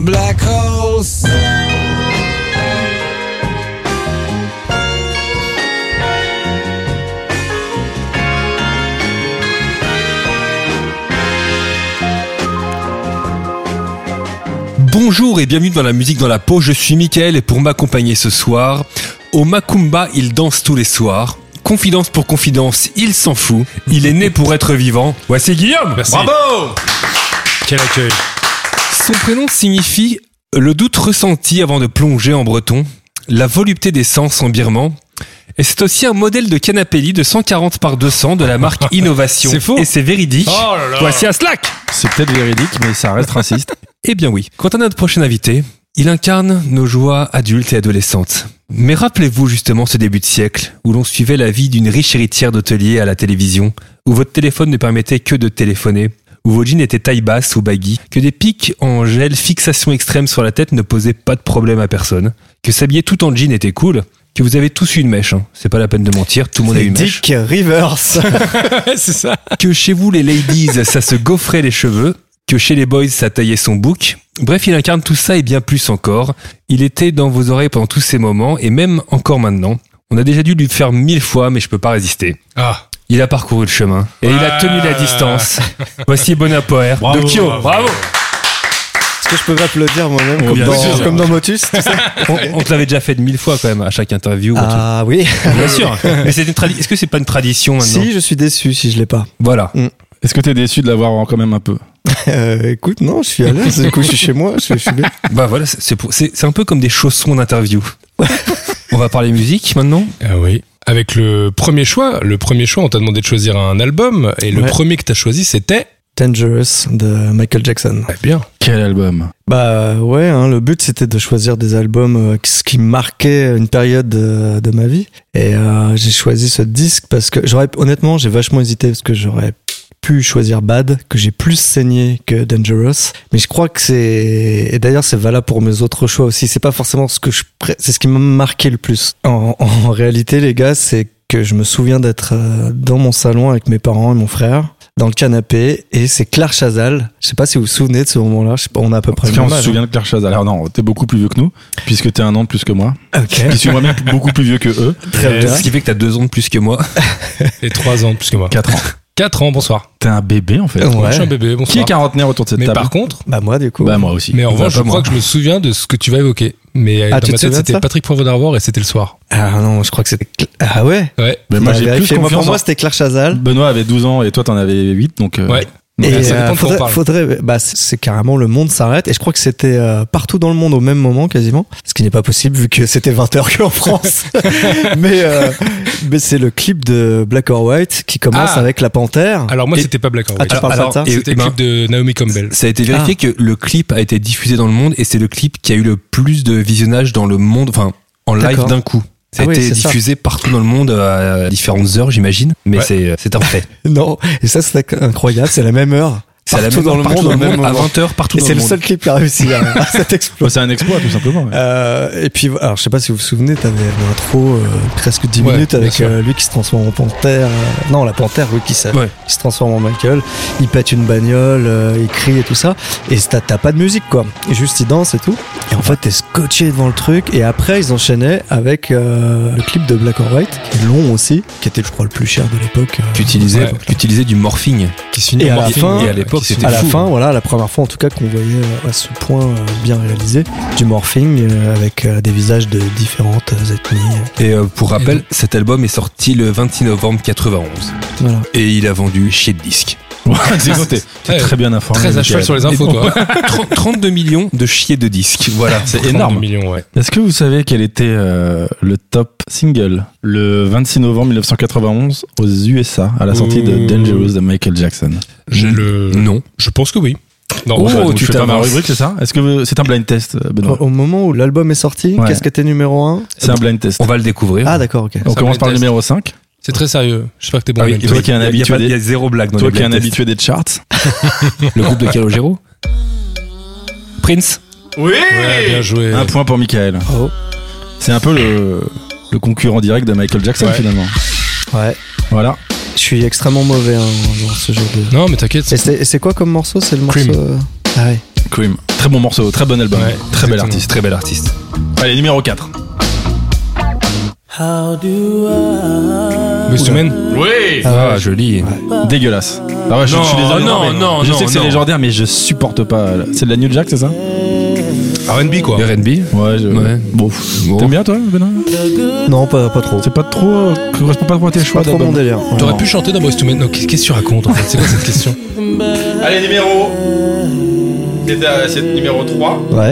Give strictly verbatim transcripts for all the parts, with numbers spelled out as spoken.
black holes. Bonjour et bienvenue dans la musique dans la peau, je suis Mickaël et pour m'accompagner ce soir, au Macumba il danse tous les soirs. Confidence pour confidence, il s'en fout, il est né pour être vivant. Voici Guillaume. Merci. Bravo. Quel accueil. Son prénom signifie le doute ressenti avant de plonger en breton, la volupté des sens en birman. Et c'est aussi un modèle de canapé lit de cent quarante par deux cents de la marque Innovation. C'est faux. Et c'est véridique. Oh là là. Voici un slack. C'est peut-être véridique, mais ça reste raciste. Eh bien oui, quant à notre prochain invité, il incarne nos joies adultes et adolescentes. Mais rappelez-vous justement ce début de siècle, où l'on suivait la vie d'une riche héritière d'hôtelier à la télévision, où votre téléphone ne permettait que de téléphoner, où vos jeans étaient taille basse ou baggy, que des pics en gel, fixation extrême sur la tête ne posaient pas de problème à personne, que s'habiller tout en jean était cool, que vous avez tous eu une mèche, hein. C'est pas la peine de mentir, tout le monde a eu une mèche. Dick Rivers. C'est ça. Que chez vous les ladies, ça se gaufrait les cheveux, que chez les boys, ça taillait son bouc. Bref, il incarne tout ça et bien plus encore. Il était dans vos oreilles pendant tous ces moments, et même encore maintenant. On a déjà dû lui faire mille fois, mais je peux pas résister. Ah. Il a parcouru le chemin, et il a tenu la distance. Voici Bonapoer de Kyo. Bravo. Est-ce que je peux m'applaudir moi-même Oh, comme, bien dans, sûr. comme dans Motus, tu sais? On, on te l'avait déjà fait de mille fois quand même, à chaque interview. Ah oui. Bien sûr. Mais c'est une tradi- est-ce que c'est pas une tradition maintenant? Si, je suis déçu si je l'ai pas. Voilà. Est-ce que t'es déçu de l'avoir quand même un peu? Euh, écoute, non, je suis à l'aise. Du coup, je suis chez moi. Je, je suis bien. Bah voilà, c'est, c'est, pour- c'est, c'est un peu comme des chaussons d'interview. On va parler musique maintenant. Ah oui. Avec le premier choix, le premier choix, on t'a demandé de choisir un album, et le Ouais. premier que t'as choisi, c'était... Dangerous de Michael Jackson. Ah bien. Quel album? Bah ouais, hein, le but c'était de choisir des albums euh, qui- qui marquaient une période de, de ma vie. Et euh, j'ai choisi ce disque parce que j'aurais, honnêtement, j'ai vachement hésité parce que j'aurais pu choisir Bad, que j'ai plus saigné que Dangerous. Mais je crois que c'est, et d'ailleurs c'est valable pour mes autres choix aussi. C'est pas forcément ce que je, pré- c'est ce qui m'a marqué le plus. En, en réalité, les gars, c'est que je me souviens d'être euh, dans mon salon avec mes parents et mon frère, dans le canapé, et c'est Claire Chazal. Je sais pas si vous vous souvenez de ce moment-là. Je sais pas, on a à peu près Parce le qu'on même se âge, souvient de Claire Chazal. Alors non, t'es beaucoup plus vieux que nous, puisque t'es un an de plus que moi. hein. Ok. Qui suis moi-même beaucoup plus vieux que eux. Très bien. Ce qui fait que t'as deux ans de plus que moi. Et trois ans de plus que moi. Quatre ans. Quatre ans, bonsoir. T'es un bébé en fait. Ouais. Je suis un bébé, bonsoir. Qui est quarantenaire autour de cette Mais table? par contre, Bah moi du coup. Bah moi aussi. mais en Bah, revanche, pas je crois moi. que je me souviens de ce que tu vas évoquer. Mais Ah, dans tu ma te tête, souviens de c'était ça Patrick Poivre d'Arvor et c'était le soir. Ah non, je crois que c'était. Cl- Ah ouais. Ouais. Mais moi Bah, j'ai plus vérifiez. Moi, confiance. pour moi en- c'était Claire Chazal. Benoît avait douze ans et toi t'en avais huit, donc. euh, Ouais. donc, Et ça euh, dépend de quoi on faudrait, parle. faudrait, bah c'est c'est carrément le monde s'arrête. Et je crois que c'était euh, partout dans le monde au même moment quasiment, ce qui n'est pas possible vu que c'était vingt heures qu'en France. mais euh, mais c'est le clip de Black or White qui commence Ah. avec la panthère. Alors moi, Et- c'était pas Black or Ah, White. tu parles pas de ça et- C'était et le ben, clip de Naomi Campbell. Ça a été vérifié que le clip a été diffusé dans le monde et c'est le clip qui a eu le plus de visionnage dans le monde, enfin en live D'accord. d'un coup. Ça a Ah oui, été c'est ça. diffusé partout dans le monde à différentes heures, j'imagine, mais Ouais. c'est c'est un fait. Non. Et ça c'est incroyable. C'est la même heure. C'est à la Partout même dans heure, le partout monde dans au le même monde, à moment. vingt heures partout Et dans c'est le le monde. seul clip qui a réussi à, à cet exploit. bah, c'est un exploit tout simplement. ouais. Euh, et puis, alors je sais pas si vous vous souvenez, t'avais une intro euh, presque dix Ouais, minutes bien avec sûr. euh, lui qui se transforme en panthère. euh, non, la panthère, oui, qui, se- Ouais. qui se transforme en Michael. Il pète une bagnole, euh, il crie et tout ça. Et t'as, t'as pas de musique, quoi. Et juste il danse et tout. Et en fait, t'es scotché devant le truc. Et après, ils enchaînaient avec euh, le clip de Black or White, qui est long aussi, qui était, je crois, le plus cher de l'époque. euh, Tu utilisais, Ouais. tu utilisais du morphing. Qui se finit Et en à la morphine. fin- et à l'époque, Qui se c'était à la fou. fin, voilà, la première fois en tout cas qu'on voyait euh, à ce point euh, bien réalisé du morphing euh, avec euh, des visages de différentes euh, ethnies. Et euh, pour rappel, cet album est sorti le vingt-six novembre quatre-vingt-onze Voilà. et il a vendu chier de disques. Ouais, c'est bon, t'es t'es Ouais. très bien informé. Très à Mickaël. cheval sur les infos, toi. trente trente-deux millions de chier de disques. Voilà, C'est trente-deux énorme. millions, ouais. Est-ce que vous savez quel était euh, le top single le vingt-six novembre mille neuf cent quatre-vingt-onze aux U S A à la sortie de Ouh. Dangerous de Michael Jackson? J'ai le. Non. Je pense que oui. Non, Oh, enfin, Donc, tu je fais pas ma t'avances. rubrique, c'est ça? Est-ce que vous- c'est un blind test, Benoît? Au, au moment où l'album est sorti, Ouais. qu'est-ce qui était numéro un? C'est un blind test. On va le découvrir. Ah d'accord, ok. On Ça commence blind par le test. numéro cinq. c'est très sérieux. J'espère que t'es bon. Ah oui, avec toi oui, qui es un il y a- il y a habitué pas- des- Il y a zéro blague dans Toi les qui es un blind tests. habitué des charts. Le groupe de Calogero. Prince. Oui! Ouais, bien joué. Un point pour Michael. Oh. C'est un peu le, le concurrent direct de Michael Jackson Ouais. finalement. Ouais. Voilà. Je suis extrêmement mauvais hein, dans ce jeu de. Non, mais t'inquiète. Et c'est, et c'est quoi comme morceau? C'est le morceau. Cream. euh, Ah ouais. Cream. Très bon morceau, très bon album. Ouais, très bel exactement. artiste. Très bel artiste. Allez, numéro quatre. Boyz two Men. Oui. Ah, joli. Dégueulasse. Ah ouais, je, Non, je suis désolé. non, mais non, Je non, sais que c'est non. légendaire, mais je supporte pas. C'est de la New Jack, c'est ça? R and B quoi. R and B. Ouais. Je... Ouais. Bon. Bon. T'aimes bien toi, Benoît? Non, pas, pas trop. C'est pas trop. euh, correspond pas trop à tes choix Pas trop mon d'album. délire. T'aurais Non. pu chanter dans Boyz two Men. Non, qu'est-ce que tu racontes en fait? C'est quoi cette question? Allez, numéro. C'est numéro trois. Ouais.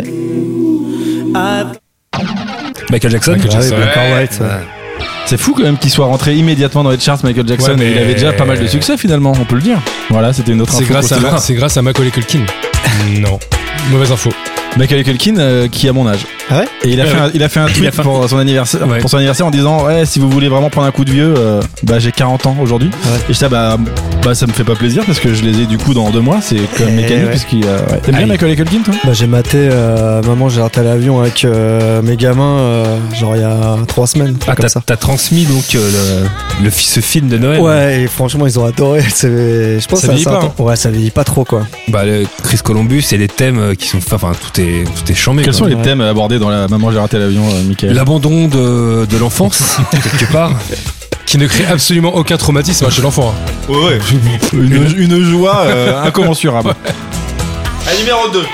Michael Jackson. Michael Ah oui, Jackson. Black or White, ouais. C'est fou quand même qu'il soit rentré immédiatement dans les charts, Michael Jackson. Ouais, mais- Il avait déjà pas mal de succès finalement, on peut le dire. Voilà, c'était une autre C'est info. grâce, pour à, ce- c'est grâce à Macaulay Culkin. Non. Mauvaise info. Macaulay Culkin euh, qui a mon âge. Ah ouais? Et il a, Ouais, fait un, il a fait un tweet a fait- pour son anniversaire, Ouais. pour son anniversaire en disant ouais, si vous voulez vraiment prendre un coup de vieux, euh, bah j'ai quarante ans aujourd'hui. Ouais. Et je dis bah, bah ça me fait pas plaisir parce que je les ai du coup dans deux mois, c'est quand même Eh mécanique ouais. puisqu'il a. Ouais. T'aimes bien Aïe. Macaulay Culkin toi? Bah, j'ai maté, euh, maman, j'ai raté l'avion avec euh, mes gamins, euh, genre il y a trois semaines, un truc Ah, comme t'as, ça. t'as transmis donc euh, le, le, fi- ce film de Noël. Ouais, et franchement, ils ont adoré. C'est, je pense Ça que vieillit c'est pas, assez- Ouais, ça vieillit pas trop, quoi. Bah, le Chris Columbus et les thèmes euh, qui sont. Enfin, tout est, tout est chambé. Quels quoi. sont les Ouais. thèmes abordés dans la Maman j'ai raté l'avion, euh, Michael? L'abandon de, de l'enfance, quelque part. Qui ne crée absolument aucun traumatisme chez l'enfant. hein. Ouais, une, une joie euh, incommensurable. À numéro deux.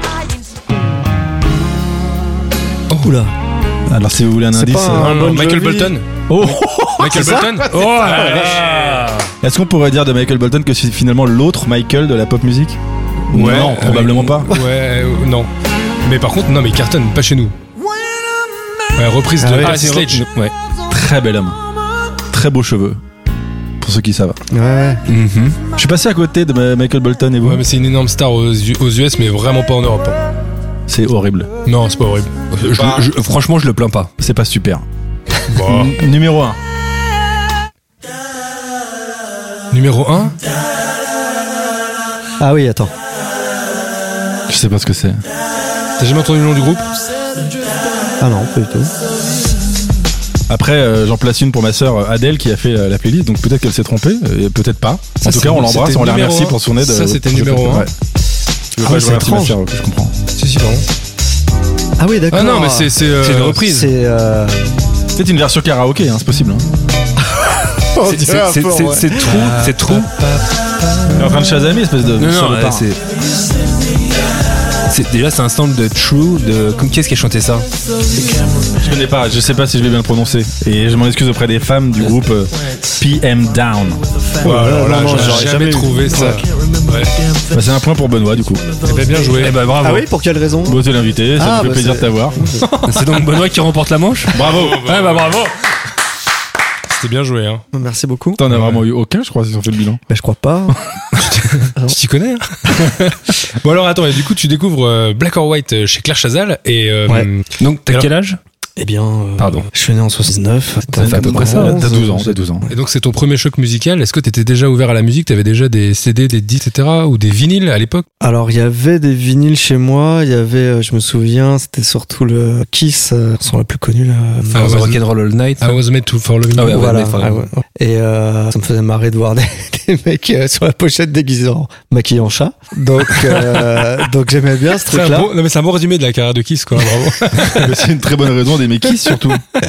Oula. Alors si vous voulez un C'est indice, pas euh, un Non, non, Bon Michael Jovi. Bolton. oh, Michael c'est ça Bolton. Oh là là. est-ce qu'on pourrait dire de Michael Bolton que c'est finalement l'autre Michael de la pop musique? Ouais, non, probablement euh, pas. Ouais, euh, non. Mais par contre, non, mais il cartonne, pas chez nous. Ouais, reprise de Ah oui. Percy Ah, c'est Sledge. Ouais. Très bel homme, très beaux cheveux. Pour ceux qui savent. Ouais, ouais. Mhm. Je suis passé à côté de Ma- Michael Bolton et vous. Ouais, mais c'est une énorme star aux, U- aux U S, mais vraiment pas en Europe. hein. C'est horrible. Non, c'est pas horrible. Je- je- franchement, je le plains pas. C'est pas super. Bon. N- numéro un. Numéro un. Ah oui, attends. Je sais pas ce que c'est. T'as jamais entendu le nom du groupe? Ah non, pas du tout. Après, euh, j'en place une pour ma sœur Adèle qui a fait euh, la playlist, donc peut-être qu'elle s'est trompée, et peut-être pas. Ça, en tout c'est- cas, on l'embrasse et c'était on la numéro remercie un. pour son aide. Ça, euh, c'était pour ce numéro projet. un. Ouais. Je veux Ah pas oui, je c'est remercie ma étrange. sœur, ok, je comprends. Si, si, pardon. Ah oui, d'accord. Ah non, mais c'est c'est euh, C'est une reprise. C'est. Euh... C'est une version karaoké, hein, c'est possible. Hein. C'est- c'est- c'est- c'est- C'est trou, c'est trou. Elle est en train de chasamer, espèce de. Non, non, salopard. ouais, c'est. c'est- Déjà, c'est un sample de True. De... Comme qui est-ce qui a chanté ça? Je connais pas, je sais pas si je vais bien le prononcer. Et je m'en excuse auprès des femmes du groupe euh, P M Down. Ouais, alors là, non, non, j'aurais j'aurais jamais, jamais eu. trouvé ça. Ouais. Bah, c'est un point pour Benoît, du coup. Eh ben, bien joué. Eh ben, bravo. Ah oui, pour quelle raison? Bon, t'es l'invité, ça Ah, me fait bah, plaisir de c'est- t'avoir. C'est donc Benoît qui remporte la manche? Bravo. Ouais, bah bravo. C'était bien joué. Hein. Merci beaucoup. T'en as vraiment eu aucun, je crois, si on fait le bilan. Mais je crois pas. Tu t'y connais hein. Bon alors attends, et du coup tu découvres euh, Black or White euh, chez Claire Chazal et euh, Ouais. Donc, t'as Alors- quel âge? Eh bien, euh, Pardon. je suis né en soixante-dix-neuf. Ça fait à peu près ça, T'as douze ans, t'as douze ans. et donc c'est ton premier choc musical. Est-ce que t'étais déjà ouvert à la musique? T'avais déjà des C D, des disques, et cetera ou des vinyles à l'époque? Alors, il y avait des vinyles chez moi. Il y avait, euh, je me souviens, c'était surtout le Kiss, euh, son la plus connue, là. Ah, Ah, ouais. Rock'n'Roll All Night. I was made to follow you. Ah ouais, ouais. Voilà. mais, enfin, Ah ouais, ouais. Et euh, ça me faisait marrer de voir des, des mecs euh, sur la pochette déguisés en maquillés en chat. Donc, euh, donc j'aimais bien ce C'est un truc-là. bon, non mais c'est un bon résumé de la carrière de Kiss quoi, bravo. Mais c'est une très bonne raison d'aimer Kiss, surtout.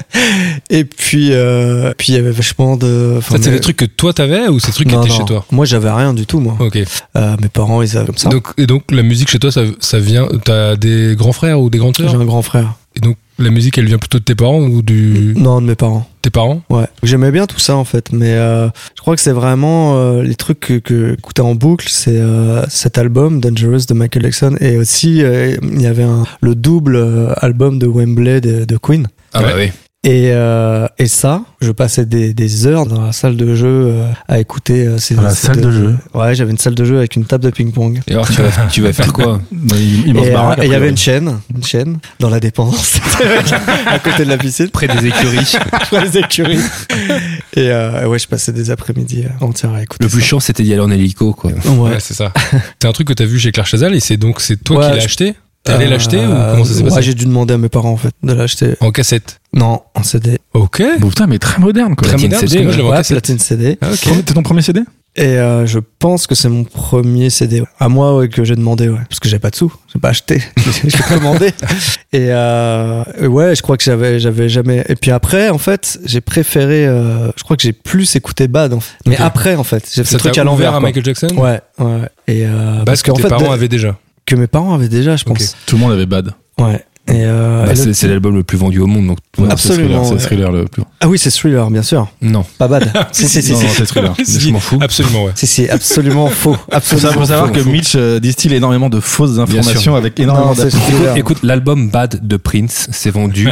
Et puis, euh, puis il y avait vachement de. enfin, Ça c'est mais- des trucs que toi t'avais ou c'est des trucs qui Non, étaient non. chez toi? Moi, j'avais rien du tout, moi. Ok. Euh, mes parents, ils avaient comme ça. Donc, et donc la musique chez toi ça, ça vient, t'as des grands frères ou des grandes J'ai sœurs? un grand frère. Et donc la musique elle vient plutôt de tes parents ou du Non, de mes parents. tes parents? Ouais, j'aimais bien tout ça en fait, mais euh, je crois que c'est vraiment euh, les trucs que, que écouter en boucle, c'est euh, cet album Dangerous de Michael Jackson et aussi euh, il y avait un, le double euh, album de Wembley de, de Queen. Ah bah oui. Et, euh, et ça, je passais des, des heures dans la salle de jeu euh, à écouter euh, ces Dans la ces salle deux- de jeu. Ouais, j'avais une salle de jeu avec une table de ping-pong. Et alors, tu vas, tu vas faire quoi? Bah, il, il mange Et baraque, euh, et il y après, avait ouais. une chaîne, une chaîne dans la dépendance, à côté de la piscine. Près des écuries. Près des écuries. Et euh, ouais, je passais des après-midi entières à écouter. Le plus ça. chiant, c'était d'y aller en hélico, quoi. Ouais. Ouais, c'est ça. C'est un truc que t'as vu chez Claire Chazal et c'est donc c'est toi Ouais, qui l'as je- acheté? T'es allé l'acheter ou comment ça s'est Ouais, passé? j'ai dû demander à mes parents en fait de l'acheter. En cassette. Non, en C D. Ok. Bon, putain, mais très moderne, quoi. Très Platine moderne, parce C D, que moi je l'avais en Ouais, cassette. platine C D. Ah, ok. Premier- T'es ton premier C D? Et euh, je pense que c'est mon premier C D. Ouais. À moi, ouais, que j'ai demandé, ouais. Parce que j'ai pas de sous. J'ai pas acheté. J'ai commandé. Et euh, ouais, je crois que j'avais, j'avais jamais. Et puis après, en fait, j'ai préféré. Euh, je crois que j'ai plus écouté Bad. En fait. Mais Ok. après, en fait, j'ai fait Ça le truc t'a à l'envers. ouvert à quoi. Michael Jackson? Ouais, ouais. Et euh, Parce que qu'en tes fait, parents de- avaient déjà. que mes parents avaient déjà, je pense. Ok. Tout le monde avait Bad. Ouais. Et euh, Bah, et le- c'est, c'est l'album le plus vendu au monde, donc. Non, Absolument, C'est ouais. Thriller, c'est Thriller le plus. Ah oui, c'est Thriller, bien sûr. Non. Pas Bad. si, si, si, Non, si. non, c'est Thriller. Je m'en fous. Absolument, ouais. Si, si, absolument faux. Faut Absolument savoir, faut savoir faux. que Mitch euh, distille énormément de fausses informations sûr. avec énormément Non, c'est d'appels. Thriller. Écoute, l'album Bad de Prince s'est vendu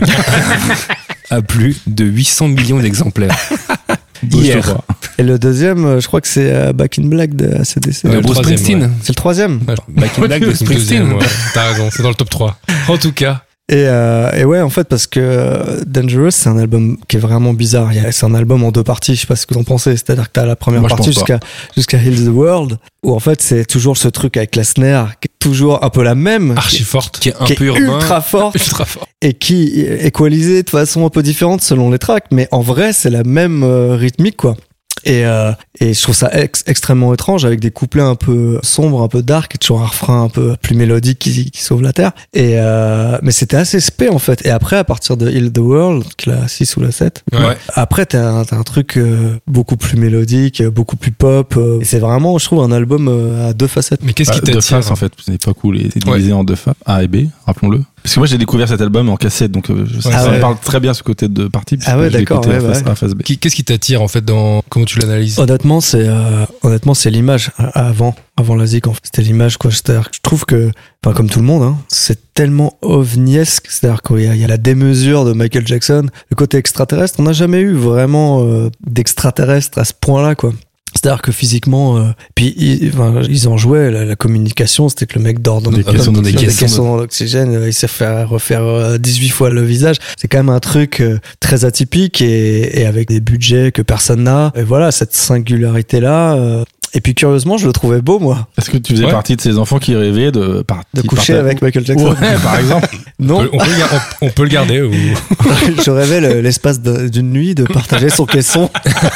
à plus de huit cents millions d'exemplaires. Hier. Et le deuxième, euh, je crois que c'est euh, Back in Black de A C D C. Ouais, Euh, le Bruce troisième, Springsteen. ouais. C'est le troisième. Ouais, Back in Black de le Springsteen. deuxième, ouais. T'as raison, c'est dans le top trois. En tout cas. Et, euh, et ouais, en fait, parce que euh, Dangerous, c'est un album qui est vraiment bizarre. Il y a- C'est un album en deux parties. Je sais pas ce que t'en pensez. C'est-à-dire que t'as la première Moi, je partie pense jusqu'à jusqu'à Heal the World, où en fait c'est toujours ce truc avec la snare qui est toujours un peu la même, Archi forte. Qui est un qui peu est urbain. ultra forte Ultra fort. et qui est équalisée de façon un peu différente selon les tracks. Mais en vrai, c'est la même euh, rythmique, quoi. Et, euh, et je trouve ça ex- extrêmement étrange avec des couplets un peu sombres, un peu dark et toujours un refrain un peu plus mélodique qui, qui sauve la terre. Et euh, mais c'était assez spé en fait. Et après, à partir de Heal the World, qui est la six ou la sept, Ouais. après t'as un, t'as un truc euh, beaucoup plus mélodique, euh, beaucoup plus pop. euh, et c'est vraiment, je trouve, un album euh, à deux facettes. Mais qu'est-ce qui Bah, deux t'attire faces en fait, c'est une époque où il était divisé en deux faces, A et B, rappelons-le. Parce que moi j'ai découvert cet album en cassette, donc euh, je, Ouais, ça ouais. me parle très bien ce côté de partie. Ah ouais, d'accord, ouais, face ouais. A, face B. Qui- Qu'est-ce qui t'attire en fait dans comment tu l'analyses? Honnêtement, c'est euh, honnêtement c'est l'image euh, avant avant la zik. En fait, c'était l'image quoi. C'est-à-dire que je trouve que, enfin comme tout le monde, hein, c'est tellement ovniesque. C'est-à-dire qu'il y a, il y a la démesure de Michael Jackson, le côté extraterrestre. On n'a jamais eu vraiment euh, d'extraterrestre à ce point-là, quoi. C'est-à-dire que physiquement, euh, puis ils, enfin, ils en jouaient. La, la communication, c'était que le mec dort dans Des dans- caissons dans d'oxygène. des caissons d'oxygène. euh, Il s'est fait refaire euh, dix-huit fois le visage. C'est quand même un truc euh, très atypique et, et avec des budgets que personne n'a. Et voilà, cette singularité-là. euh, et puis curieusement, je le trouvais beau, moi, Est-ce que tu faisais Ouais. partie de ces enfants qui rêvaient de, par- de qui coucher partaient- avec Michael Jackson. Ouais, par exemple. On Non, peut, on peut le gar- on- on peut le garder ou... je rêvais le- l'espace de- d'une nuit de partager son caisson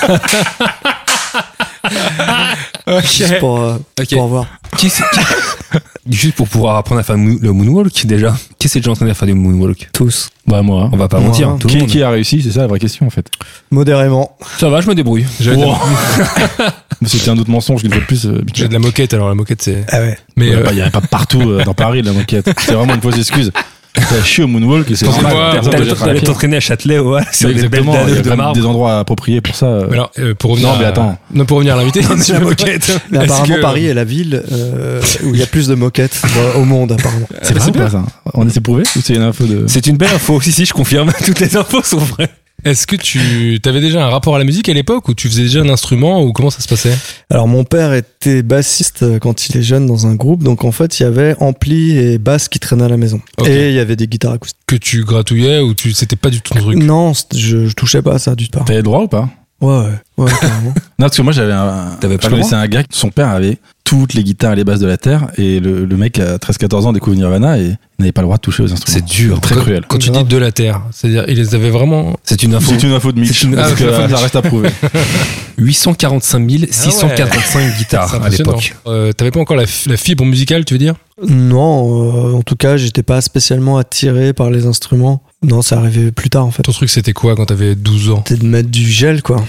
juste pour, euh, Ok. pour voir. Qui c'est- qui- Juste pour pouvoir apprendre à faire mou- le moonwalk, déjà. Qui c'est déjà en train de faire du moonwalk? Tous. Bah moi. On va pas Moi, mentir, hein. tout le Qui, monde. qui a réussi, c'est ça la vraie question en fait. Modérément. Ça va, je me débrouille. J'avais de, la- Mais C'était un autre mensonge une fois de plus. euh, Michael. j'avais de la moquette, alors la moquette c'est... Ah ouais. Mais Il euh, n'y avait pas partout euh, dans Paris de la moquette. C'est vraiment une fausse excuse. T'as chié au moonwalk et c'est Excusez-moi, normal. pardon, Personne T'allais ne jette j'ai la t'allais pierre. t'entraîner à Châtelet, ouais, sur des belles Exactement, il y a dalles de quand même marbre. des endroits appropriés pour ça. euh. mais alors, euh, pour revenir Non, à- mais attends. Non, pour revenir à l'invité, C'est la moquette. Mais Est-ce apparemment, que- Paris est la ville euh, où il y a plus de moquettes dans- au monde, apparemment. C'est bah, vrai c'est ou pas ça On est prouvé ou c'est une info de. C'est une belle info. Si, si, je confirme. Toutes les infos sont vraies. Est-ce que tu avais déjà un rapport à la musique à l'époque ou tu faisais déjà un instrument ou comment ça se passait? Alors, mon père était bassiste quand il est jeune dans un groupe, donc en fait, il y avait ampli et basse qui traînaient à la maison. Ok. Et il y avait des guitares acoustiques. Que tu gratouillais ou tu c'était pas du tout ton truc? Non, c'est- je, je touchais pas à ça du tout. T'avais le droit ou pas? Ouais, ouais, ouais, carrément. Non, parce que moi j'avais un. T'avais pas je le connaissais un gars, son père avait toutes les guitares et les basses de la Terre et le, le mec à treize quatorze ans découvre Nirvana et il n'avait pas le droit de toucher aux instruments. C'est dur. Très Quand- cruel. Quand tu dis de la terre, c'est-à-dire ils les avaient vraiment. C'est une info. C'est une info de Mitch. C'est une- parce ah, que, c'est une info de ça Mitch. reste à prouver. huit cent quarante-cinq mille six cent quarante-cinq C'est guitares à impressionnant. l'époque. Euh, T'avais pas encore la, f- la fibre musicale, tu veux dire? Non, euh, en tout cas, j'étais pas spécialement attiré par les instruments. Non, ça arrivait plus tard, en fait. Ton truc c'était quoi quand t'avais douze ans? C'était de mettre du gel, quoi.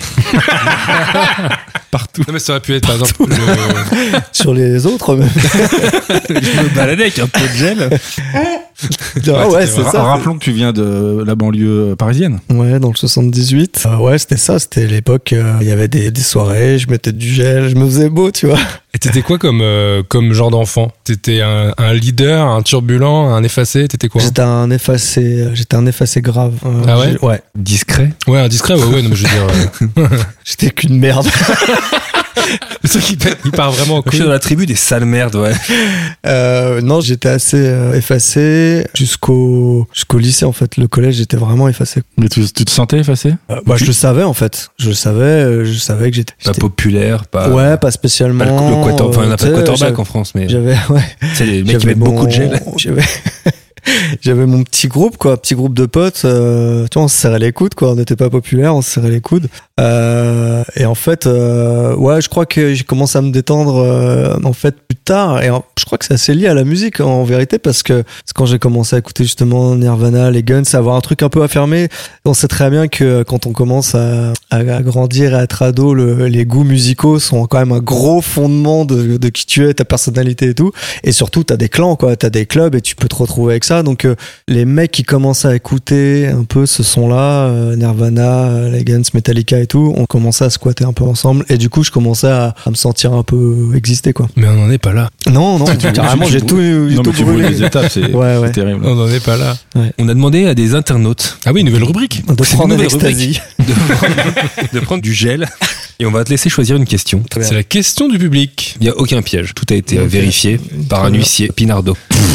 Partout. Non mais ça aurait pu être par exemple le- Sur les autres, même. Je me baladais avec un peu de gel. Ah ouais, c'était c'est ça. Rappelons que tu viens de la banlieue parisienne. Ouais, dans le soixante-dix-huit. Euh, ouais, c'était ça. C'était l'époque. euh, Il y avait des, des soirées, je mettais du gel, je me faisais beau, tu vois. Et t'étais quoi comme, euh, comme genre d'enfant? T'étais un, un leader, un turbulent, un effacé? T'étais quoi? J'étais un effacé, euh, j'étais un effacé grave. Euh, Ah ouais j'ai- Ouais. Discret. Ouais, un discret, ouais, ouais, non mais je veux dire... euh, J'étais qu'une merde. Le truc, il part, il part vraiment en Je suis couille. dans la tribu des sales merdes, ouais. Euh, non, j'étais assez euh, effacé jusqu'au jusqu'au lycée en fait. Le collège, j'étais vraiment effacé. Mais tu, tu te sentais effacé? Euh, bah, je le savais en fait. Je le savais. euh, Je savais que j'étais. Pas j'étais- populaire, pas. Ouais, pas spécialement. pas le, le quarter- enfin, on n'a pas de euh, quarterback j'avais- en France, mais. J'avais, ouais. C'est les mecs qui J'avais mettent beaucoup de mon- gel. J'avais, j'avais mon petit groupe, quoi, petit groupe de potes. Euh, tu vois, on se serrait les coudes, quoi. On n'était pas populaire, on se serrait les coudes. Euh, et en fait, euh, ouais, je crois que j'ai commencé à me détendre euh, en fait plus tard. Et en- je crois que c'est assez lié à la musique en vérité, parce que c'est quand j'ai commencé à écouter justement Nirvana, les Guns, avoir un truc un peu affirmé. On sait très bien que quand on commence à, à, à grandir et à être ado, le, les goûts musicaux sont quand même un gros fondement de, de qui tu es, ta personnalité et tout. Et surtout, t'as des clans, quoi. T'as des clubs et tu peux te retrouver avec ça. Donc, euh, les mecs qui commencent à écouter un peu ce son-là, euh, Nirvana, euh, les Guns, Metallica et tout, on commençait à squatter un peu ensemble. Et du coup, je commençais à, à me sentir un peu exister, quoi. Mais on n'en est pas là. Non, non, carrément, j'ai tout, j'ai Non, tout mais tu brûles brûlé. les étapes, c'est Ouais, ouais. c'est terrible. On n'en est pas là. On a demandé à des internautes Ah oui, nouvelle rubrique. De C'est une prendre nouvelle l'ecstasy. de prendre, de prendre du gel et on va te laisser choisir une question. Très bien. C'est la question du public. Il n'y a aucun piège. Tout a été Ok. vérifié par un bien. huissier, Pinardo.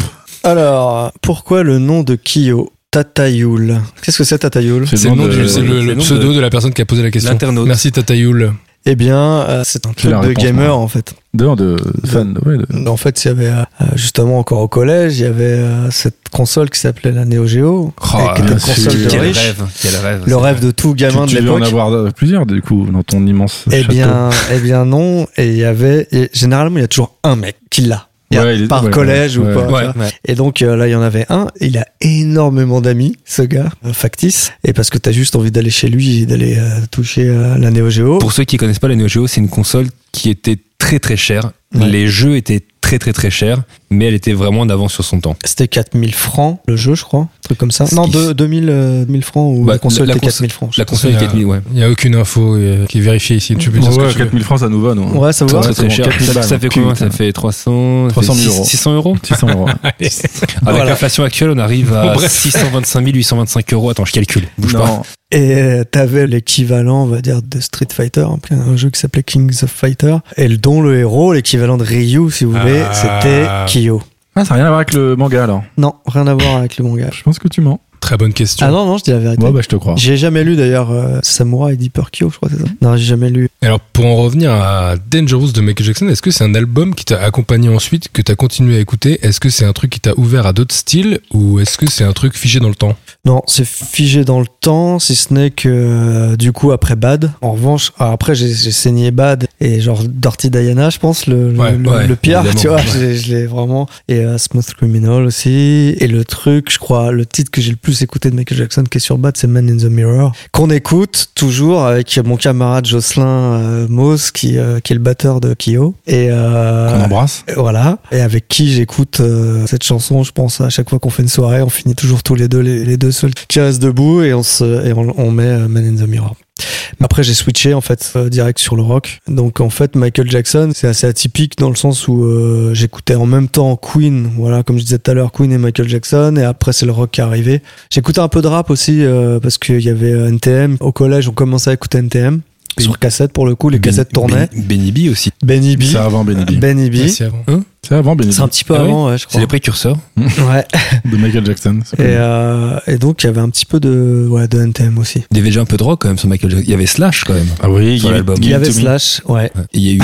Alors, pourquoi le nom de Kyo Tatayoul? Qu'est-ce que c'est Tatayoul? C'est le, nom de- du- c'est le- c'est le le nom pseudo de- de la personne qui a posé la question. L'internaute. Merci Tatayoul. Eh bien, euh, c'est un J'ai la club de réponse, gamers moi. en fait. Dehors de fans, ouais, de- En fait, il y avait euh, justement encore au collège, il y avait euh, cette console qui s'appelait la Neo Geo, Oh, et qui était bien une console sûr. de Quel riche. rêve, quel rêve. Le rêve de tout gamin tu, de tu devais en l'époque. avoir euh, plusieurs, du coup, dans ton immense Eh château. bien, eh bien non. Et il y avait, et généralement, il y a toujours un mec qui l'a. Il y a- Ouais, il est- par ouais, collège ouais, ou ouais. pas. tu Ouais, vois. ouais. Et donc euh, là, il y en avait un. Il a énormément d'amis, ce gars, euh, factice. Et parce que t'as juste envie d'aller chez lui et d'aller euh, toucher euh, la Neo Geo. Pour ceux qui connaissent pas la Neo Geo, c'est une console qui était très très chère. Ouais. Les jeux étaient très très très chers, mais elle était vraiment en avance sur son temps. C'était quatre mille francs le jeu, je crois. Un truc comme ça. Ce Non, qui- deux- deux mille, euh, mille francs ou Bah, la console la était cons- quatre mille francs. je La sais console Il est y a- quatre mille, ouais. Il n'y a aucune info euh, qui est vérifiée ici. Tu peux dire ce Ouais, que tu veux. quatre mille francs, ça nous va, nous. pas. Ouais, ça vous Très, va très, c'est bon, cher. quatre mille Ça, balles. ça fait combien? Ça fait trois cents, trois cent mille euros. six cents euros. six cents euros. Avec Voilà. l'inflation actuelle, on arrive à Bon, bref. six cent vingt-cinq mille huit cent vingt-cinq euros. Attends, je calcule. Bouge pas. Non, Et euh, t'avais l'équivalent, on va dire, de Street Fighter, hein, un jeu qui s'appelait Kings of Fighter, et le- dont le héros, l'équivalent de Ryu, si vous voulez, Ah. c'était Kyo. ah, ça n'a rien à voir avec le manga, alors. Non, rien à voir avec le manga. Je pense que tu mens. Très bonne question. Ah non, non, je dis la vérité. Ouais, bah, je te crois. J'ai jamais lu d'ailleurs euh, Samurai Deeper Kyo, je crois que c'est ça. Non, j'ai jamais lu. Alors, pour en revenir à Dangerous de Michael Jackson, est-ce que c'est un album qui t'a accompagné ensuite, que t'as continué à écouter? Est-ce que c'est un truc qui t'a ouvert à d'autres styles ou est-ce que c'est un truc figé dans le temps? Non, c'est figé dans le temps, si ce n'est que euh, du coup après Bad. En revanche, alors après j'ai j'ai saigné Bad et genre Dirty Diana, je pense le le, Ouais, le, ouais, le pire, évidemment. tu vois, Ouais. je l'ai- je l'ai vraiment. Et euh, Smooth Criminal aussi. Et le truc, je crois, le titre que j'ai le plus écouté de Michael Jackson qui est sur Bad, c'est Man in the Mirror, qu'on écoute toujours avec mon camarade Jocelyn euh, Moss qui euh, qui est le batteur de Kyo et euh, Qu'on embrasse. et voilà, et avec qui j'écoute euh, cette chanson, je pense à chaque fois qu'on fait une soirée, on finit toujours tous les deux, les, les deux seuls qui restent debout et on se, et on, on met euh, Man in the Mirror. Mais après j'ai switché en fait euh, direct sur le rock. Donc en fait Michael Jackson c'est assez atypique dans le sens où euh, j'écoutais en même temps Queen, voilà comme je disais tout à l'heure Queen et Michael Jackson, et après c'est le rock qui est arrivé. J'écoutais un peu de rap aussi euh, parce qu'il y avait euh, N T M. Au collège on commençait à écouter N T M. Sur cassette pour le coup, les cassettes tournaient. Ben- Benny B aussi. Benny B. C'est avant Benny B. Benny B. Ah, c'est avant. C'est avant Benny B. C'est un petit peu Ah oui avant, ouais, je C'est crois. les précurseurs. Ouais. De Michael Jackson. c'est Et, connu. euh, et donc il y avait un petit peu de, ouais, de N T M aussi. Il y avait déjà un peu de rock quand même sur Michael Jackson. Il y avait Slash quand même. Ah oui, sur Give It- l'album. Il y Give It avait to Me. Slash, ouais. Il y a eu.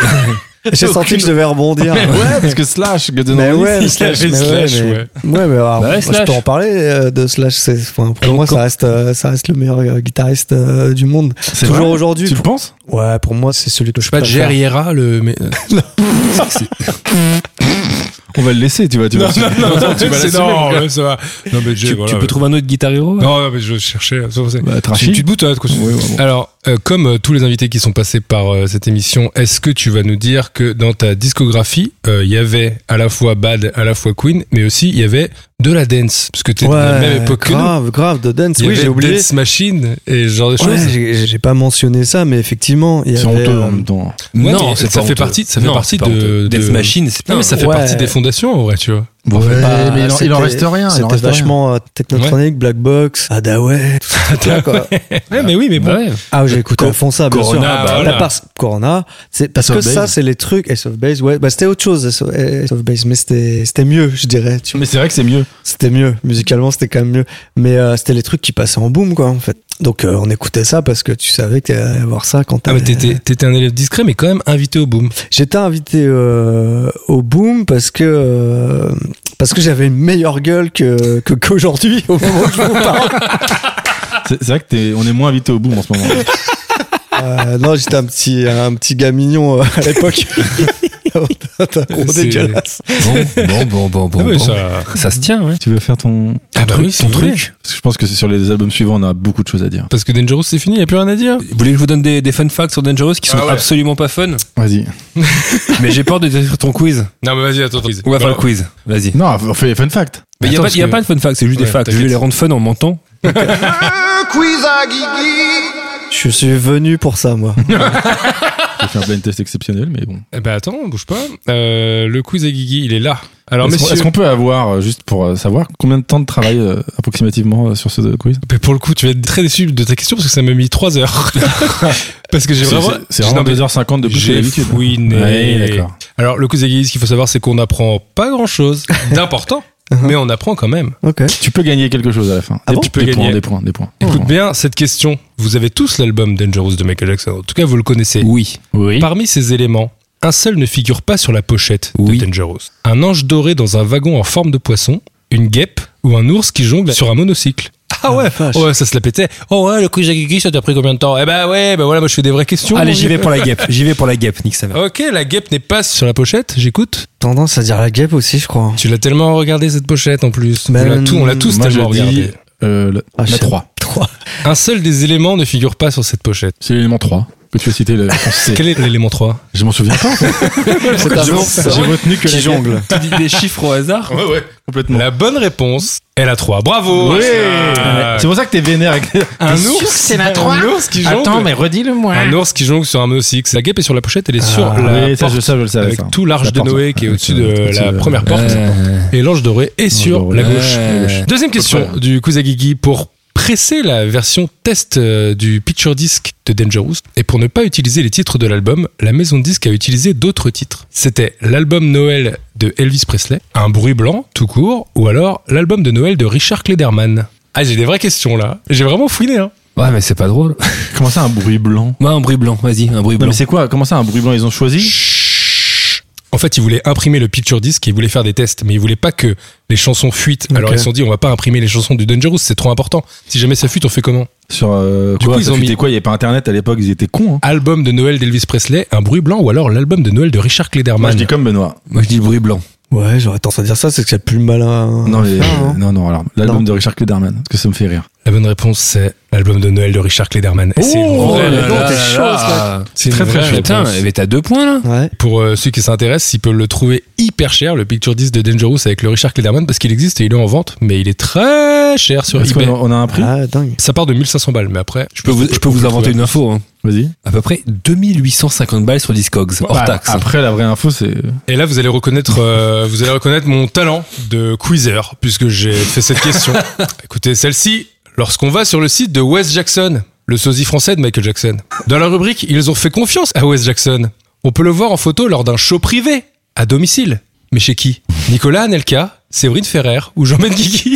J'ai senti que je devais rebondir. Ouais, parce que Slash, Guns N' Mais Roses, ouais, il Slash, avait mais ouais, Slash, mais- ouais. ouais, mais alors, Bah ouais, moi, je Slash. peux en parler euh, de Slash. C'est, enfin, pour Donc, moi, quand- ça reste, euh, ça reste le meilleur euh, guitariste euh, du monde. C'est Toujours vrai aujourd'hui. Tu le penses? Ouais, pour moi, c'est celui que je Pas de préfère. Gerriera, le. Mais... On va le laisser, tu vois. Tu vas, tu- non, tu vas c'est l'assumer, non, mon gars. ouais, ça va. Non, mais Jay, tu, voilà, tu peux ouais. trouver un autre guitar hero? Non, non, mais je cherchais. ça, c'est- Bah, tu, Trashy. tu te boutes, hein, quoi. Oui, ouais, bon. Alors, euh, comme euh, tous les invités qui sont passés par euh, cette émission, est-ce que tu vas nous dire que dans ta discographie, euh, il y avait à la fois Bad, à la fois Queen, mais aussi il y avait de la dance, parce que tu es de la même époque que nous. grave, grave, de dance. Il y Oui, avait j'ai oublié. Dance Machine et ce genre de Ouais, choses. j'ai, j'ai pas mentionné ça, mais effectivement, il y C'est avait. honteux euh, en même temps. Ouais, non, mais c'est ça pas fait honteux. partie- ça fait Non, partie c'est pas de- honteux. de- Death Machine, c'est Non, mais ça fait Ouais. partie des fondations, en vrai, tu vois. Bon, Ouais, bah, mais il en, il en c'était- reste rien. il en C'était reste rien. vachement euh, Technotronic, Black Box, Adaway, tout ça, tout ça, quoi. Ouais, mais oui, mais bon. Ouais. Ah, j'ai écouté Co- à fond ça, bien Corona, sûr. bah, La voilà. part- Corona, c'est parce Ace que of ça, Base. c'est les trucs. Ace of Base, ouais, bah c'était autre chose, Ace of Ace of Base, mais c'était c'était mieux, je dirais. Tu vois. Mais c'est vrai que c'est mieux. C'était mieux, musicalement, c'était quand même mieux. Mais euh, c'était les trucs qui passaient en boom, quoi, en fait. Donc euh, on écoutait ça parce que tu savais que t'allais avoir ça quand Ah, mais t'allais- t'étais, t'étais un élève discret, mais quand même invité au boom. J'étais invité euh, au boom parce que euh, parce que j'avais une meilleure gueule que que- qu'aujourd'hui au moment où je vous parle. C'est c'est vrai que t'es, on est moins invité au boom en ce moment. Euh, non, j'étais un petit un petit gars mignon euh, à l'époque. T'as un gros C'est- dégueulasse. Bon, bon, bon, bon, bon. Ah ouais, bon. ça... Ça se tient, ouais. Tu veux faire ton, Ah bah truc, oui, c'est ton vrai. truc. parce que je pense que c'est sur les albums suivants, on a beaucoup de choses à dire. Parce que Dangerous, c'est fini, il n'y a plus rien à dire. Vous voulez que je vous donne des, des fun facts sur Dangerous qui sont Ah ouais. absolument pas fun? Vas-y. Mais j'ai peur de détruire ton quiz. Non, mais vas-y, attends, attends. On va faire le quiz. Vas-y. Non, on fait les fun facts. Mais il y a, Attends, pas- parce y a que- pas de fun facts, c'est juste Ouais, des facts. Je vais t'inquiète. les rendre fun en mentant. Quiz à Guigui. Je suis venu pour ça, moi. J'ai fait un blind test exceptionnel, mais bon. Eh ben attends, bouge pas. Euh, le quiz à Guigui, il est là. Alors, Est-ce qu'on- messieurs, est-ce qu'on peut avoir, euh, juste pour euh, savoir, combien de temps de travail euh, approximativement euh, sur ce euh, quiz? mais pour le coup, tu vas être très déçu de ta question parce que ça m'a mis trois heures. parce que j'ai C'est- vraiment. c'est- C'est j'ai- vraiment non, mais deux heures cinquante de plus que J'ai d'habitude. fouiné. Ouais, d'accord. Alors, le quiz à Guigui, ce qu'il faut savoir, c'est qu'on apprend pas grand chose d'important, mais on apprend quand même. Ok. Tu peux gagner quelque chose à la fin. Ah des, bon Tu peux des gagner. points, des points, des points. Écoute bien cette question. Vous avez tous l'album Dangerous de Michael Jackson. En tout cas, vous le connaissez. Oui. Oui. Parmi ces éléments, un seul ne figure pas sur la pochette Oui. de Dangerous. Un ange doré dans un wagon en forme de poisson, une guêpe ou un ours qui jongle sur un monocycle. Ah ouais, vache. ouais, ça se la pétait. Oh ouais, le quiz à Guigui, ça t'a pris combien de temps? Eh ben ouais, ben voilà, moi je fais des vraies questions. Allez, mon j'y vieux. vais pour la guêpe. J'y vais pour la guêpe, nique sa mère. Ok, la guêpe n'est pas sur la pochette, j'écoute. Tendance à dire la guêpe aussi, je crois. Tu l'as tellement regardé cette pochette en plus. Ben, on l'a tout, on l'a tous Moi, je tellement dis regardé. euh, le- Ah, je la sais. trois. Trois. Un seul des éléments ne figure pas sur cette pochette. C'est l'élément trois que tu as cité. Le... c'est- Quel est l'élément trois? Je m'en souviens pas en fait. C'est un ours J'ai retenu que qui la jongle. Tu dis des chiffres au hasard? Ouais, ouais, complètement. La bonne réponse est la trois. Bravo! Oui. Ah, C'est pour ça que t'es vénère avec. un ours, c'est la trois. Un ours qui jongle. redis-le-moi. Un ours qui jongle sur un monocycle. La guêpe est sur la pochette, elle est sur Ah, la oui, ça, porte je, ça, je le savais. avec ça. tout l'arche La de porte, Noé qui est avec, au-dessus euh, de au-dessus la de- première porte. Euh, Et l'ange doré est sur doré. la gauche. Ouais. La gauche. Deuxième question Après. du quiz à Guigui. Pour presser la version test euh, du picture disc de Dangerous et pour ne pas utiliser les titres de l'album, la maison de disques a utilisé d'autres titres. C'était l'album Noël de Elvis Presley, Un bruit blanc tout court, ou alors l'album de Noël de Richard Klederman. Ah, j'ai des vraies questions là. J'ai vraiment fouiné. Hein. Ouais, mais c'est pas drôle. Comment ça, un bruit blanc? Ouais, un bruit blanc, vas-y, un bruit Non, blanc. mais c'est quoi? Comment ça, un bruit blanc? Ils ont choisi? Chut. En fait, ils voulaient imprimer le picture disc et ils voulaient faire des tests, mais ils voulaient pas que les chansons fuitent. Alors Ok. ils se sont dit, on va pas imprimer les chansons du Dangerous, c'est trop important. Si jamais ça fuite, on fait comment? Sur euh, Du quoi? coup, ils Ça ont fuitait mis- quoi? Il y avait pas internet à l'époque, ils étaient cons. Hein. Album de Noël d'Elvis Presley, Un bruit blanc, ou alors l'album de Noël de Richard Klederman. Moi, je dis comme Benoît. Moi, je dis le bruit blanc. Ouais, j'aurais tendance à dire ça, c'est que c'est le plus malin. Non, à mais, faire, hein. non, non, alors, l'album Non. de Richard Klederman, parce que ça me fait rire. La bonne réponse, c'est l'album de Noël de Richard Klederman. Et c'est une Oh vraie là réponse. là. t'es chaud, ça. C'est très, une très vraie chaud. Putain, réponse. mais t'as deux points là? Ouais. Pour euh, ceux qui s'intéressent, ils peuvent le trouver hyper cher, le picture disc de Dangerous avec le Richard Klederman, parce qu'il existe et il est en vente, mais il est très cher sur Est-ce eBay. qu'on a, on a un prix? Ah, dingue. Ça part de mille cinq cents balles, mais après, Je peux vous, je peux vous inventer une info. Hein. Vas-y. À peu près deux mille huit cent cinquante balles sur Discogs, hors Bah, taxe. Après, la vraie info, c'est. Et là, vous allez reconnaître, euh, vous allez reconnaître mon talent de quizzer, puisque j'ai fait cette question. Écoutez, celle-ci, lorsqu'on va sur le site de Wes Jackson, le sosie français de Michael Jackson, dans la rubrique, ils ont fait confiance à Wes Jackson. On peut le voir en photo lors d'un show privé, à domicile. Mais chez qui? Nicolas Anelka, Séverine Ferrer ou Jean Benguigui?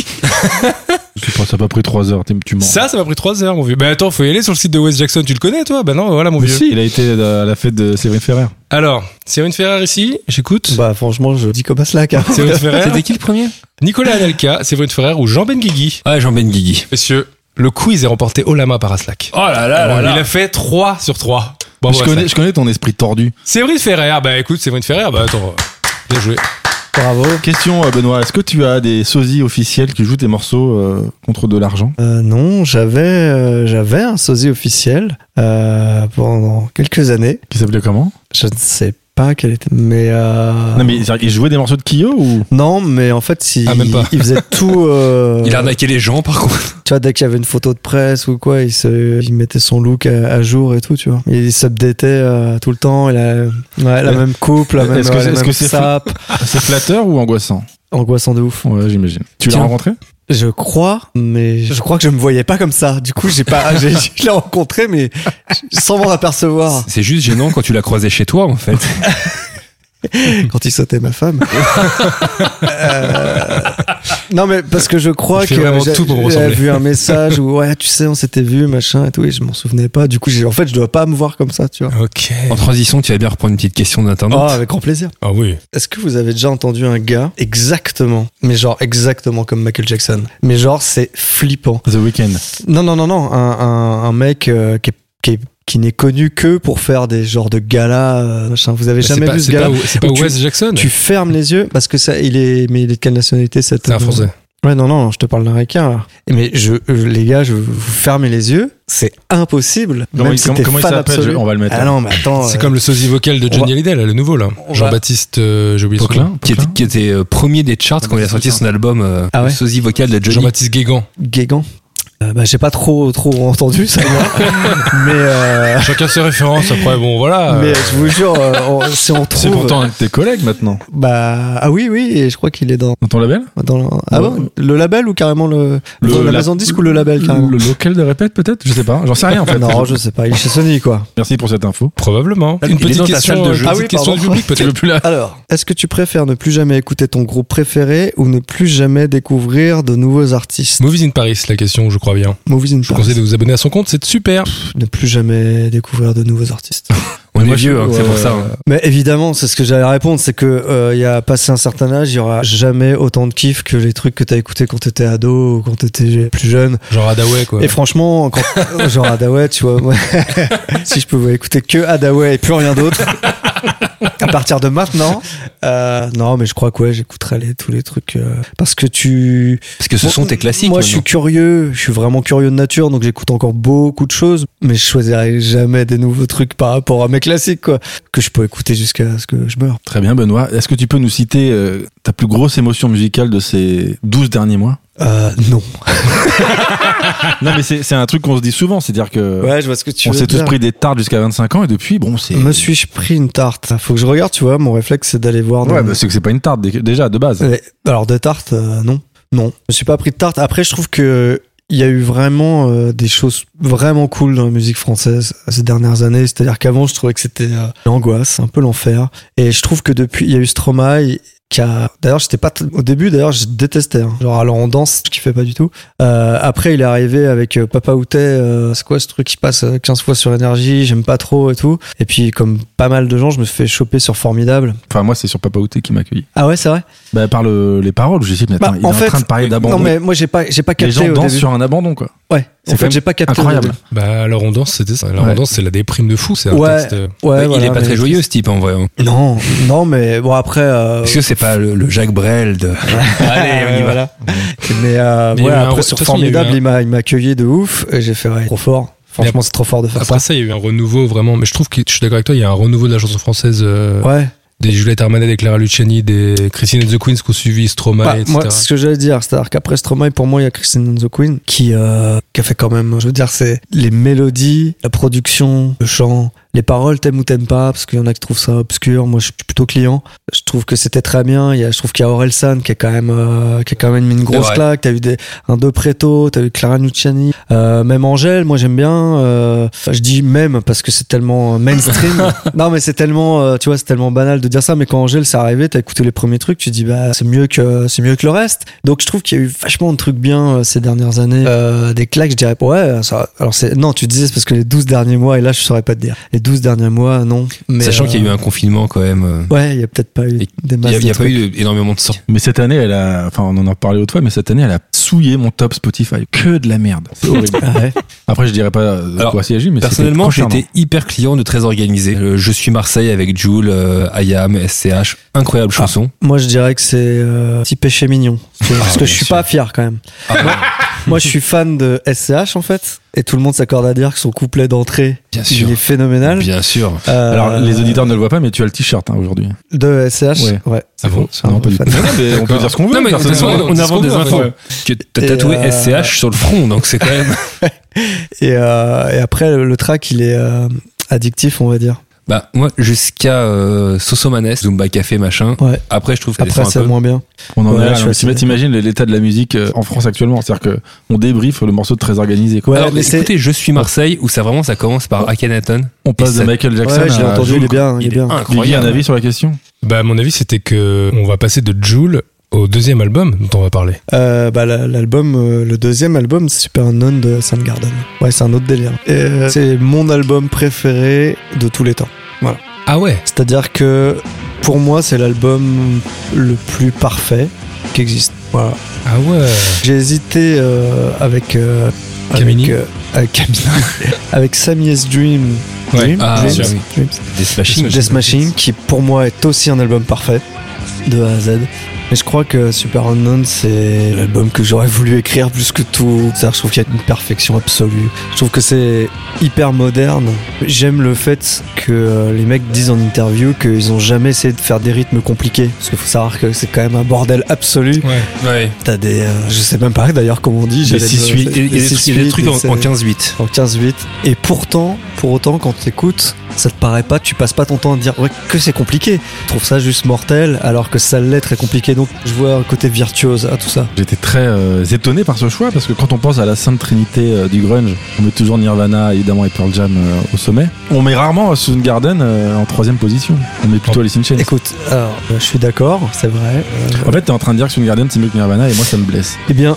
Tu penses, ça a pas pris trois heures, t'es- tu mens. Ça, ça m'a pris trois heures, mon vieux. Bah attends, faut y aller sur le site de Wes Jackson. Tu le connais, toi? Bah non, voilà, mon Mais vieux. si, il a été à la fête de Séverine Ferrer. Alors, Séverine Ferrer ici, j'écoute. Bah, franchement, je dis comme Aslak. Hein. Séverine Ferrer, C'était qui le premier? Nicolas Anelka, Séverine Ferrer ou Jean Benguigui? Ouais, Jean Benguigui. Messieurs, le quiz est remporté haut la main par Aslak. Oh là là Il a fait trois sur trois. Bon, je, connais, je connais ton esprit tordu. Séverine Ferrer, bah écoute, Séverine Ferrer, bah attends, bien joué. Bravo. Question, euh, Benoît, est-ce que tu as des sosies officiels qui jouent tes morceaux euh, contre de l'argent? Euh, non, j'avais euh, j'avais un sosie officiel euh, pendant quelques années. Qui s'appelait comment? Je ne sais pas quel était, mais euh, Non, mais il jouait des morceaux de Kyo ou? non, mais en fait, il, Ah, même pas. il faisait tout. euh, Il a arnaqué les gens, par contre. Tu vois, dès qu'il y avait une photo de presse ou quoi, il, se, il mettait son look à, à jour et tout, tu vois. Il s'updatait euh, tout le temps, il a ouais, la même coupe, la même, Est-ce que, ouais, la est-ce même que c'est, sape. c'est flatteur ou angoissant? Angoissant de ouf. Ouais, j'imagine. Tu Tiens. l'as rencontré? Je crois, mais je crois que je me voyais pas comme ça. Du coup, j'ai pas, j'ai, je l'ai rencontré, mais sans m'en apercevoir. C'est juste gênant quand tu l'as croisé chez toi, en fait. Quand il sautait ma femme. euh... Non, mais parce que je crois Il fait que vraiment j'ai, tout pour me j'avais ressembler. vu un message où ouais, tu sais, on s'était vu, machin et tout, et je m'en souvenais pas. Du coup, j'ai, en fait, je dois pas me voir comme ça, tu vois. Ok. En transition, tu vas bien reprendre une petite question d'internaute. Oh, avec grand plaisir. Ah oui. Est-ce que vous avez déjà entendu un gars exactement, mais genre exactement comme Michael Jackson, mais genre c'est flippant. The Weeknd. Non, non, non, non, un, un, un mec euh, qui est, qui est qui n'est connu que pour faire des genres de galas, euh, machin. Vous avez C'est jamais pas, vu ce c'est gars pas, c'est pas Où tu- Wes Jackson. Tu fermes les yeux parce que ça, il est, mais il est de quelle nationalité cette C'est un Français. Ouais, non, non, je te parle d'un ricain. Là. Et Mais je, je- les gars, je vous fermez les yeux, c'est impossible. Comment, même il, si comment, t'es comment il fan s'appelle? absolu. Je- On va le mettre. Ah non, mais attends. C'est euh, comme le sosie vocal de on Johnny va- Hallyday, là, le nouveau, là. on va- Jean-Baptiste, euh, j'ai oublié son Poquelin, nom. Qui était, qui était euh, premier des charts quand il a sorti son album euh, Ah ouais le sosie vocal de Johnny. Jean-Baptiste Guégan. Guégan. Euh, bah, j'ai pas trop, trop entendu ça, moi. mais, euh, Chacun ses références, après, bon, voilà. mais je vous jure, euh, on- si on trouve. C'est pourtant un de tes collègues maintenant. Bah, ah oui, oui, et je crois qu'il est dans. Dans ton label? dans le- Ah Ouais. bon, le label ou carrément le. Le- la, la- maison de disque ou le label carrément? Le local de répète peut-être? Je sais pas. J'en sais rien en fait. Non, je sais pas, il est chez Sony quoi. Merci pour cette info. Probablement. Il Une est petite dans ta question, salle de euh, jeu. petite Ah oui, question pardon. du public, peut-être. plus là. Alors, est-ce que tu préfères ne plus jamais écouter ton groupe préféré ou ne plus jamais découvrir de nouveaux artistes? Movies in Paris, la question, je crois bien. Movies in Je vous Paris. conseille de vous abonner à son compte, c'est super. Ne plus jamais découvrir de nouveaux artistes. On est Moi, vieux, je- hein, c'est ouais, pour ça. ouais, hein. Mais évidemment, c'est ce que j'allais répondre, c'est que euh, il y a passé un certain âge, il y aura jamais autant de kiff que les trucs que t'as écoutés quand t'étais ado ou quand t'étais plus jeune. Genre Hadaway, quoi. Et franchement, quand, genre Hadaway, tu vois, moi, si je pouvais écouter que Hadaway et plus rien d'autre, à partir de maintenant, euh, non, mais je crois que ouais, j'écouterai les, tous les trucs euh, parce que tu. Parce que ce sont tes classiques. Moi, je suis maintenant. curieux, je suis vraiment curieux de nature, donc j'écoute encore beaucoup de choses, mais je choisirai jamais des nouveaux trucs par rapport à mes classiques, quoi, que je peux écouter jusqu'à ce que je meure. Très bien, Benoît. Est-ce que tu peux nous citer euh, ta plus grosse émotion musicale de ces douze derniers mois? Euh, non. Non, mais c'est, c'est un truc qu'on se dit souvent. C'est-à-dire que Ouais, je vois ce que tu on veux s'est tous dire. pris des tartes jusqu'à vingt-cinq ans et depuis, bon, c'est. Me suis-je pris une tarte? Faut que je regarde, tu vois, mon réflexe c'est d'aller voir. dans- Ouais, bah, c'est que c'est pas une tarte dé- déjà de base. Ouais, alors des tartes, euh, non. Non, je me suis pas pris de tarte. Après, je trouve que il y a eu vraiment euh, des choses vraiment cool dans la musique française ces dernières années. C'est-à-dire qu'avant, je trouvais que c'était euh, l'angoisse, un peu l'enfer. Et je trouve que depuis, il y a eu Stromae qui a. D'ailleurs, j'étais pas t- au début. D'ailleurs, je détestais. Hein. Genre, alors on danse, je kiffais pas du tout. Euh, après, il est arrivé avec euh, Papa Outé. Euh, c'est quoi ce truc qui passe euh, quinze fois sur énergie? J'aime pas trop et tout. Et puis, comme pas mal de gens, je me suis fait choper sur Formidable. Enfin, moi, c'est sur Papa Outé qui m'a accueilli. Ah ouais, c'est vrai. Bah, par le, les paroles, je me suis dit, mais attends, Bah, il en est fait, en train de parler d'abandon. Non, mais moi, j'ai pas, j'ai pas Les capté gens au dansent début. sur un abandon, quoi. Ouais. C'est En quand fait, même j'ai pas capté. au incroyable. début. Bah, alors on danse, c'était ça. Alors Ouais. on danse, c'est la déprime de fou, c'est un Ouais. texte. euh, Ouais, Ouais, il voilà, est pas mais- très joyeux ce type en vrai. hein. Non, non, mais bon après. Euh... Est-ce que c'est pas le, le Jacques Brel de. Allez, on y va. Voilà. Mais, euh, Mais il y ouais, a eu un- après de sur toute façon, il y a eu Formidable, un- il m'a, il m'a accueilli de ouf et j'ai fait ouais, trop fort. Franchement, c'est trop fort de faire Après ça, il y a eu un renouveau vraiment. Mais je trouve que je suis d'accord avec toi, il y a un renouveau de la chanson française. euh, ça. Ouais. Des Juliette Armanet, des Clara Luciani, des Christine and the Queens qui ont suivi Stromae, Bah, et cetera. moi, c'est ce que j'allais dire, c'est-à-dire qu'après Stromae, pour moi, il y a Christine and the Queen qui, euh, qui a fait quand même. Je veux dire, c'est les mélodies, la production, le chant. Les paroles, t'aimes ou t'aimes pas, parce qu'il y en a qui trouvent ça obscur. Moi, je suis plutôt client. Je trouve que c'était très bien. Il y a, je trouve qu'il y a Orelsan qui a quand même, euh, qui a quand même mis une grosse vrai. claque. T'as eu des, un De Preto, t'as eu Clara Luciani, euh, même Angèle. Moi, j'aime bien. Euh, enfin, je dis même parce que c'est tellement mainstream. Non, mais c'est tellement, euh, tu vois, c'est tellement banal de dire ça. Mais quand Angèle s'est arrivé, t'as écouté les premiers trucs, tu dis bah c'est mieux que, c'est mieux que le reste. Donc, je trouve qu'il y a eu vachement de trucs bien euh, ces dernières années. Euh, des claques, je dirais ouais. Ça, alors c'est, non, tu disais c'est parce que les douze derniers mois et là, je saurais pas te dire. Les douze derniers mois, non. Mais, Sachant qu'il y a eu euh, un confinement quand même. euh, Ouais, il y a peut-être pas eu Et des Il masses n'y a, de il y a pas trucs. eu énormément de sorties. Mais cette année, elle a, enfin, on en a parlé autrefois, mais cette année, elle a souillé mon top Spotify. Que de la merde. C'est horrible. Ah ouais. Après, je dirais pas euh, Alors, quoi s'y agit, mais Personnellement, c'était j'étais hyper client de Très Organisé. Euh, Je suis Marseille avec Jul, euh, Ayam, S C H. Incroyable chanson. Moi, je dirais que c'est euh, petit péché mignon. Parce que, parce que je suis bien pas fier quand même. Ah, ouais. Moi, je suis fan de S C H en fait, et tout le monde s'accorde à dire que son couplet d'entrée, Bien il sûr. est phénoménal. Bien sûr. Euh, Alors, les auditeurs ne le voient pas, mais tu as le t-shirt hein, aujourd'hui. de S C H, Ouais. ouais. Ah bon C'est un Non, peu pas du fan. tout. Mais on peut dire ce qu'on veut. Non, mais de toute façon, personnellement. on, on invente des infos. Ouais. Que t'as Et, tatoué euh, S C H sur le front, donc c'est quand même. Et, euh, et après, le, le track, il est euh, addictif, on va dire. Bah, moi, jusqu'à euh, Sosomanes, Zumba Café, machin. Ouais. Après, je trouve que ça Après, descend c'est un peu. moins bien. On en Ouais, est là. je non, suis mais assez- T'imagines l'état de la musique euh, en France actuellement. C'est-à-dire que on débriefe le morceau de très organisé. Quoi. Ouais, Alors, mais c'est- écoutez, Je suis Marseille, où ça vraiment, ça commence par Akhenaton. On passe Et de ça- Michael Jackson Ouais, je l'ai à entendu, Jul. il est bien, il est Il est bien. incroyable. Guigui, un avis sur la question? Bah, à mon avis, c'était que on va passer de Jul au deuxième album dont on va parler. Euh, bah, la- l'album, euh, le deuxième album, c'est Super Unknown de Soundgarden. Ouais, c'est un autre délire. Et, euh, c'est mon album préféré de tous les temps. Ah ouais. C'est-à-dire que pour moi, c'est l'album le plus parfait qui existe. Voilà. Ah ouais. J'ai hésité euh, avec euh, Kamini. avec, euh, avec Kamini, avec Sammy's Dream. Ouais. Dream Ah, Dreams, sûr, oui. Dreams. Death Machine. Death Machine, qui pour moi est aussi un album parfait de A à Z. Mais je crois que Super Unknown, c'est l'album que j'aurais voulu écrire plus que tout. C'est-à-dire, je trouve qu'il y a une perfection absolue. Je trouve que c'est hyper moderne. J'aime le fait que euh, les mecs disent en interview qu'ils ont jamais essayé de faire des rythmes compliqués. Parce qu'il faut savoir que c'est quand même un bordel absolu. Ouais. Ouais. T'as des. euh, je sais même pas d'ailleurs comment on dit. Des j'allais six dire- huit. Il y a des des trucs- six il y a des huit, trucs des en- en sept- quinze huit. en quinze huit. Et pourtant, pour autant, quand t'écoutes, ça te paraît pas, tu passes pas ton temps à te dire ouais, que c'est compliqué. Je trouve ça juste mortel, alors que ça l'est très compliqué. Donc je vois un côté virtuose à tout ça. J'étais très euh, étonné par ce choix parce que quand on pense à la sainte trinité euh, du grunge, on met toujours Nirvana évidemment et Pearl Jam euh, au sommet. On met rarement Soundgarden euh, en troisième position. On met plutôt Alice in Chains. Écoute, alors, euh, je suis d'accord, c'est vrai. Euh, En fait, t'es en train de dire que Soundgarden c'est mieux que Nirvana et moi ça me blesse. eh bien,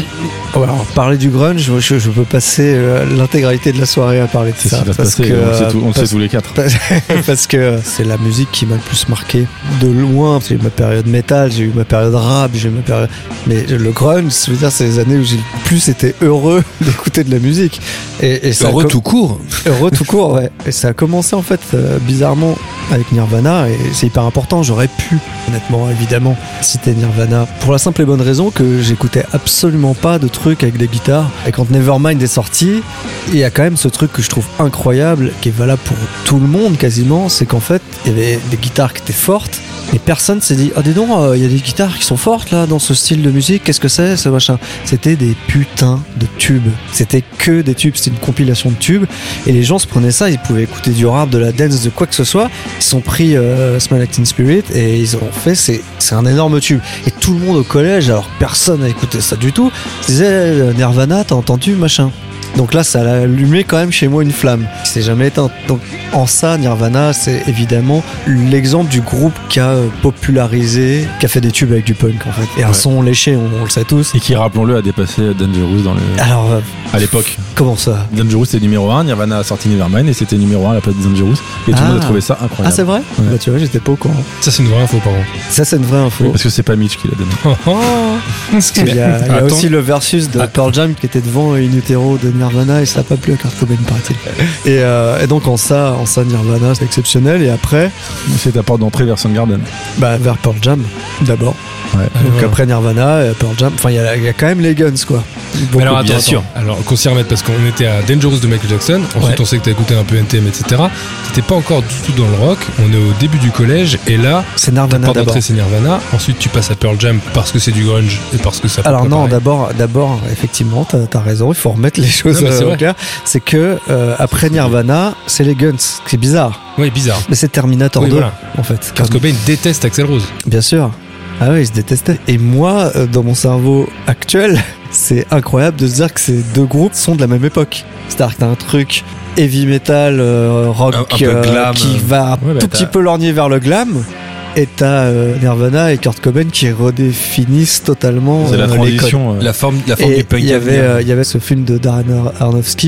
oh, alors, parler du grunge, je, je- je peux passer euh, l'intégralité de la soirée à parler de C'est ce ça. qui va se parce passer. que, on le sait, euh, tout- on le sait parce- tous les quatre. parce que c'est la musique qui m'a le plus marqué de loin. J'ai eu ma période métal, j'ai eu ma période rap, j'ai eu ma période. Mais le grunge, je veux dire, c'est les années où j'ai le plus été heureux d'écouter de la musique. Et, et ça a Heureux com- tout court. Heureux tout court, ouais. Et ça a commencé en fait euh, bizarrement avec Nirvana et c'est hyper important. J'aurais pu, honnêtement, évidemment, citer Nirvana pour la simple et bonne raison que j'écoutais absolument pas de trucs avec des guitares. Et quand Nevermind est sorti, il y a quand même ce truc que je trouve incroyable, qui est valable pour tout le monde quasiment, c'est qu'en fait, il y avait des guitares qui étaient fortes. Et personne s'est dit, ah dis donc, euh, il y a des guitares qui sont fortes là dans ce style de musique, qu'est-ce que c'est ce machin? C'était des putains de tubes. C'était que des tubes, c'était une compilation de tubes. Et les gens se prenaient ça, ils pouvaient écouter du rap, de la dance, de quoi que ce soit. Ils se sont pris euh, Smell Like Teen Spirit et ils ont fait, c'est, c'est un énorme tube. Et tout le monde au collège, alors personne n'a écouté ça du tout, disait, euh, Nirvana, t'as entendu machin? Donc là, ça a allumé quand même chez moi une flamme qui s'est jamais éteinte. Donc en ça, Nirvana, c'est évidemment l'exemple du groupe qui a euh, popularisé, qui a fait des tubes avec du punk en fait. Et un Ouais. son léché, on, on le sait tous. Et qui, rappelons-le, a dépassé Dangerous dans le... Alors, euh, à l'époque. comment ça? Dangerous c'était numéro un, Nirvana a sorti Nevermind et c'était numéro un à la place de Dangerous. Et tout le Ah. monde a trouvé ça Ah, incroyable. c'est vrai? Bah tu vois, j'étais pas au courant. Ça, c'est une vraie info, par contre. Ça, c'est une vraie info. Parce que c'est pas Mitch qui l'a donné. Parce qu'il y a, il y a Attends. aussi le versus de Pearl Jam qui était devant In Utero de Nirvana et ça n'a pas plu à Kurt Cobain, paraît-il. Et, euh, et donc en ça, en ça, Nirvana, c'est exceptionnel. Et après, C'est ta porte d'entrée vers Soundgarden. bah, vers Pearl Jam, d'abord. Ouais. Donc Alors, après Nirvana, euh, Pearl Jam, enfin il y, a- il y a quand même les Guns quoi. Beaucoup, alors, attends, bien attends. sûr. Alors, qu'on s'y remette parce qu'on était à Dangerous de Michael Jackson. Ensuite, Ouais. on sait que t'as écouté un peu N T M, et cetera. T'étais pas encore du tout dans le rock. On est au début du collège et là, C'est ta Nirvana porte d'abord. d'entrée c'est Nirvana. Ensuite, tu passes à Pearl Jam parce que c'est du grunge et parce que ça. Alors non, pareil. d'abord, d'abord, effectivement, t'as as raison, il faut remettre les choses Non, mais c'est euh, au vrai. clair. C'est que euh, après Nirvana, c'est les Guns, c'est bizarre. Ouais, bizarre. Mais c'est Terminator Oui, deux, voilà. en fait. Kurt Cobain déteste Axl Rose. Bien sûr. Ah oui, ils se détestaient. Et moi, euh, dans mon cerveau actuel, c'est incroyable de se dire que ces deux groupes sont de la même époque. C'est-à-dire que t'as un truc heavy metal, euh, rock, Un- un peu euh, glam. qui va un Ouais, bah, tout t'as- petit peu lorgner vers le glam. Et t'as euh, Nirvana et Kurt Cobain qui redéfinissent totalement C'est la euh, les codes. transition. euh, La forme, la forme Et du punk. il y à avait, venir. euh, il y avait ce film de Darren Ar- Aronofsky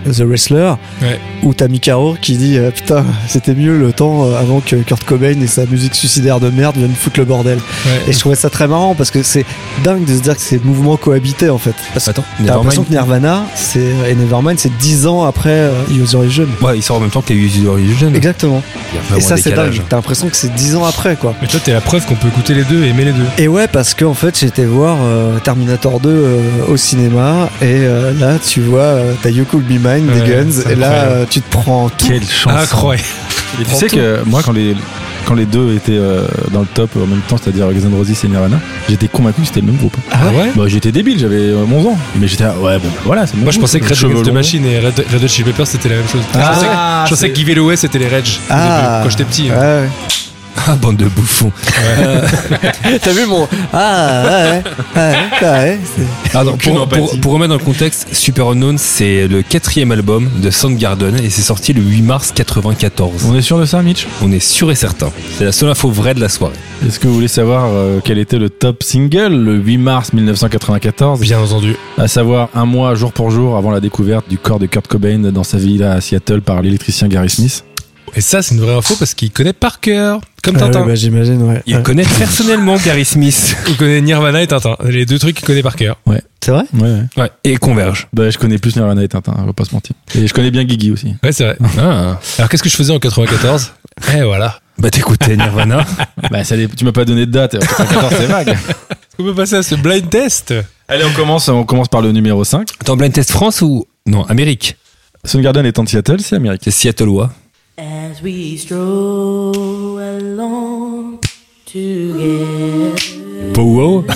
The Wrestler, Ouais. où t'as Mick Rourke qui dit euh, putain, c'était mieux le temps euh, avant que Kurt Cobain et sa musique suicidaire de merde viennent foutre le bordel. Ouais. Et je trouvais ça très marrant parce que c'est dingue de se dire que ces mouvements cohabitaient en fait. Parce que Attends, t'as l'impression Nevermind. que Nirvana c'est, et Nevermind c'est dix ans après euh, Use Your Illusion. Ouais, il sort en même temps que les Use Your Illusion. Exactement. Il y a Et vraiment ça un c'est décalage. dingue. T'as l'impression que c'est dix ans après quoi. Mais toi, t'es la preuve qu'on peut écouter les deux et aimer les deux. Et ouais, parce qu'en fait, j'étais voir euh, Terminator deux euh, au cinéma, et euh, là, tu vois, euh, t'as You Could Be Mine Ouais, des Guns, c'est et là, incroyable. euh, tu te prends tout. Quelle chance. Incroyable. Et tu sais que moi, quand les, quand les deux étaient euh, dans le top en même temps, c'est-à-dire Guns N' Roses et Nirvana, j'étais convaincu que c'était le même groupe. Ah ouais. Bah, j'étais débile, j'avais euh, onze ans. Mais j'étais, ah, ouais, bon, voilà, c'est le même Moi, je groupe. pensais que Red Cheveux Against the longs. Machine et Red, Red Hot Chili Peppers c'était la même chose. Ah, je pensais que, je pensais que Give It Away c'était les Reg. au Ah. début, quand j'étais petit. Ouais, hein. ouais. Ah, bande de bouffons. T'as vu mon. Ah, ouais, ouais, ouais, ouais, c'est- Ah, non, Aucune pour, empathie. pour, pour remettre dans le contexte, Super Unknown, c'est le quatrième album de Soundgarden et c'est sorti le huit mars quatre-vingt-quatorze. On est sûr de ça, Mitch? On est sûr et certain. C'est la seule info vraie de la soirée. Est-ce que vous voulez savoir euh, quel était le top single le huit mars mille neuf cent quatre-vingt-quatorze? Bien entendu. À savoir un mois jour pour jour avant la découverte du corps de Kurt Cobain dans sa villa à Seattle par l'électricien Gary Smith. Et ça, c'est une vraie info parce qu'il connaît par cœur, comme Ah Tintin. ouais, bah, j'imagine, ouais. Il Ouais. connaît personnellement Gary Smith. Il connaît Nirvana et Tintin. Les deux trucs qu'il connaît par cœur. C'est vrai? Ouais, ouais. Ouais. Et Converge. Bah, je connais plus Nirvana et Tintin, on va pas se mentir. Et je connais bien Guigui aussi. Ouais, c'est vrai. Ah. Alors, qu'est-ce que je faisais en quatre-vingt-quatorze? Eh, voilà. Bah, t'écoutais Nirvana. Bah, ça, dé- tu m'as pas donné de date. quatre-vingt-quatorze, c'est vague. On peut passer à ce blind test. Allez, on commence, on commence par le numéro cinq. Attends, Blind Test France ou. Non, Amérique. Soundgarden étant de Seattle, c'est Amérique. C'est Seattleois. As we stroll along together, Powo.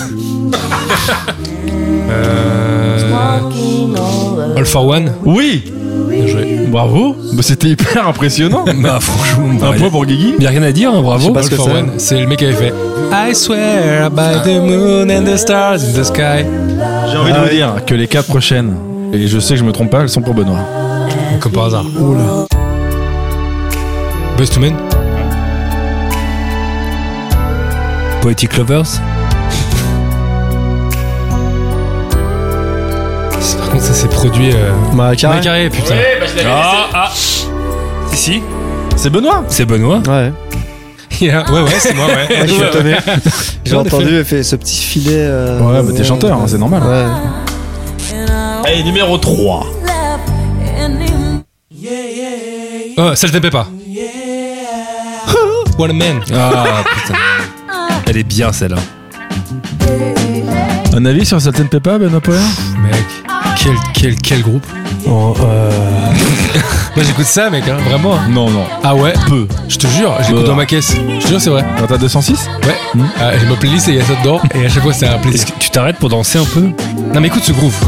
walking all All for One. Oui! Bien joué. Bravo! Bah, c'était hyper impressionnant. Bah, franchement, bah, Un point pour Guigui. il y a rien à dire, hein, bravo. Parce All que for ça- One, c'est le mec qui avait fait I swear by the moon and the stars in the sky. J'ai envie de vous dire que les quatre prochaines, et je sais que je me trompe pas, elles sont pour Benoît. Comme par hasard. Boyz two Men. Poetic Lovers. Par contre, ça s'est produit. Euh... Bah, carré. Marie Carré, putain. Ah, ah. Si, si. C'est Benoît! C'est Benoît. Ouais. Yeah. Ouais, ouais, c'est moi, ouais. Ouais, je suis étonné. J'ai en effet. entendu, elle fait ce petit filet. euh, Ouais, bah t'es chanteur, hein, c'est normal. Ouais. Allez, numéro trois. Oh, ça le fait pas. What a man. Ah, putain. Elle est bien, celle-là. Un avis sur Salt and Pepper, Benoît Poher? Mec, quel, quel, quel groupe. Oh, euh, Moi, j'écoute ça, mec, hein, vraiment. Non, non. Ah ouais? Peu. Je te jure, je l'écoute Bah. dans ma caisse. Je te jure, c'est vrai. Dans ta deux cent six? Ouais. Hmm. Ah, j'ai ma playlist et il y a ça dedans. Et à chaque fois, c'est un plaisir. Est-ce que tu t'arrêtes pour danser un peu? Non, mais écoute ce groove.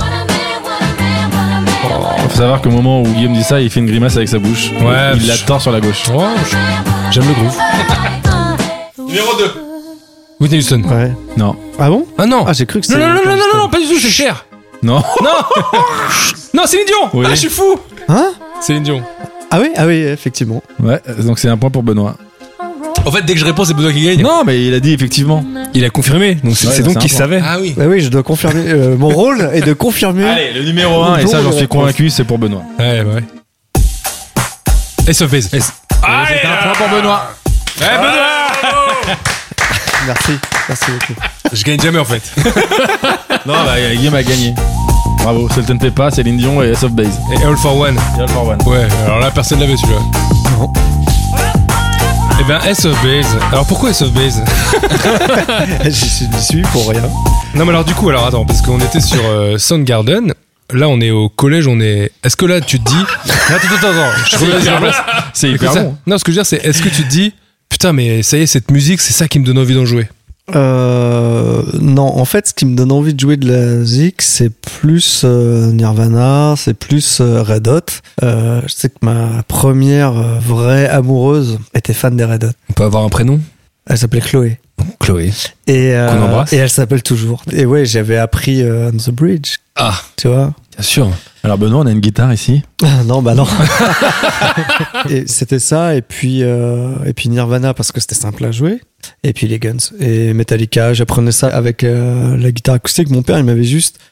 Faut savoir qu'au moment où Guillaume dit ça, il fait une grimace avec sa bouche. Ouais, Il la je- tord sur la gauche. Oh, je- j'aime le groove. Numéro deux. Whitney Houston. ouais. Non. Ah bon? Ah non. Ah, j'ai cru que non, c'était. non, non, non, non, non, pas du tout, c'est cher. Non. Non, Céline Dion. Oui. Ah, je suis fou. Hein? Céline Dion. Ah oui, ah oui, effectivement. Ouais, donc c'est un point pour Benoît. En fait, dès que je réponds, c'est Benoît qui gagne. Non, mais il a dit effectivement. Il a confirmé, donc c'est Ouais, c'est c'est donc un qu'il point. savait. Ah oui. Bah oui, je dois confirmer. euh, mon rôle est de confirmer. Allez, le numéro un, et ça j'en suis convaincu, c'est pour Benoît. Ouais, bah ouais. Ace of Base. C'est un point pour Benoît. Eh, Benoît. Merci, merci beaucoup. Je gagne jamais en fait. Non, bah Guillaume a gagné. Bravo, Salt and Pepper, Céline Dion et S of Base. Et All for One. All for one. Ouais, alors là, personne l'avait celui-là. Non. Eh ben, S of Base. Alors pourquoi S of Base? J'y suis, j'y suis pour rien. Non, mais alors du coup, alors attends, parce qu'on était sur euh, Soundgarden. Là, on est au collège, on est. Est-ce que là, tu te dis. Attends, attends, attends. Je remets sur la place. C'est Écoute hyper ça. bon. Non, ce que je veux dire, c'est est-ce que tu te dis. Putain, mais ça y est, cette musique, c'est ça qui me donne envie d'en jouer. Euh, non, en fait, ce qui me donne envie de jouer de la zik, c'est plus euh, Nirvana, c'est plus euh, Red Hot. Euh, je sais que ma première euh, vraie amoureuse était fan des Red Hot. On peut avoir un prénom? Elle s'appelait Chloé. Chloé. Et, euh, Qu'on embrasse. et elle s'appelle toujours. Et ouais, j'avais appris euh, On the Bridge, Ah, tu vois. bien sûr. Alors Benoît, on a une guitare ici. Ah, non, bah non. Et c'était ça, et puis, euh, et puis Nirvana, parce que c'était simple à jouer. Et puis les Guns. Et Metallica, j'apprenais ça avec euh, la guitare acoustique. Mon père, il m'avait juste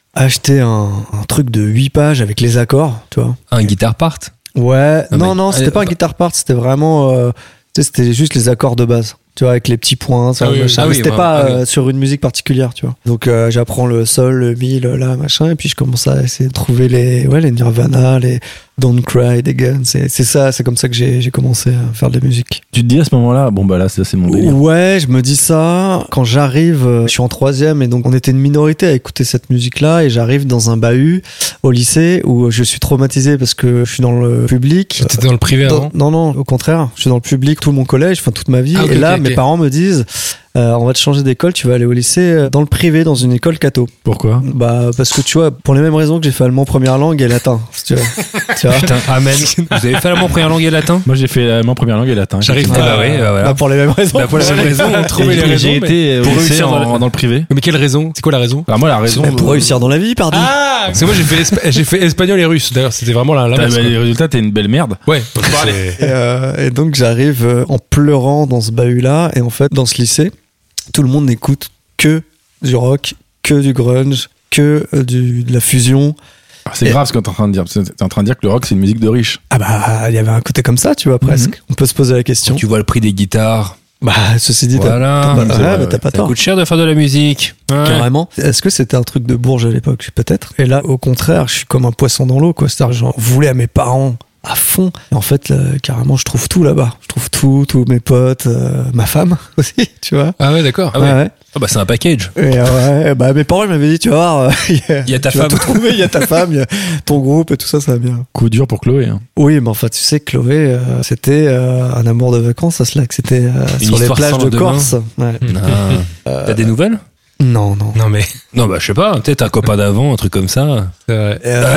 acheté un, un truc de huit pages avec les accords, tu vois. Un guitar part. Ouais, Ah, non, mais- non, c'était allez, pas un bah- guitar part, c'était vraiment. euh, tu sais, c'était juste les accords de base. Tu vois, avec les petits points, ça, Ah oui, machin. oui, Mais oui, c'était ouais, pas ah oui. euh, sur une musique particulière, tu vois. Donc euh, j'apprends le sol, le mi, le la, machin, et puis je commence à essayer de trouver les, ouais, les Nirvana, les Don't Cry des Guns. C'est, c'est ça, c'est comme ça que j'ai, j'ai commencé à faire de la musique. Tu te dis à ce moment-là, bon bah là c'est c'est mon délire. Ouais, je me dis ça. Quand j'arrive, euh, je suis en troisième et donc on était une minorité à écouter cette musique-là et j'arrive dans un bahut au lycée où je suis traumatisé parce que je suis dans le public. T'étais dans le privé Dans- avant? non, non, au contraire. Je suis dans le public tout mon collège, enfin toute ma vie. Ah, ok, et là, ok, mes ok. parents me disent, euh, on va te changer d'école, tu vas aller au lycée euh, dans le privé, dans une école catho. Pourquoi? Bah, parce que tu vois, pour les mêmes raisons que j'ai fait allemand première langue et latin, si tu veux. Tu vois. Putain, amen. Vous avez fait allemand première langue et latin? Moi j'ai fait allemand première langue et latin. J'arrive Eh pas. bah oui, bah voilà. Bah, pour les mêmes raisons. Bah, pour la même raison, on Et trouvait les j'ai- raisons. J'ai mais- été au pour lycée réussir dans en- la- dans le privé. Mais quelle raison? C'est quoi la raison? Alors moi la raison. Mais pour réussir dans la vie, pardon. Ah! Parce que moi j'ai fait, espa- j'ai fait espagnol et russe. D'ailleurs, c'était vraiment la, la T'as- base, bah, quoi. les résultats t'es une belle merde. Ouais, faut parler. Et, euh, et donc j'arrive euh, en pleurant dans ce bahut-là, et en fait dans ce lycée, tout le monde n'écoute que du rock, que du grunge, que euh, du, de la fusion. Ah, C'est Et- grave ce que t'es en train de dire. T'es en train de dire que le rock c'est une musique de riche. Ah bah il y avait un côté comme ça, tu vois, presque. On peut se poser la question. Tu vois le prix des guitares. Bah ceci dit, t'as- Voilà. t'as, bah, c'est ouais, vrai, bah, t'as ouais. pas Ça tort. coûte cher de faire de la musique. Ouais. Carrément. Est-ce que c'était un truc de Bourges à l'époque? Peut-être. Et là, au contraire, je suis comme un poisson dans l'eau, quoi. C'est-à-dire, j'en voulais à mes parents à fond. Et en fait, là, carrément, je trouve tout là-bas. Je trouve tout, tous mes potes, euh, ma femme aussi, tu vois. Ah ouais, d'accord. Ah ouais. ouais. Ah bah c'est un package. Et euh, ouais, bah mes parents ils m'avaient dit, tu vas voir, euh, il y a, Il y a ta tu vas femme. tout trouver, il y a ta femme, il y a ton groupe et tout ça, ça va bien. Coup dur pour Chloé. Hein. Oui, mais enfin, tu sais, Chloé, euh, c'était euh, un amour de vacances, ça, cela, que c'était euh, Une sur les histoire plages sans de lendemain. Corse. Ouais. Ah. T'as des nouvelles? Non, non. Non mais, Non bah je sais pas. Peut-être un copain d'avant, un truc comme ça. c'est vrai. Euh,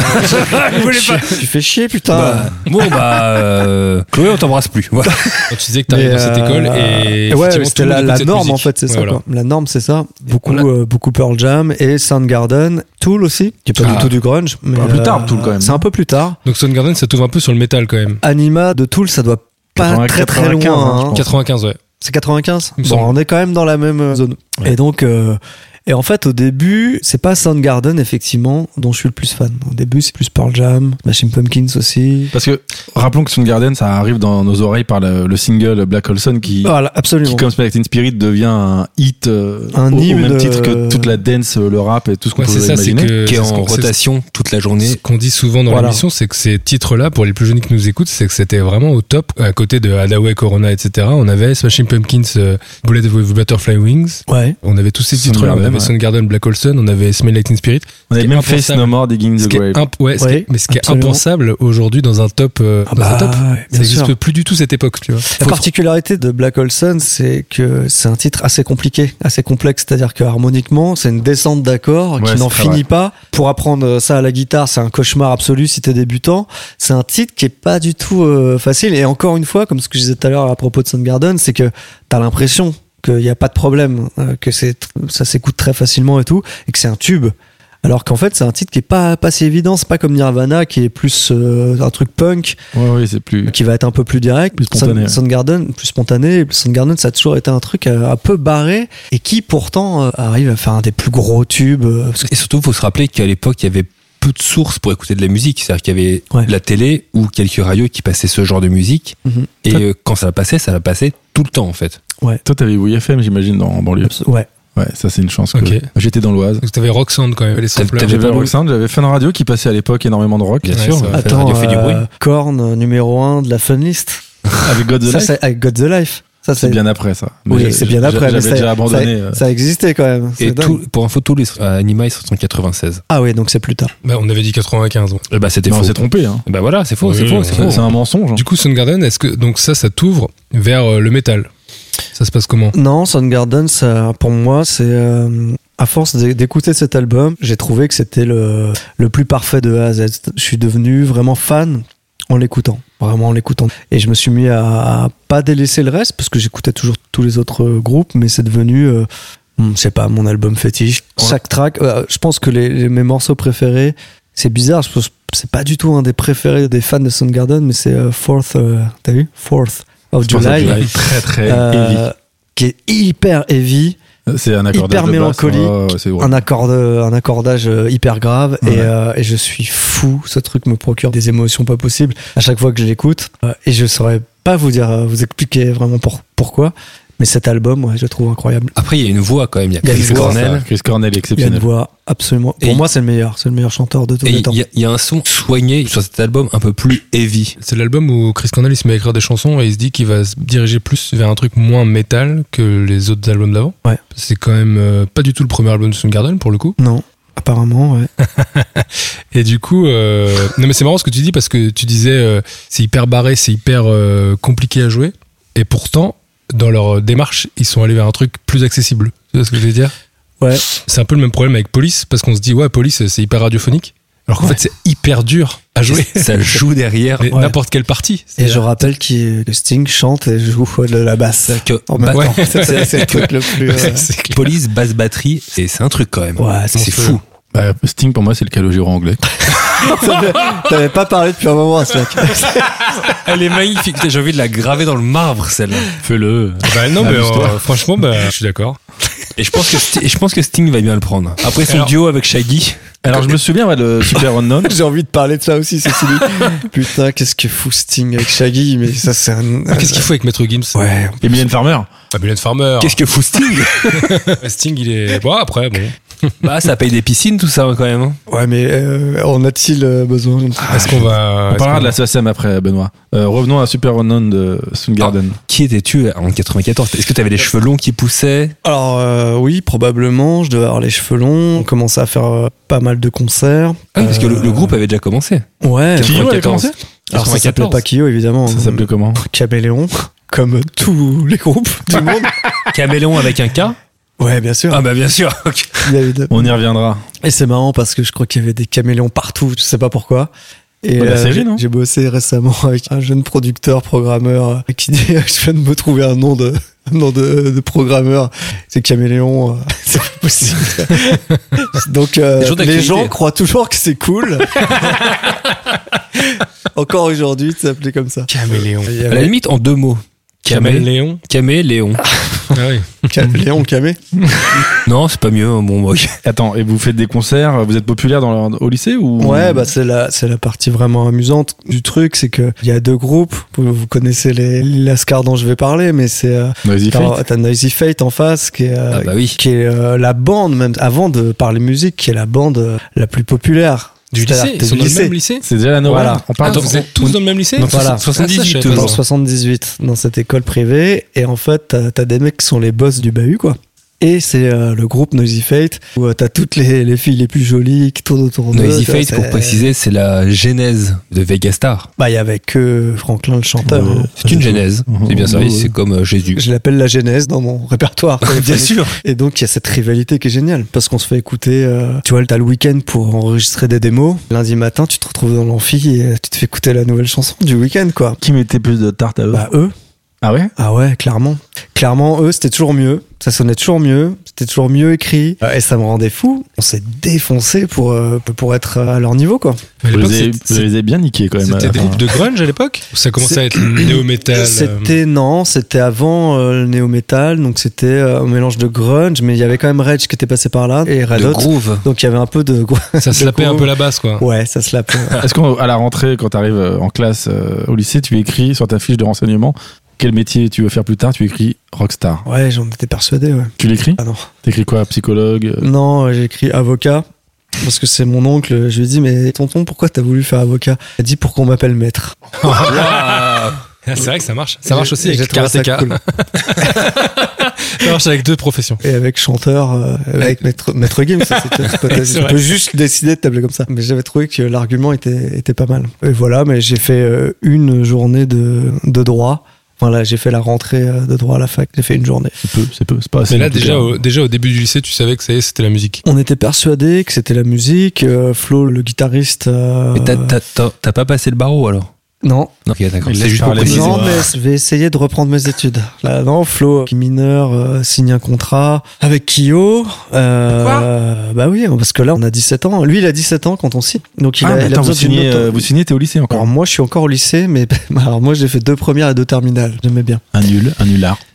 tu fais chier, putain. Bah, bon bah euh, Chloé, on t'embrasse plus. Voilà. Quand tu disais que t'arrives Mais, dans cette euh, école et ouais, effectivement, c'était tout le la, monde la écoute cette norme musique. en fait, c'est Ouais, ça voilà. quoi. La norme c'est ça. Beaucoup, On a- euh, beaucoup Pearl Jam et Soundgarden, Tool aussi, qui est pas Ah. du tout du grunge, mais Un peu plus tard, Tool, quand même. C'est un peu plus tard. Donc Soundgarden, ça t'ouvre un peu sur le métal quand même. Anima de Tool, ça doit pas quatre-vingts, très très quatre-vingt-quinze, loin. hein, je hein. pense. quatre-vingt-quinze, ouais. C'est quatre-vingt-quinze. Il me Bon, semble. on est quand même dans la même euh, zone. Ouais. Et donc, euh, et en fait, au début, c'est pas Soundgarden effectivement dont je suis le plus fan. Au début, c'est plus Pearl Jam, Smashing Pumpkins aussi. Parce que rappelons que Soundgarden ça arrive dans nos oreilles par le, le single Black Hole Sun qui, Voilà, absolument. qui comme Smells Teen Spirit devient un hit euh, Un au, au hymne même de- titre que toute la dance, le rap et tout ce qu'on Ouais, peut c'est ça, c'est imaginer. que Qui est c'est ce en qu'on- c'est- rotation toute la Ce journée. qu'on dit souvent dans Voilà. l'émission, c'est que ces titres-là, pour les plus jeunes qui nous écoutent, c'est que c'était vraiment au top. À côté de Hadaway, Corona, et cetera, on avait Smashing Pumpkins, euh, Bullet with Butterfly Wings. Ouais. On avait tous ces titres-là. On Soundgarden, avait ouais. Soundgarden, Black Hole Sun, on avait Smell Like Teen Spirit. On avait Ce qui est même Face impensable. No More Digging Ce the qui est Grave. imp- ouais, ce qui est- Ouais, mais ce qui est absolument. impensable aujourd'hui dans un top, euh, Ah dans un bah, top, ouais, ça bien n'existe sûr. plus du tout cette époque, tu vois. La particularité de Black Hole Sun, c'est que c'est un titre assez compliqué, assez complexe. C'est-à-dire que harmoniquement, c'est une descente d'accords Ouais, qui n'en c'est très finit vrai. pas. Pour apprendre ça à la guitare, c'est un cauchemar absolu si t'es débutant. C'est un titre qui est pas du tout euh, facile. Et encore une fois, comme ce que je disais tout à l'heure à propos de Soundgarden, c'est que t'as l'impression qu'il n'y a pas de problème, euh, que c'est ça s'écoute très facilement et tout, et que c'est un tube. Alors qu'en fait, c'est un titre qui est pas pas si évident. C'est pas comme Nirvana qui est plus euh, un truc punk, Ouais, ouais, c'est plus. qui va être un peu plus direct, Plus spontané, Sound- ouais. Soundgarden, plus spontané. Et Soundgarden, ça a toujours été un truc euh, un peu barré et qui pourtant euh, arrive à faire un des plus gros tubes. euh, parce que- Et surtout, il faut se rappeler qu'à l'époque, il y avait peu de sources pour écouter de la musique. C'est-à-dire qu'il y avait Ouais. la télé ou quelques radios qui passaient ce genre de musique. Mhm. Et euh, quand ça passait, ça passait tout le temps, en fait. Toi, t'avais W F M, j'imagine, dans en banlieue. Ouais. Ouais, ça, c'est une chance. Que... Ok. Moi, j'étais dans l'Oise. Donc t'avais Rock Sound quand même, les samplers. t'avais J'avais pas Rock Sound, j'avais Fun Radio qui passait à l'époque énormément de rock. Bien Ouais, sûr, c'est vrai. Fun Attends, Radio fait du bruit. euh, Korn, euh, numéro un de la Funlist. Avec God the Ça, Life. c'est avec God the Life. Ça, C'est bien après ça. Mais Oui, j'ai- c'est bien j'ai- après. mais J'avais ça, déjà abandonné. euh. Ça, ça existait quand même. C'est Et dingue. tout, pour info, tous les euh, Anima, ils sont en quatre-vingt-seize. Ah oui, donc c'est plus tard. Bah, on avait dit quatre-vingt-quinze. ouais. Eh bah, c'était Non, on faux. s'est trompé. Hein. Bah voilà, c'est faux, Oui, c'est faux, oui, c'est oui. faux. C'est un mensonge. hein. Du coup, Soundgarden, est-ce que donc ça, ça t'ouvre vers euh, le métal? Ça se passe comment? Non, Soundgarden, ça, pour moi, c'est euh, à force d'é- d'écouter cet album, j'ai trouvé que c'était le, le plus parfait de A à Z. Je suis devenu vraiment fan en l'écoutant, vraiment en l'écoutant. Et je me suis mis à, à pas délaisser le reste parce que j'écoutais toujours tous les autres euh, groupes, mais c'est devenu, euh, hmm, je sais pas, mon album fétiche. Chaque track, euh, je pense que les, les- mes morceaux préférés, c'est bizarre, je pense que c'est pas du tout un des préférés des fans de Soundgarden, mais c'est euh, Fourth, euh, t'as vu? Fourth of Je pense que July. July, très très Euh, heavy. qui est hyper heavy, C'est un accordage hyper de basse. mélancolique, Oh, c'est drôle. un, accord un accordage euh, hyper grave Ouais. et, euh, et je suis fou. Ce truc me procure des émotions pas possibles à chaque fois que je l'écoute. Euh, et je saurais pas vous dire, euh, vous expliquer vraiment pour, pourquoi. Mais cet album, ouais, je le trouve incroyable. Après, il y a une voix quand même. Il y a Il y a Chris une voix, Cornell. Ça, Chris Cornell est Il y a une exceptionnel. voix absolument. Et Pour il- moi, c'est le meilleur. C'est le meilleur chanteur de tous Et les il temps. y, a- il y a un son soigné sur cet album un peu plus heavy. C'est l'album où Chris Cornell il se met à écrire des chansons et il se dit qu'il va se diriger plus vers un truc moins métal que les autres albums d'avant. Ouais. C'est quand même euh, pas du tout le premier album de Soundgarden pour le coup. Non, apparemment, ouais. Et du coup, euh, non mais c'est marrant ce que tu dis parce que tu disais euh, c'est hyper barré, c'est hyper euh, compliqué à jouer. Et pourtant, dans leur démarche, ils sont allés vers un truc plus accessible. Tu vois ce que je veux dire ? Ouais. C'est un peu le même problème avec Police parce qu'on se dit ouais Police c'est hyper radiophonique. Alors qu'en Ouais. fait c'est hyper dur à jouer. Ça joue derrière. Mais Ouais. n'importe quelle partie. Et je rappelle que Sting chante et joue de la basse. Que En même bah- temps, c'est c'est le truc le plus. euh, C'est clair. Police, basse batterie, et c'est un truc quand même. Ouais, c'est c'est fou. Bah, Sting, pour moi, c'est le Calogero anglais. T'avais pas parlé depuis un moment, ce mec. Elle est magnifique. J'ai envie de la graver dans le marbre, celle-là. Fais-le. Bah non mais Amuse-toi. euh, franchement bah, je suis d'accord. Et je pense que Sti- et je pense que Sting va bien le prendre. Après son Alors- duo avec Shaggy. Alors, je me souviens, ouais, le Super Unknown. J'ai envie de parler de ça aussi, ceci dit. Putain, qu'est-ce que fout Sting avec Shaggy, mais ça, c'est un. Qu'est-ce qu'il faut avec Maître Gims? Ouais. Et Mylène Farmer. Bah, Mylène Farmer. Qu'est-ce que fout Sting? Sting il est bon après bon. Bah, ça paye des piscines, tout ça, quand même. hein. Ouais, mais euh, en a-t-il euh, besoin? Je ne sais pas. Est-ce qu'on va On est-ce parlera qu'on- de la S A C M après, Benoît. Euh, revenons à Super Unknown de Soundgarden. Qui étais-tu en quatre-vingt-quatorze? Est-ce que t'avais les cheveux longs qui poussaient? Alors, euh, oui, probablement. Je devais avoir les cheveux longs. On commençait à faire euh, pas mal de concerts. Ah oui, parce que le, Euh, le groupe avait déjà commencé. Ouais. Kyo avait quatre-vingt-quatorze. commencé Alors, ça s'appelait pas Kyo, évidemment. Ça s'appelait comment? Caméléon. Comme tous les groupes du monde. Caméléon avec un K? Ouais, bien sûr. Ah bah bien sûr. ok. Il y avait de- On y reviendra. Et c'est marrant parce que je crois qu'il y avait des caméléons partout, je sais pas pourquoi. Et Ouais, la série, j'ai- non j'ai bossé récemment avec un jeune producteur, programmeur, euh, qui dit je viens de me trouver un nom de, un nom de, de programmeur. C'est caméléon, euh, c'est pas possible. Donc euh, Des jours les d'actualité. gens croient toujours que c'est cool. Encore aujourd'hui, ça s'appelait comme ça. Caméléon. Il y À la avait limite, en deux mots. Camé, Caméléon. Caméléon. Ah oui. Caméléon, Camé. Non, c'est pas mieux. hein, Bon, ok. Attends, et vous faites des concerts, vous êtes populaire dans le- au lycée ou? Ouais, bah c'est la c'est la partie vraiment amusante du truc, c'est que il y a deux groupes. Vous, vous connaissez les Lascar dont je vais parler, mais c'est euh, Noisy t'as Fate. t'as Noisy Fate en face, qui est euh, Ah bah oui. qui est euh, la bande même avant de parler musique, qui est la bande euh, la plus populaire Du C'est-à-dire lycée. que Ils sont du dans le lycée. même lycée. C'est déjà la Noël. Voilà. On Ah, parle de- vous êtes tous dans le même lycée. Donc voilà. soixante-dix-huit, Ah, ça, je savais toujours. pas dans ça. soixante-dix-huit dans cette école privée, et en fait t'as t'as des mecs qui sont les boss du bahut quoi. Et c'est euh, le groupe Noisy Fate où euh, t'as toutes les, les filles les plus jolies qui tournent autour d'eux. Noisy tu vois, Fate, pour c'est- préciser, c'est la genèse de Vegastar. Bah il y avait que Franklin le chanteur. Ouais. C'est une genèse. C'est bien ça. Ouais, ouais. C'est comme euh, Jésus. Je l'appelle la genèse dans mon répertoire. Bien sûr. Et donc, il y a cette rivalité qui est géniale. Parce qu'on se fait écouter, euh, tu vois, t'as le week-end pour enregistrer des démos. Lundi matin, tu te retrouves dans l'amphi et euh, tu te fais écouter la nouvelle chanson du week-end, quoi. Qui mettait plus de tarte à eux? Bah, eux. Ah ouais? Ah ouais, clairement. Clairement, eux, c'était toujours mieux. Ça sonnait toujours mieux. C'était toujours mieux écrit. Euh, Et ça me rendait fou. On s'est défoncé pour, euh, pour être à leur niveau, quoi. Mais à Vous l'époque, les avez, c'était- vous les avez bien niqués quand même. C'était à la des fin. groupes de grunge à l'époque. Ou ça commençait à être néo-metal. euh, C'était, non, c'était avant euh, le néo-metal. Donc, c'était euh, un mélange de grunge. Mais il y avait quand même Rage qui était passé par là. Et Red De Hot. groove. Donc, il y avait un peu de. Ça se lapait un peu la basse quoi. Ouais, ça se l'appelait. Est-ce qu'à la rentrée, quand tu arrives en classe euh, au lycée, tu écris sur ta fiche de renseignement quel métier tu veux faire plus tard? Tu écris rockstar. Ouais, j'en étais persuadé, ouais. Tu l'écris? Ah non. T'écris quoi? Psychologue? euh, Non, euh, j'ai écrit avocat. Parce que c'est mon oncle. Je lui ai dit, mais tonton, pourquoi t'as voulu faire avocat? Il a dit, pour qu'on m'appelle maître. Ah, c'est vrai que ça marche. Ça marche aussi J'ai avec trouvé ça karatéka. cool. Ça marche avec deux professions. Et avec chanteur, euh, avec maître, maître Gims, ça, c'était- c'est pas- C'est tu vrai. peux juste décider de t'appeler comme ça. Mais j'avais trouvé que l'argument était, était pas mal. Et voilà, mais j'ai fait euh, une journée de, de droit. Voilà, j'ai fait la rentrée euh, de droit à la fac. J'ai fait une journée. C'est peu, c'est peu, c'est pas assez. Mais là en tout déjà cas. au, déjà au début du lycée, tu savais que ça y est, c'était la musique. On était persuadés que c'était la musique. Euh, Flo, le guitariste. euh, Mais t'as- t'as- t'as t'as pas passé le barreau alors? Non, Non, ok, d'accord. Il C'est laisse juste pour parler. préciser. non, mais je vais essayer de reprendre mes études. Là, non, Flo, qui mineur, euh, signe un contrat avec Kyo. Euh, bah oui, parce que là, on a dix-sept ans. Lui, il a dix-sept ans quand on signe. Donc, il Ah, a, mais il a attends, vous besoin d'une signez, auto- euh, vous signez, t'es au lycée encore. Alors, moi, je suis encore au lycée, mais alors moi, j'ai fait deux premières et deux terminales. J'aimais bien. Un nul, un nulard.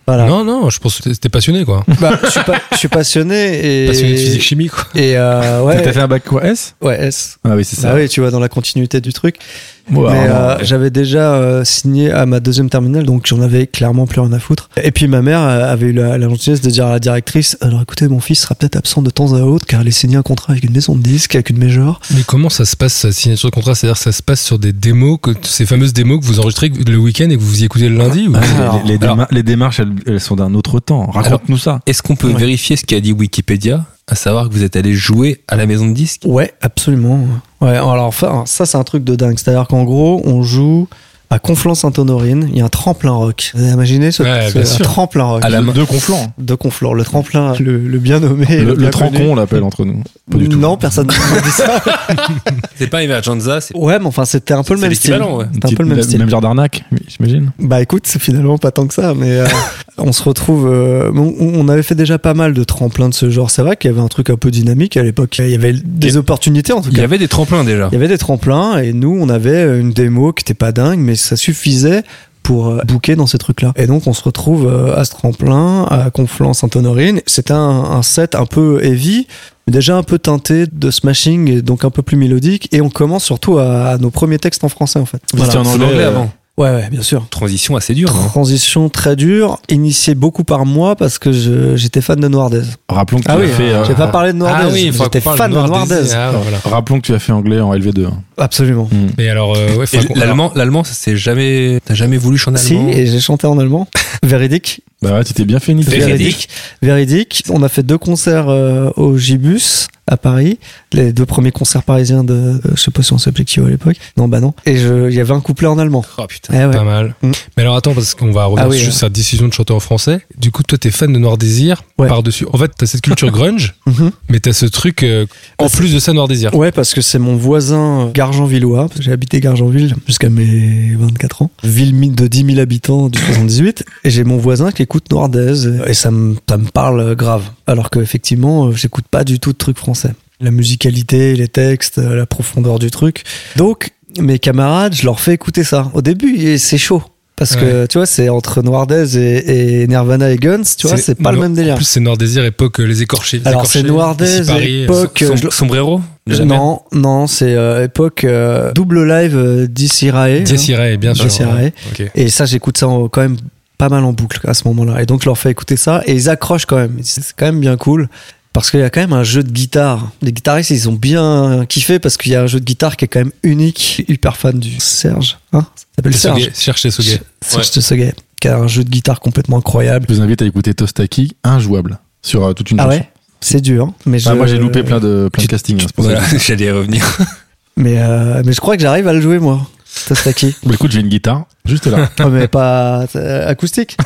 Voilà. Non, non, je pense que t'es passionné, quoi. Bah, je suis pas, je suis passionné et. Passionné de physique-chimie, quoi. Et euh, ouais. T'as fait un bac quoi, S? Ouais, S. Ah oui, c'est ça. Ah oui, tu vois, dans la continuité du truc. Ouais, Mais alors, euh, ouais. j'avais déjà euh, signé à ma deuxième terminale, donc j'en avais clairement plus rien à foutre. Et puis ma mère euh, avait eu la, la gentillesse de dire à la directrice, alors écoutez, mon fils sera peut-être absent de temps à autre car elle est signé un contrat avec une maison de disques, avec une major. Mais comment ça se passe, sa signature de contrat? C'est-à-dire que ça se passe sur des démos, que, ces fameuses démos que vous enregistrez le week-end et que vous y écoutez le lundi ou... Ah, Alors, les, les, alors- déma- les démarches, elles, elles sont d'un autre temps. Raconte-nous ça. Est-ce qu'on peut Ouais. vérifier ce qu'a dit Wikipédia, à savoir que vous êtes allé jouer à la maison de disques? Ouais, absolument. Ouais, alors enfin, ça c'est un truc de dingue. C'est-à-dire qu'en gros, on joue à Conflans-Sainte-Honorine, il y a un tremplin rock. Vous avez imaginé ce, Ouais, ce- bien un sûr. tremplin rock À la main. Deux conflans. de Conflans, le tremplin, le, le bien nommé, Le, le, le bien trancon, connu. on l'appelle entre nous. Pas du tout. Non, personne n'a dit ça. C'est pas Emergenza, c'est Ouais, mais enfin, c'était un peu le c'est même style. l'équivalent, ouais. C'était un peu le même Petite- style. Même genre d'arnaque, j'imagine. Bah écoute, c'est finalement pas tant que ça, mais euh, on se retrouve. euh, on, on avait fait déjà pas mal de tremplins de ce genre. C'est vrai qu'il y avait un truc un peu dynamique à l'époque. Il y avait des Il- opportunités en tout Il y cas. avait des tremplins déjà. Il y avait des tremplins et nous, on avait une démo qui était pas dingue, mais ça suffisait pour euh, booker dans ces trucs-là. Et donc, on se retrouve euh, à ce tremplin, à Conflans-Sainte-Honorine. C'était un, un set un peu heavy, mais déjà un peu teinté de smashing, et donc un peu plus mélodique. Et on commence surtout à, à nos premiers textes en français, en fait. Vous étiez en C'est anglais, l'anglais euh, avant. Ouais, ouais, bien sûr. Transition assez dure, non? Transition très dure, initiée beaucoup par moi parce que je- j'étais fan de Noirdaise. Rappelons que Ah tu oui, as fait. euh, j'ai pas parlé de Noirdaise. Ah oui, il faut j'étais qu'on parle fan de Noirdaise. Ah, voilà. Rappelons que tu as fait anglais en L V deux. Absolument. Mm. Mais alors, euh, ouais, Et faut qu'on- l'allemand, l'allemand, ça c'est jamais, t'as jamais voulu chanter Si, allemand? et j'ai chanté en allemand. Véridique. Bah ouais, tu t'es bien fait niquer. Véridique. Véridique. On a fait deux concerts euh, au Gibus à Paris. Les deux premiers concerts parisiens de, euh, je sais pas si on s'appelait Kyo à l'époque. Non, bah non. Et je- il y avait un couplet en allemand. Oh putain. Eh ouais. Pas mal. Mm. Mais alors attends, parce qu'on va revenir Ah oui, juste ouais. sur la décision de chanter en français. Du coup, toi, t'es fan de Noir Désir Ouais. par-dessus. En fait, t'as cette culture grunge, Mhm. mais t'as ce truc, euh, en Bah, c'est- plus de ça, Noir Désir. Ouais, parce que c'est mon voisin gargenvillois. J'ai habité Gargenville jusqu'à mes vingt-quatre ans. Ville mi- de dix mille habitants du soixante-dix-huit. Et j'ai mon voisin qui écoute Noirdaise. Et ça me, ça me parle grave. Alors qu'effectivement, j'écoute pas du tout de trucs français. La musicalité, les textes, la profondeur du truc. Donc, mes camarades, je leur fais écouter ça. Au début, et c'est chaud. Parce que, tu vois, c'est entre Noirdaise et, et Nirvana et Guns, tu vois, c'est pas le Noir- même délire. En plus, c'est Noir Désir, époque, euh, les écorchés. les Alors, écorchés, c'est Noirdaise, ici, Paris, époque- euh, que Som- je- Sombrero? Jamais. Non, non, c'est euh, époque euh, double live euh, d'Issirae. Dies Irae, bien sûr. Dies Irae. Ok. Et ça, j'écoute ça en- quand même pas mal en boucle à ce moment-là. Et donc, je leur fais écouter ça et ils accrochent quand même. C'est quand même bien cool. Parce qu'il y a quand même un jeu de guitare. Les guitaristes, ils ont bien kiffé parce qu'il y a un jeu de guitare qui est quand même unique. Hyper fan du Serge. Hein, ça s'appelle Serge. Soguet, cherchez Soguet. Serge Tessoguet, qui a un jeu de guitare complètement incroyable. Je vous invite à écouter Tostaki, injouable, sur euh, toute une Ah chanson. ouais, c'est dur. hein, Mais Ah, je, moi j'ai loupé plein de, plein de castings. hein, c'est pour ça que Voilà, je dis ça. j'allais y revenir. Mais, euh, mais je crois que j'arrive à le jouer, moi. Tostaki. Bon, écoute, j'ai une guitare, juste là. Oh, mais pas euh, acoustique.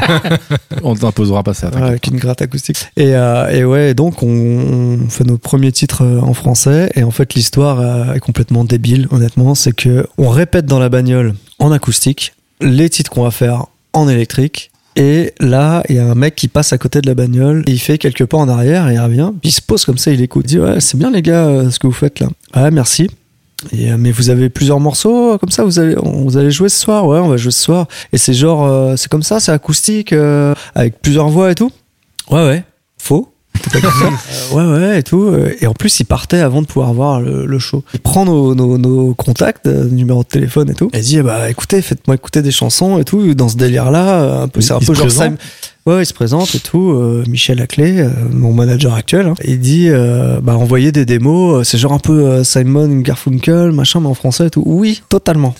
On t'imposera pas ça. Ouais, t'inquiète. avec une gratte acoustique. Et, euh, et ouais, donc on, on fait nos premiers titres euh, en français. Et en fait, l'histoire euh, est complètement débile, honnêtement. C'est que on répète dans la bagnole en acoustique les titres qu'on va faire en électrique. Et là, il y a un mec qui passe à côté de la bagnole. Et il fait quelques pas en arrière et il revient. Puis il se pose comme ça, il écoute. Il dit ouais, c'est bien les gars, euh, ce que vous faites là. Ah, merci. Et, euh, mais vous avez plusieurs morceaux euh, comme ça, vous allez, on- vous allez jouer ce soir? Ouais, on va jouer ce soir. Et c'est genre, euh, c'est comme ça, c'est acoustique, euh, avec plusieurs voix et tout? Ouais, ouais. Faux. Tout à fait. Euh, ouais, ouais, et tout. Euh, Et en plus, il partait avant de pouvoir voir le, le show. Il prend nos, nos, nos contacts, euh, numéro de téléphone et tout. Et il dit, bah écoutez, faites-moi écouter des chansons et tout, dans ce délire-là. euh, Un peu, c'est un Il peu se genre présente Simon. Ouais, il se présente et tout. euh, Michel Laclé, euh, mon manager actuel, hein. Il dit, euh, bah envoyez des démos. euh, C'est genre un peu euh, Simon Garfunkel, machin, mais en français et tout. Oui, totalement.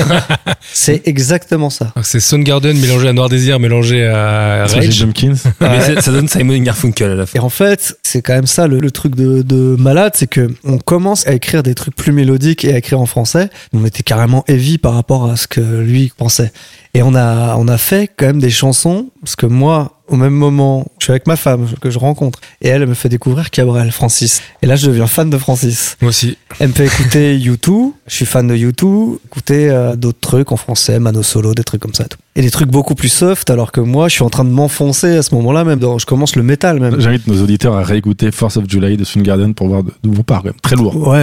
C'est exactement ça. Alors, C'est Soundgarden mélangé à Noir Désir, mélangé à Sergey Rage. Jenkins. Mais c'est- ça donne Simon Garfunkel à la fin. Et en fait, c'est quand même ça le, le truc de, de malade, c'est que on commence à écrire des trucs plus mélodiques et à écrire en français. On était carrément heavy par rapport à ce que lui pensait. Et on a, on a fait quand même des chansons, parce que moi, au même moment, je suis avec ma femme que je rencontre, et elle, elle me fait découvrir Cabrel, Francis. Et là, je deviens fan de Francis. Moi aussi. Elle me fait écouter U deux, je suis fan de U deux, écouter euh, d'autres trucs en français, Mano Solo, des trucs comme ça. Tout. Et des trucs beaucoup plus soft, alors que moi, je suis en train de m'enfoncer à ce moment-là, même dans, je commence le métal même. J'invite nos auditeurs à réécouter Force of July de Soundgarden pour voir d'où on part. Quand même. Très lourd. Ouais,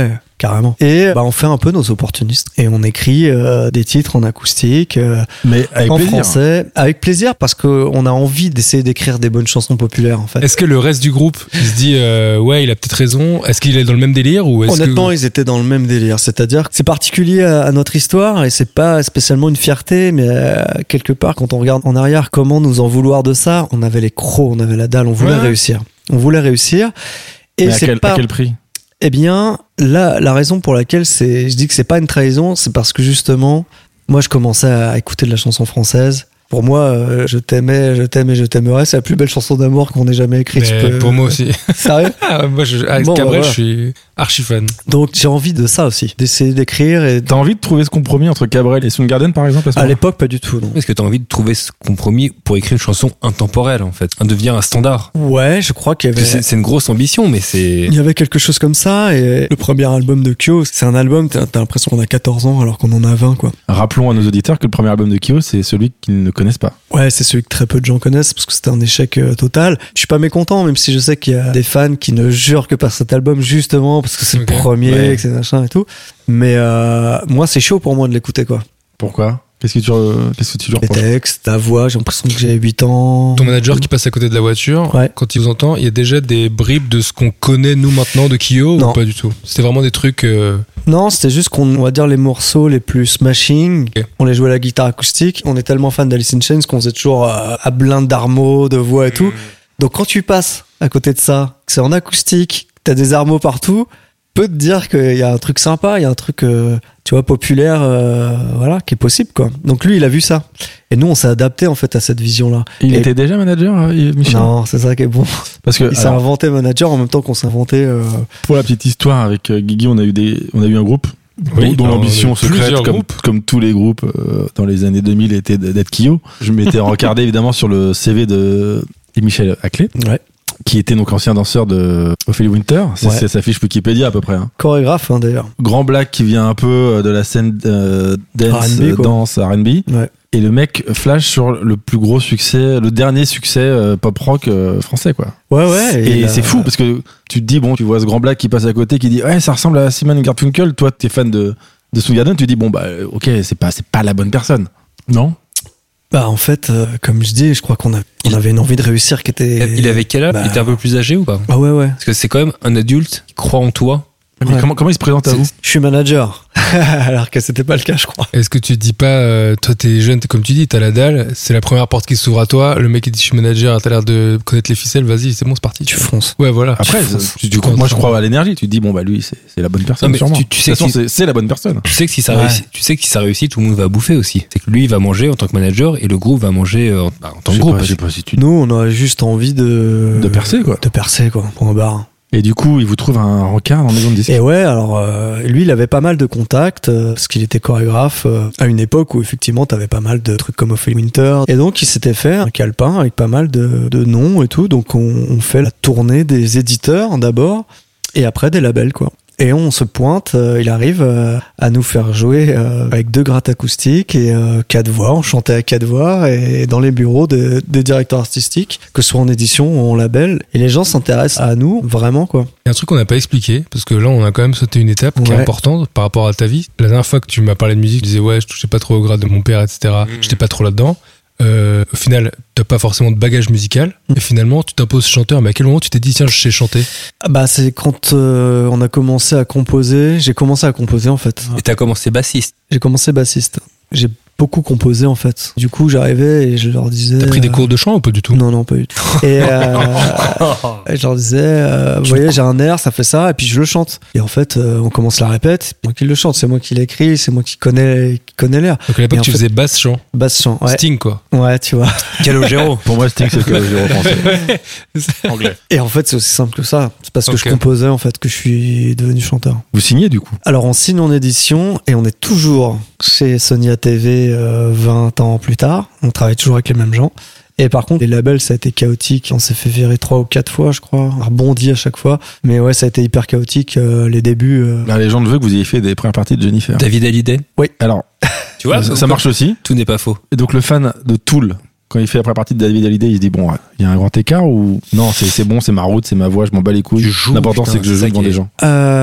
carrément. Et bah, on fait un peu nos opportunistes. Et on écrit euh, des titres en acoustique, euh, Mais avec en plaisir. français, avec plaisir, parce qu'on a envie d'essayer d'écrire des bonnes chansons populaires, en fait. Est-ce que le reste du groupe, il se dit, euh, ouais, il a peut-être raison. Est-ce qu'il est dans le même délire ou est-ce Honnêtement, que... ils étaient dans le même délire. C'est-à-dire que c'est particulier à, à notre histoire et c'est pas spécialement une fierté, mais euh, quelque part, quand on regarde en arrière, comment nous en vouloir de ça? On avait les crocs, on avait la dalle, on voulait Ouais. réussir. On voulait réussir. Et Mais à c'est quel, pas. à quel prix? Eh bien, là, la raison pour laquelle c'est, je dis que c'est pas une trahison, c'est parce que justement, moi, je commençais à écouter de la chanson française. Pour moi, euh, je t'aimais, je t'aime et je t'aimerais, c'est la plus belle chanson d'amour qu'on ait jamais écrite. Mais Je peux- pour moi aussi. Sérieux? Ah, ouais, moi, je, avec Bon, Cabrel, bah, je suis archi fan. Donc, j'ai envie de ça aussi, d'essayer d'écrire et. T'as envie de trouver ce compromis entre Cabrel et Soundgarden, par exemple, à ce À moment-là? l'époque, pas du tout, non. Est-ce que tu as envie de trouver ce compromis pour écrire une chanson intemporelle, en fait, un devient un standard? Ouais, je crois qu'il y Parce que avait. C'est c'est une grosse ambition, mais c'est. Il y avait quelque chose comme ça, et le premier album de Kyo, c'est un album, t'as t'as l'impression qu'on a quatorze ans alors qu'on en a vingt, quoi. Rappelons à nos auditeurs que le premier album de Kyo, c'est celui qu'ils ne connaissent pas. Ouais, c'est celui que très peu de gens connaissent parce que c'était un échec euh, total. Je suis pas mécontent, même si je sais qu'il y a des fans qui ne jurent que par cet album justement parce que c'est Ok. le premier, Ouais. que c'est machin et tout. Mais euh, moi, c'est chaud pour moi de l'écouter, quoi. Pourquoi? Qu'est-ce que tu, re- qu'est-ce que tu lui Les reproches? textes, la voix, j'ai l'impression que j'ai huit ans. Ton manager qui passe à côté de la voiture, Ouais. quand il vous entend, il y a déjà des bribes de ce qu'on connaît nous maintenant de Kyo Non. ou pas du tout? C'était vraiment des trucs. euh, Non, c'était juste qu'on on va dire les morceaux les plus smashing. Ok. On les jouait à la guitare acoustique. On est tellement fan d'Alice in Chains qu'on faisait toujours euh, à blinde d'armeaux, de voix et tout. Donc quand tu passes à côté de ça, que c'est en acoustique, que t'as des armeaux partout, peut te dire qu'il y a un truc sympa, il y a un truc, euh, tu vois, populaire, euh, voilà, qui est possible, quoi. Donc lui, il a vu ça. Et nous, on s'est adapté en fait à cette vision-là. Il Et- était déjà manager, euh, Michel? Non, c'est ça qui est bon. Parce que, Il s'est alors, inventé manager en même temps qu'on s'est inventé. euh, pour la petite histoire, avec euh, Guigui, on a eu des, on a eu un groupe. Oui, dont, dont on a l'ambition eu secrète, plusieurs comme, groupes. comme tous les groupes euh, dans les années deux mille, était d- d'être Kyo. Je m'étais rencardé évidemment sur le C V de Michel Hackley, Ouais. qui était donc ancien danseur de Ophélie Winter. C'est Ouais. c'est sa fiche Wikipédia à peu près. Hein. Chorégraphe, hein, d'ailleurs. Grand black qui vient un peu euh, de la scène euh, dance, R and B, euh, quoi. danse, R and B. Ouais. Et le mec flash sur le plus gros succès, le dernier succès euh, pop rock euh, français, quoi. Ouais, ouais. Et, il a- c'est fou parce que tu te dis, bon, tu vois ce grand black qui passe à côté qui dit, ouais, ça ressemble à Simon Garfunkel. Toi, t'es fan de, de Soundgarden, tu dis, bon, bah, euh, ok, c'est pas, c'est pas la bonne personne. Non? Bah, en fait, euh, comme je dis, je crois qu'on a, on Il- avait une envie de réussir qui était. Il avait quel âge? Bah- Il était un peu plus âgé ou pas? Ah ouais, ouais. Parce que c'est quand même un adulte qui croit en toi. Mais Ouais. comment, comment il se présente à C'est- vous? Je suis manager. Alors que c'était pas le cas, je crois. Est-ce que tu te dis pas, euh, toi t'es jeune, t'es comme tu dis, t'as la dalle, c'est la première porte qui s'ouvre à toi, le mec il dit je suis manager, t'as l'air de connaître les ficelles, vas-y, c'est bon, c'est parti. Tu fonces. Ouais, voilà. Après, Tu c'est- fonces. tu, tu- Tu moi je fonces. crois à l'énergie. Tu te dis, bon, bah lui, c'est c'est la bonne personne, Non, mais sûrement. tu- tu sais de toute que façon, c'est c'est la bonne personne. Tu sais que si ça Ouais. réussit, tu sais que si ça réussit, tout le monde va bouffer aussi. C'est que lui, il va manger en tant que manager et le groupe va manger euh, en, bah, en tant Je que sais groupe. pas, je sais pas si tu. Nous, on a juste envie de. De percer, quoi. De percer, quoi. Point barre. Et du coup, il vous trouve un rencard dans la maison de disque. Et ouais, alors euh, lui, il avait pas mal de contacts euh, parce qu'il était chorégraphe euh, à une époque où effectivement t'avais pas mal de trucs comme Ophélie Winter. Et donc il s'était fait un calepin avec pas mal de, de noms et tout. Donc on, on fait la tournée des éditeurs d'abord et après des labels, quoi. Et on se pointe, euh, il arrive euh, à nous faire jouer euh, avec deux grattes acoustiques et euh, quatre voix, on chantait à quatre voix et dans les bureaux de- des directeurs artistiques, que ce soit en édition ou en label. Et les gens s'intéressent à nous, vraiment, quoi. Il y a un truc qu'on n'a pas expliqué, parce que là, on a quand même sauté une étape qui est Ouais. importante par rapport à ta vie. La dernière fois que tu m'as parlé de musique, tu disais, ouais, je touchais pas trop au grade de mon père, et cetera. J'étais pas trop là-dedans. Euh, au final, t'as pas forcément de bagage musical. Et finalement, tu t'imposes chanteur. Mais à quel moment tu t'es dit, tiens, je sais chanter? Ah bah c'est quand euh, on a commencé à composer, j'ai commencé à composer en fait. Et t'as commencé bassiste. J'ai commencé bassiste. J'ai beaucoup composé en fait. Du coup j'arrivais et je leur disais... T'as pris des euh, cours de chant ou pas du tout? Non, non, pas du tout. Et, euh, et je leur disais, euh, vous voyez, j'ai un air, ça fait ça, et puis je le chante. Et en fait, euh, on commence la répète, c'est moi qui le chante, c'est moi qui l'écris, c'est moi qui connais, qui connais l'air. Donc à l'époque, Et en tu fait- faisais basse chant. Basse chant, ouais. Sting, quoi. Ouais, tu vois. Calogero. Pour moi, Sting, c'est le Calogero français. Anglais. Et en fait, c'est aussi simple que ça. C'est parce que Ok. je composais, en fait, que je suis devenu chanteur. Vous signez du coup? Alors on signe en édition et on est toujours chez Sonia T V euh, vingt ans plus tard. On travaille toujours avec les mêmes gens. Et par contre, les labels, ça a été chaotique. On s'est fait virer trois ou quatre fois, je crois. On a rebondi à chaque fois. Mais ouais, ça a été hyper chaotique. euh, les débuts. euh. La légende veut que vous ayez fait des premières parties de Jennifer. David Hallyday. Alors, Tu vois, ça, ça marche aussi. Tout n'est pas faux. Et donc le fan de Tool, quand il fait la première partie de David Hallyday, il se dit, bon, il y a un grand écart ou non, c'est c'est bon, c'est ma route, c'est ma voix, je m'en bats les couilles. Tu joues, L'important, putain, c'est que je c'est joue ça devant qui des est- gens. Euh, Tu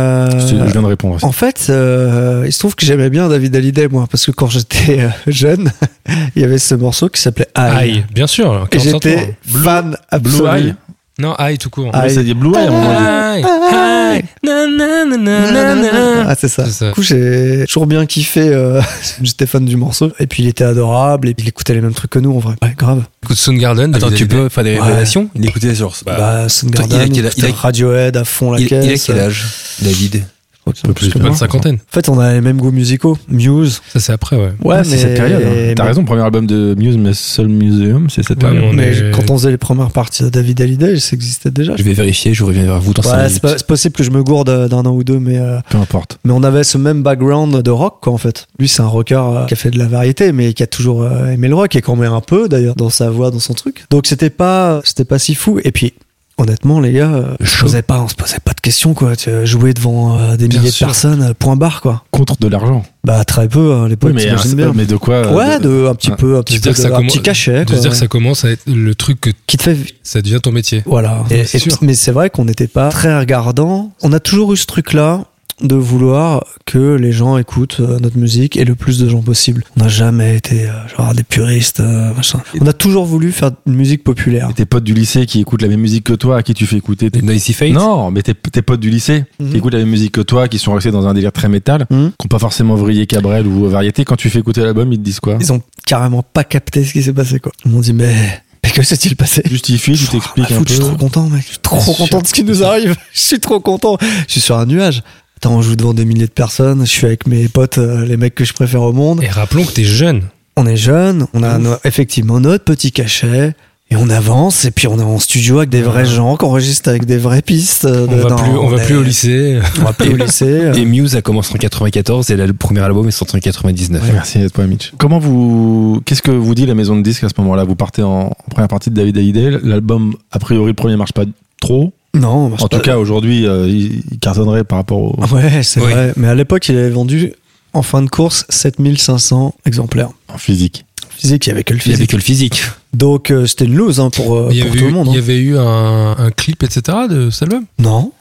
Je viens de répondre. En fait, euh, il se trouve que j'aimais bien David Hallyday, moi, parce que quand j'étais euh, jeune, il y avait ce morceau qui s'appelait Aïe. Aïe, bien sûr. Et quarante j'étais centimes. fan Blue absolu. Eye. Non, aïe tout court. Aïe. Oui, ça dit Blue Eye à un moment donné. Aïe, aïe, na, na, na, na, na, na. Ah, c'est ça. C'est ça. Du coup, j'ai toujours bien kiffé. Euh, j'étais fan du morceau. Et puis, il était adorable. Et puis, il écoutait les mêmes trucs que nous, en vrai. Ouais, grave. Écoute, Soundgarden. Attends, David tu Hallyday. peux faire des Ouais. révélations? Il écoutait sur. Bah, bah, Soundgarden, il a quel- il il a- Radiohead à fond la il, il a caisse. quel âge, David? Un peu plus que Pas moi. de cinquantaine. En fait, on a les mêmes goûts musicaux. Muse. Ça, c'est après, ouais. Ouais, Ah, c'est cette période. hein. T'as mais- raison, premier album de Muse, mais Soul Museum, c'est cette Ouais, période. on Mais est- quand on faisait les premières parties de David Hallyday, ça existait déjà. Je vais vérifier, je reviens vers vous dans cinq Ouais, c'est, minutes. pas- c'est possible que je me gourde d'un an ou deux, mais, euh, Peu importe. mais on avait ce même background de rock, quoi, en fait. Lui, c'est un rocker euh, qui a fait de la variété, mais qui a toujours euh, aimé le rock, et quand même un peu, d'ailleurs, dans sa voix, dans son truc. Donc, c'était pas, c'était pas si fou. Et puis, honnêtement, les gars, euh, on se Chaud. posait pas, on se posait pas de questions, quoi. Tu vois, jouer devant euh, des Bien milliers sûr. de personnes, euh, point barre, quoi. Contre de l'argent. Bah, très peu, à l'époque, Oui, mais, t'imagines un- bien. mais de quoi euh, Ouais, de, un petit Ah. peu, un De petit se peu, dire que de- ça un commence- petit cachet, De quoi. se dire que ça commence à être le truc que Qui te fait ça devient ton métier. Voilà. Ouais, Et- c'est et- sûr. mais c'est vrai qu'on n'était pas très regardant. On a toujours eu ce truc-là de vouloir que les gens écoutent euh, notre musique et le plus de gens possible. On n'a jamais été euh, genre des puristes, euh, machin. On a toujours voulu faire une musique populaire. Et tes potes du lycée qui écoutent la même musique que toi, à qui tu fais écouter tes... Les Noisy Fate? Non, mais tes, tes potes du lycée Mhm. qui écoutent la même musique que toi, qui sont restés dans un délire très métal, Mhm. qui n'ont pas forcément vrillé Cabrel ou variété, quand tu fais écouter l'album, ils te disent quoi? Ils ont carrément pas capté ce qui s'est passé, quoi. Ils m'ont dit, mais, mais que s'est-il passé? Justifie, tu t'expliques Bah, un foot, peu. je suis trop content, mec. Je suis trop Bien content sûr. de ce qui nous arrive. Je suis trop content. Je suis sur un nuage. Attends, on joue devant des milliers de personnes. Je suis avec mes potes, euh, les mecs que je préfère au monde. Et rappelons que t'es jeune. On est jeunes, on a no- effectivement notre petit cachet. Et on avance, et puis on est en studio avec des vrais gens qui enregistrent avec des vraies pistes. euh, On va dedans. plus, on va est- plus au lycée. On va plus au lycée. Et Muse a commencé en quatre-vingt-quatorze et là, le premier album est sorti en quatre-vingt-dix-neuf. Merci à toi, Mitch. Comment vous, qu'est-ce que vous dit la maison de disques à ce moment-là? Vous partez en, en première partie de David Hallyday. L'album, a priori, le premier marche pas trop. Non, bah, En tout cas, aujourd'hui, euh, il, il cartonnerait par rapport au, Ouais, c'est Oui. vrai. Mais à l'époque, il avait vendu, en fin de course, sept mille cinq cents exemplaires. en physique. Physique, il y avait que le Il n'y avait physique. que le physique. Donc, euh, c'était une lose hein, pour, euh, Il y pour avait tout eu, le monde. il y hein. avait eu un, un clip, et cetera de cet album. Non.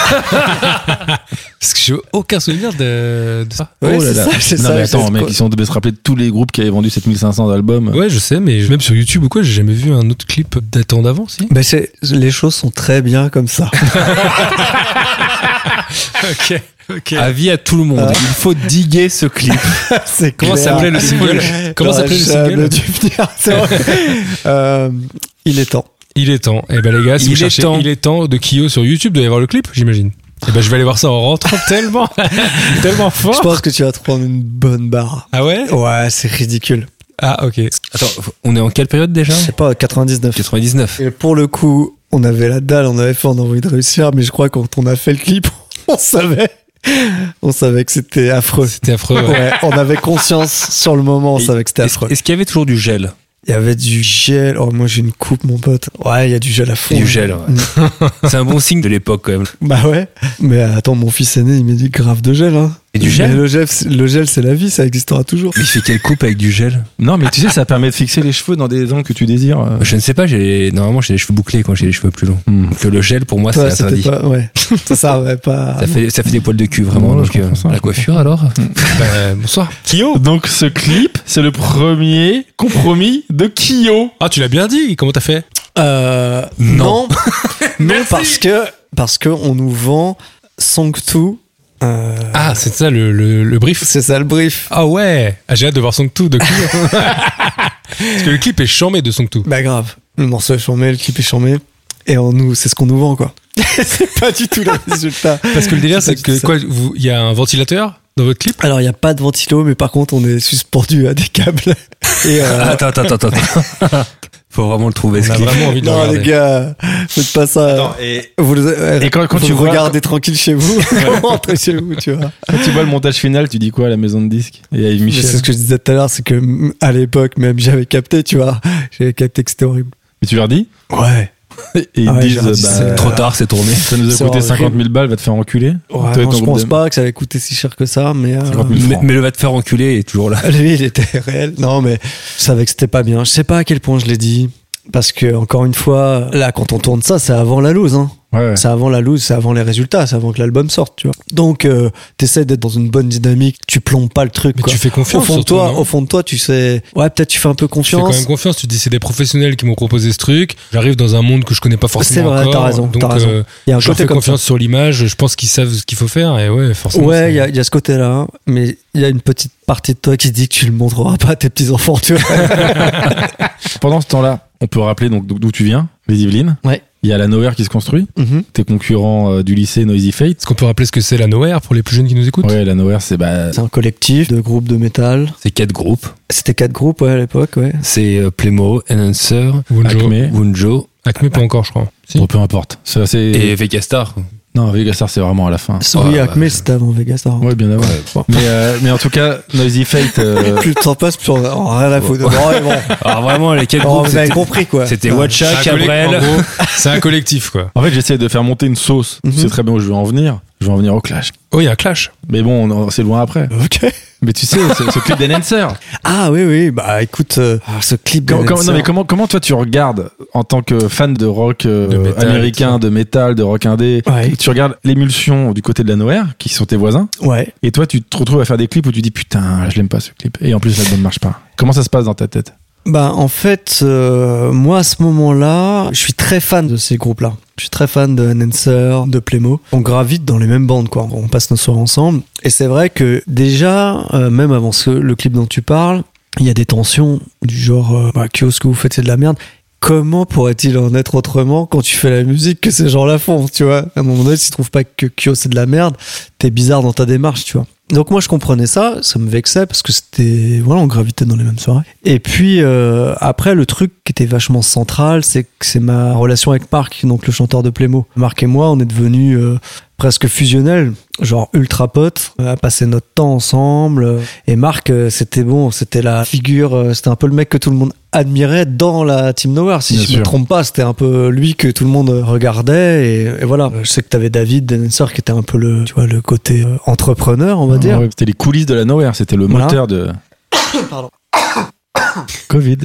Parce que j'ai aucun souvenir de, de ça. Ouais, Oh là c'est là. ça, c'est non, ça, mais c'est attends, ce mec, que- ils sont devait se rappeler de tous les groupes qui avaient vendu sept mille cinq cents albums. Ouais, je sais, mais même sur YouTube ou quoi, j'ai jamais vu un autre clip datant d'avant, si. Ben, c'est, les choses sont très bien comme ça. Ok, ok. Avis à tout le monde. Ah. Il faut diguer ce clip. c'est Comment clair. s'appelait le single Comment J'aurais s'appelait le jamais single dû venir, c'est vrai. Euh, il est temps. Il est temps. Eh ben les gars, si Il vous est cherchez temps. Il est temps de Kyo sur YouTube, vous allez voir le clip, j'imagine. Eh ben je vais aller voir ça en rentrant tellement, tellement Je fort. pense que tu vas te prendre une bonne barre. Ah ouais Ouais, c'est ridicule. Ah ok. Attends, on est en quelle période déjà? Je sais pas, quatre-vingt-dix-neuf. quatre-vingt-dix-neuf. Et pour le coup, on avait la dalle, on avait fait, on a envie de réussir, mais je crois que quand on a fait le clip, on savait. On savait que c'était affreux. C'était affreux. Ouais. Ouais, on avait conscience sur le moment, on Et- savait que c'était Est-ce affreux. est-ce qu'il y avait toujours du gel? Il y avait du gel. Oh, moi j'ai une coupe, mon pote. Ouais, il y a du gel à fond. Du gel, ouais. C'est un bon signe de l'époque quand même. Bah ouais. Mais attends, mon fils aîné, il m'a dit grave de gel, hein. Et du gel? Mais le gel, c'est- le gel, c'est la vie, ça existera toujours. Mais il fait quelle coupe avec du gel? Non, mais tu sais, ça permet de fixer les cheveux dans des angles que tu désires. euh. Je ne sais pas, j'ai normalement j'ai les cheveux bouclés quand j'ai les cheveux plus longs. Hmm. Donc le gel pour moi Toi, c'est interdit. c'était pas, ouais. ça servait pas. Ça fait, ça fait des poils de cul vraiment. Ouais, donc, je comprends ça, la je coiffure alors? Bah, bonsoir. Kyo. Donc, ce clip, c'est le premier compromis de Kyo. Ah tu l'as bien dit. Comment t'as fait Euh, non. non, parce que, parce que on nous vend Song deux. Euh, Ah c'est ça le, le, le brief. c'est ça le brief. Ah ouais. Ah, j'ai hâte de voir Song deux de Kyo. Parce que le clip est chambé de Song deux. Bah grave. Le morceau est chambé, le clip est chambé. Et on nous, c'est ce qu'on nous vend, quoi. c'est pas du tout le résultat. Parce que le délire c'est C'est que ça. quoi, vous- il y a un ventilateur dans votre clip. Alors, il n'y a pas de ventilo, mais par contre, on est suspendu à des câbles. Et euh, Attends, attends, attends, attends. Faut vraiment le trouver ce On a clip. vraiment envie de le non, regarder. les gars, faites pas ça. et vous le- Et quand- quand vous tu vois- regardez tranquille chez vous, rentrez chez vous, tu vois. quand tu vois le montage final, tu dis quoi à la maison de disques? Et à Yves Mais c'est Michel. ce que je disais tout à l'heure, c'est que mm, à l'époque, même j'avais capté, tu vois. J'avais capté que c'était horrible. Mais tu leur dis? Ouais. Et ils Ah ouais, disent, j'ai dit, bah, c'est Trop tard, c'est tourné. ça nous a c'est coûté horrible. cinquante mille balles, va te faire enculer. Ouais, Toi et non, ton je groupe pense de- pas que ça allait coûter si cher que ça, mais. euh, cinquante mille Mais, francs. mais le va te faire enculer est toujours là. Lui, il était réel. Non, mais je savais que c'était pas bien. Je sais pas à quel point je l'ai dit. Parce que, encore une fois, là, quand on tourne ça, c'est avant la loose, hein. Ouais, ouais. C'est avant la loose, c'est avant les résultats, c'est avant que l'album sorte, tu vois. Donc, euh, t'essaies d'être dans une bonne dynamique, tu plombes pas le truc, Mais quoi. tu fais confiance. Au fond de surtout, toi, non au fond de toi, tu sais, ouais, peut-être tu fais un peu Tu fais quand confiance. même confiance. Tu te dis c'est des professionnels qui m'ont proposé ce truc. J'arrive dans un monde que je connais pas forcément C'est vrai, encore. t'as raison, Donc t'as raison. euh, Il y a un je leur côté fais comme confiance sur l'image. Je pense qu'ils savent ce qu'il faut faire. Et ouais, ça. forcément. Ouais, c'est- il y a, il y a ce côté-là, mais il y a une petite partie de toi qui se dit que tu le montreras pas à tes petits-enfants, tu vois. Pendant ce temps-là, on peut rappeler donc d'où tu viens, les Yvelines. Ouais. Il y a la Nowhere qui se construit. Mhm. Tes concurrents euh, du lycée Noisy Fate. Est-ce qu'on peut rappeler ce que c'est la Nowhere pour les plus jeunes qui nous écoutent? Ouais, la Nowhere, c'est bah, C'est un collectif de groupes de métal. C'est quatre groupes. C'était quatre groupes, ouais, à l'époque, ouais. C'est euh, Playmo, Enhancer, Wunjo. Acme. Wunjo Acme, pas encore, je crois. Si. Bon, peu importe. C'est assez... et Vegastar. Non, Vegastar, c'est vraiment à la fin. Oui, bah, Acme, c'était avant Vegas. Ouais, bien avant. Mais, euh, mais en tout cas, Noisy Fate. euh, Plus le temps passe, plus on a rien à foutre. Bon, ouais, bon. Alors vraiment, les quatre Bon, groupes, vous avez c'était- compris, quoi. c'était Ouais. Watcha, C'est un collect- Cabrel. en gros, c'est un collectif, quoi. En fait, j'essaie de faire monter une sauce. Mhm. Tu sais très bien où je veux en venir. Je veux en venir au clash. Oh, il y a un clash. Mais bon, on- c'est loin après. Ok. Mais tu sais, ce, ce clip d'Enhancer. Ah oui, oui, bah écoute, euh, ah, ce clip. Comment, de comment- non, Lancer. mais comment, comment toi tu regardes en tant que fan de rock euh, De métal, américain, de métal, de rock indé, Ouais. tu regardes l'émulsion du côté de la Nowhere, qui sont tes voisins, Ouais. et toi tu te retrouves à faire des clips où tu dis putain, je l'aime pas ce clip. Et en plus l'album marche pas. Comment ça se passe dans ta tête? Bah en fait, euh, moi à ce moment-là, je suis très fan de ces groupes-là. Je suis très fan de Enhancer, de Playmo. On gravite dans les mêmes bandes, quoi. On passe nos soirées ensemble. Et c'est vrai que déjà, euh, même avant ce, le clip dont tu parles, il y a des tensions du genre, euh, bah, Kyo, ce que vous faites, c'est de la merde. Comment pourrait-il en être autrement quand tu fais la musique que ces gens-là font, tu vois? À un moment donné, s'ils trouvent pas que Kyo c'est de la merde, t'es bizarre dans ta démarche, tu vois. Donc moi je comprenais ça, ça me vexait parce que c'était, voilà, on gravitait dans les mêmes soirées. Et puis euh, après le truc qui était vachement central, c'est que c'est ma relation avec Marc, donc le chanteur de Playmo. Marc et moi, on est devenus euh, presque fusionnels, genre ultra potes, à passer notre temps ensemble. Et Marc, euh, c'était bon, c'était la figure, euh, c'était un peu le mec que tout le monde admirait dans la Team Nowhere. Si Bien je sûr. me trompe pas, c'était un peu lui que tout le monde regardait. Et, et voilà, je sais que t'avais David Denenser qui était un peu le, tu vois, le côté euh, entrepreneur, on va dire. Ouais, c'était les coulisses de la Nowhere, c'était le Voilà. moteur de Pardon. Covid.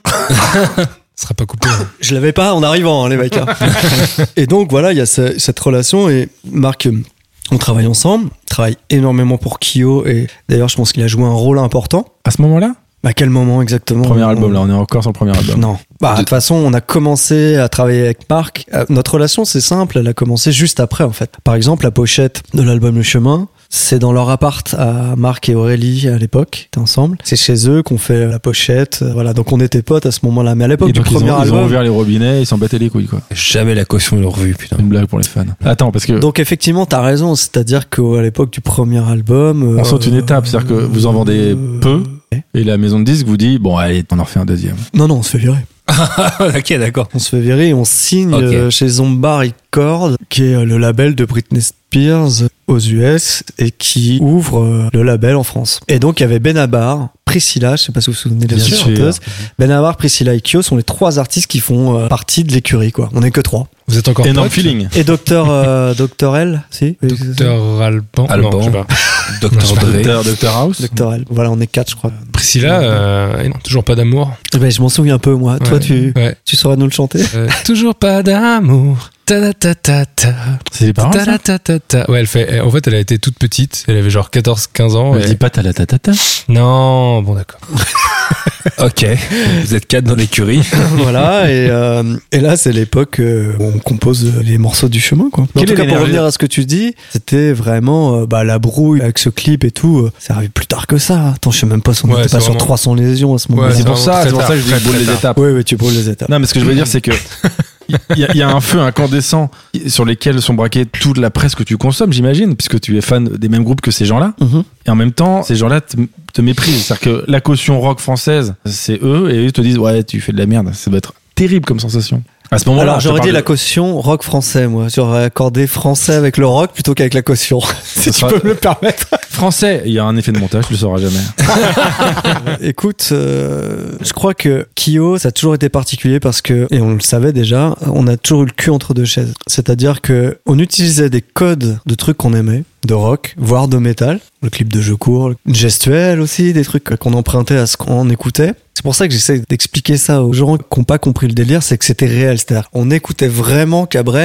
Ce sera pas coupé. hein. Je l'avais pas en arrivant, hein, les mecs. hein. Et donc voilà, il y a ce- cette relation et Marc, euh, on travaille ensemble, on travaille énormément pour Kyo et d'ailleurs je pense qu'il a joué un rôle important. À ce moment-là, À quel moment exactement? premier On- album là, on est encore sur le premier album. Non. Bah, de toute façon, on a commencé à travailler avec Marc. Euh, Notre relation, c'est simple, elle a commencé juste après, en fait. Par exemple, la pochette de l'album Le Chemin, c'est dans leur appart à Marc et Aurélie à l'époque, étaient ensemble. C'est chez eux qu'on fait la pochette. Euh, Voilà, donc on était potes à ce moment-là. Mais à l'époque Et du donc ils premier ont, ils ont album. ouvert les robinets, ils s'en battaient les couilles quoi. Jamais la caution leur revue, putain. Une blague pour les fans. Attends, parce que Donc effectivement, t'as raison. C'est-à-dire qu'à l'époque du premier album, on saute une euh, étape, c'est-à-dire que vous en vendez euh, peu et la maison de disques vous dit bon allez, on en refait un deuxième. Non, non, on se fait virer. Ok, d'accord. On se fait virer et on signe Ok. euh, chez Zomba Records, qui est euh, le label de Britney Spears aux U S et qui ouvre euh, le label en France. Et donc il y avait Benabar, Priscilla, je sais pas si vous vous souvenez de Bien cette sûr. chanteuse. Benabar, Priscilla et Kyo sont les trois artistes qui font euh, partie de l'écurie, quoi. On est que trois. Vous êtes encore Énorme potes feeling. Et Docteur euh, Docteur L, si Oui, c'est ça. Docteur Alban. Alban. Non, je sais pas. docteur Dre. Docteur, Docteur House. Docteur L. Voilà, on est quatre, je crois. Priscilla, euh, et non, toujours pas d'amour. Eh ben, je m'en souviens un peu, moi. Toi, Ouais. tu, Ouais. tu saurais nous le chanter? Euh, toujours pas d'amour. Ta ta ta ta ta. C'est les paroles Ta ça ta ta ta ta. Ouais, elle fait. elle- En fait, elle a été toute petite. Elle avait genre quatorze quinze ans. On et- dit pas ta la ta ta ta. Non, bon d'accord. Ok. Vous êtes quatre dans l'écurie. Voilà, et, euh, et là, c'est l'époque euh, où on compose les morceaux du chemin, quoi. Mais en Quelle tout est cas, pour l'énergie revenir à ce que tu dis, c'était vraiment euh, bah, la brouille avec ce clip et tout. euh, Ça arrive plus tard que ça. Attends, je sais même pas si on Ouais, était pas c'est sur vraiment- trois cents lésions à ce moment-là. Ouais, c'est pour vraiment ça, très c'est pour tard, ça que je dis très, que je brûle très les tard. étapes. Oui, oui, tu brûles les étapes. Non, mais ce que je veux dire, c'est que il y, a- il y a un feu incandescent sur lesquels sont braqués toute la presse que tu consommes, j'imagine, puisque tu es fan des mêmes groupes que ces gens-là. Mhm. Et en même temps, ces gens-là te, te méprisent. C'est-à-dire que la caution rock française, c'est eux, et eux te disent ouais, tu fais de la merde. Ça doit être terrible comme sensation. À ce moment-là, Alors, je te j'aurais parle dit la de- caution rock français, moi. J'aurais accordé français avec le rock plutôt qu'avec la caution. si tu sera- peux me le permettre. français. Il y a un effet de montage, tu le sauras jamais. Écoute, euh, je crois que Kyo, ça a toujours été particulier parce que, et on le savait déjà, on a toujours eu le cul entre deux chaises. C'est-à-dire que on utilisait des codes de trucs qu'on aimait, de rock, voire de métal, le clip de jeu court, gestuel aussi, des trucs qu'on empruntait à ce qu'on écoutait. C'est pour ça que j'essaie d'expliquer ça aux gens qui n'ont pas compris le délire, c'est que c'était réel. C'est-à-dire, on écoutait vraiment Cabrel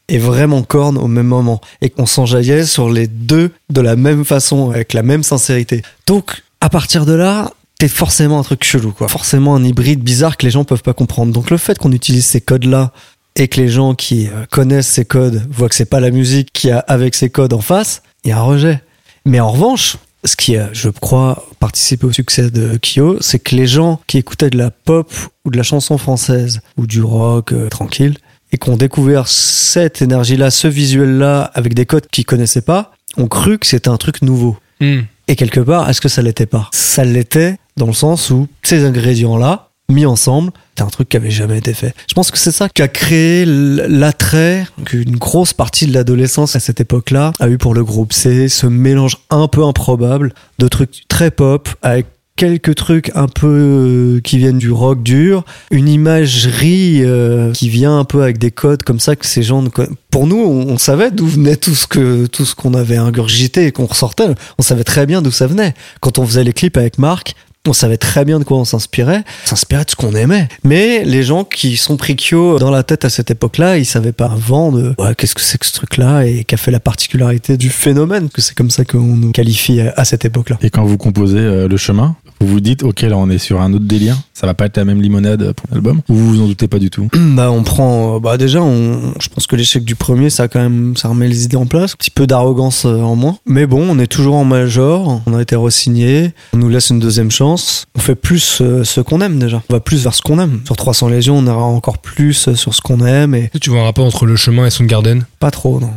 et vraiment corne au même moment. Et qu'on s'enjaillait sur les deux de la même façon, avec la même sincérité. Donc, à partir de là, t'es forcément un truc chelou, quoi. Forcément un hybride bizarre que les gens peuvent pas comprendre. Donc le fait qu'on utilise ces codes-là et que les gens qui euh, connaissent ces codes voient que c'est pas la musique qui a avec ces codes en face, il y a un rejet. Mais en revanche, ce qui a, je crois, participé au succès de Kyo, c'est que les gens qui écoutaient de la pop ou de la chanson française ou du rock euh, tranquille et qui ont découvert cette énergie-là, ce visuel-là avec des codes qu'ils connaissaient pas, ont cru que c'était un truc nouveau. Mm. Et quelque part, est-ce que ça l'était pas ? Ça l'était dans le sens où ces ingrédients-là, mis ensemble, c'est un truc qui avait jamais été fait. Je pense que c'est ça qui a créé l'attrait qu'une grosse partie de l'adolescence à cette époque-là a eu pour le groupe. C'est ce mélange un peu improbable de trucs très pop avec quelques trucs un peu euh, qui viennent du rock dur, une imagerie euh, qui vient un peu avec des codes comme ça que ces gens ne conna- pour nous on, on savait d'où venait tout ce que tout ce qu'on avait ingurgité et qu'on ressortait, on savait très bien d'où ça venait. Quand on faisait les clips avec Marc, on savait très bien de quoi on s'inspirait, on s'inspirait de ce qu'on aimait. Mais les gens qui sont pris Kyo dans la tête à cette époque-là, ils savaient pas avant de ouais, qu'est-ce que c'est que ce truc-là et qu'a fait la particularité du phénomène, que c'est comme ça qu'on nous qualifie à, à cette époque-là. Et quand vous composez euh, le chemin, vous vous dites, ok, là on est sur un autre délire, ça va pas être la même limonade pour l'album, ou vous vous en doutez pas du tout? Bah on prend, bah déjà, on, je pense que l'échec du premier, ça a quand même, ça remet les idées en place, un petit peu d'arrogance en moins. Mais bon, on est toujours en major, on a été re-signé, on nous laisse une deuxième chance, on fait plus euh, ce qu'on aime déjà, on va plus vers ce qu'on aime. Sur trois cents Légions, on ira encore plus sur ce qu'on aime et Tu vois un rapport entre le chemin et Soundgarden? pas trop, non.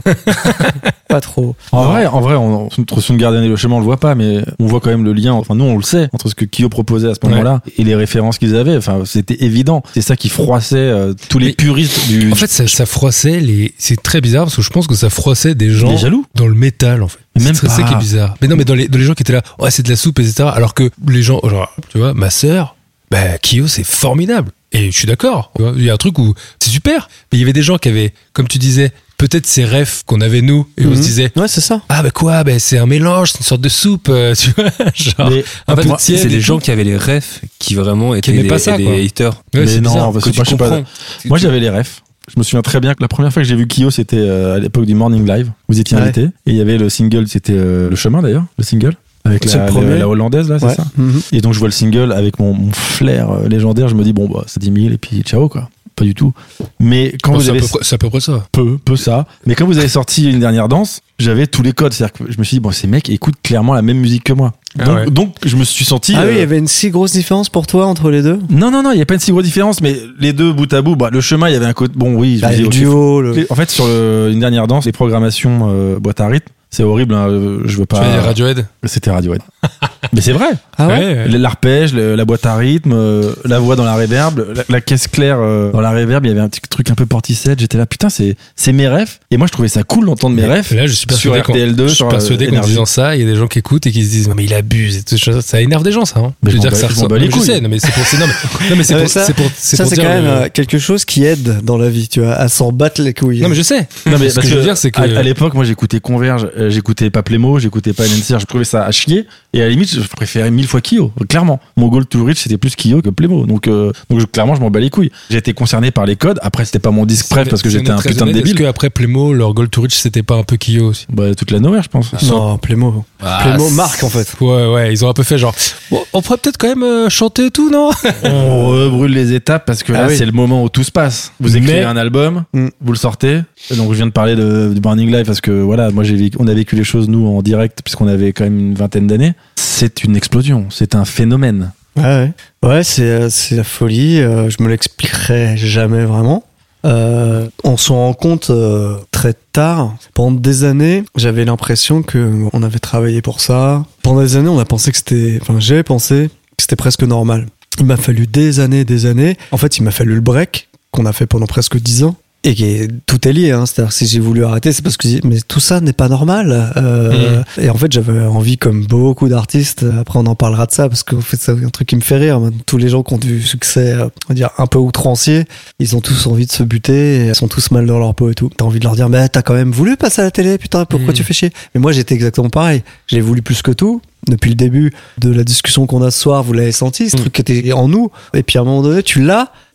Pas trop. En vrai, en vrai, on, entre Soundgarden et le chemin, on le voit pas, mais on voit quand même le lien. Enfin, nous, on le sait entre ce que Kyo proposait à ce moment-là et les références qu'ils avaient. Enfin, c'était évident. C'est ça qui froissait euh, tous les Mais- puristes du. En fait, ça, ça froissait les. C'est très bizarre parce que je pense que ça froissait des gens des jaloux. dans le métal en fait. Mais même c'est ça pas. qui est bizarre. Mais non, mais dans les, dans les gens qui étaient là, ouais, c'est de la soupe, et cetera. Alors que les gens, genre, tu vois, ma sœur, bah, Kyo, c'est formidable. Et je suis d'accord. Tu vois, il y a un truc où c'est super. Mais il y avait des gens qui avaient, comme tu disais, peut-être ces rêves qu'on avait nous, et on Mhm. se disait, Ouais, c'est ça. ah bah quoi, bah, c'est un mélange, c'est une sorte de soupe, euh, tu vois, genre. Mais, un peu Moi, tiède c'est et des tout. gens qui avaient les refs qui vraiment étaient aimaient des, pas ça, des quoi. haters. Ouais, mais c'est non, bizarre. parce Que que moi, tu je suis pas. comprends. Moi, j'avais les refs. Je me souviens très bien que la première fois que j'ai vu Kyo, c'était euh, à l'époque du Morning Live. Vous étiez Ouais. invité. Et il y avait le single, c'était euh, Le Chemin d'ailleurs, le single. Avec C'est la, le premier. la, la hollandaise, là, c'est Ouais. ça? Mhm. Et donc, je vois le single avec mon, mon flair euh, légendaire. Je me dis, bon, bah, c'est dix mille et puis ciao, quoi. Pas du tout. Mais quand Bon, vous c'est, à avez. peu près, c'est à peu près ça. Peu, peu ça. Mais quand vous avez sorti Une dernière danse, j'avais tous les codes. C'est-à-dire que je me suis dit, bon, ces mecs écoutent clairement la même musique que moi. Ah donc, ouais. donc, je me suis senti. Ah oui, il y euh, avait une si grosse différence pour toi entre les deux. Non, non, non, il n'y a pas une si grosse différence, mais les deux bout à bout, bah, le chemin, il y avait un côté. Bon, oui, je Bah, me dis, le ok, duo, le... Les- En fait, sur le, Une dernière danse, les programmations euh, boîte à rythme, c'est horrible. Hein, euh, je veux Tu vois, il y a pas. Radiohead. C'était Radiohead. Mais c'est vrai. Ah ouais. Le- L'arpège, le- la boîte à rythme, euh, la voix dans la réverb, la, la caisse claire euh, dans la réverb, il y avait un petit truc un peu portishead. J'étais là, putain, c'est c'est mes refs. Et moi, je trouvais ça cool d'entendre mes refs. Et là, je suis sur persuadé qu'en, R T L deux, je suis sur, euh, persuadé qu'en Énergie. disant ça, il y a des gens qui écoutent et qui se disent, non, mais il abuse et tout ça. Ça énerve des gens, ça, hein. Mais je veux je dire m'en que ça bats- je m'en ressemble. bats les Non, mais je couilles. sais, non, mais c'est pour, c'est, non, mais, non, mais c'est Ouais, pour, ça- c'est pour, c'est Ça, pour c'est dire quand même le- euh, quelque chose qui aide dans la vie, tu vois, à s'en battre les couilles. Non, mais je sais. Non, mais ce parce que je veux que dire, c'est que. à, à l'époque, moi, j'écoutais Converge, euh, j'écoutais pas Plémo, j'écoutais pas N N C R, je trouvais ça à chier. Et à la limite, je préférais mille fois Kyo. Clairement, mon goal to reach, c'était plus Kyo que Plémo. Donc, euh, donc je- clairement, je m'en bats les couilles. J'ai été concerné par les codes. Après, c'était pas mon disque préf parce que Si on j'étais est un très putain de honnête, débile. Est-ce qu'après Plémo, leur Goal to Reach, c'était pas un peu Kyo aussi? Bah, toute la nowhere, je pense. Non, Plémo. Plémo c'est- marque en fait. Ouais, ouais, ils ont un peu fait genre, bon, on pourrait peut-être quand même euh, chanter et tout, non? On rebrûle les étapes parce que là, Ah oui. c'est le moment où tout se passe. Vous écrivez Mais- un album, Mm. vous le sortez. Et donc, je viens de parler de, du Burning Live parce que voilà, moi, j'ai vécu- on a vécu les choses, nous, en direct, puisqu'on avait quand même une vingtaine d'années. C'est une explosion. C'est un phénomène. Ouais, ouais. Ouais, c'est, euh, c'est la folie. euh, je me l'expliquerai jamais vraiment. Euh, on s'en rend compte euh, très tard. Pendant des années, j'avais l'impression que on avait travaillé pour ça. Pendant des années, on a pensé que c'était, enfin, j'ai pensé que c'était presque normal. Il m'a fallu des années, des années. En fait, il m'a fallu le break qu'on a fait pendant presque dix ans. Et qui est- tout est lié, hein. C'est-à-dire que si j'ai voulu arrêter, c'est parce que mais tout ça n'est pas normal. Euh, Et en fait, j'avais envie, comme beaucoup d'artistes, après on en parlera de ça, parce qu'en fait, c'est un truc qui me fait rire. Tous les gens qui ont du succès, euh, on va dire, un peu outrancier, ils ont tous envie de se buter, et ils sont tous mal dans leur peau et tout. T'as envie de leur dire, mais t'as quand même voulu passer à la télé, putain, pourquoi Mm. tu fais chier? Mais moi, j'étais exactement pareil. Je l'ai voulu plus que tout. Depuis le début de la discussion qu'on a ce soir, vous l'avez senti, ce Mm. truc qui était en nous. Et puis à un moment donné, tu l'as.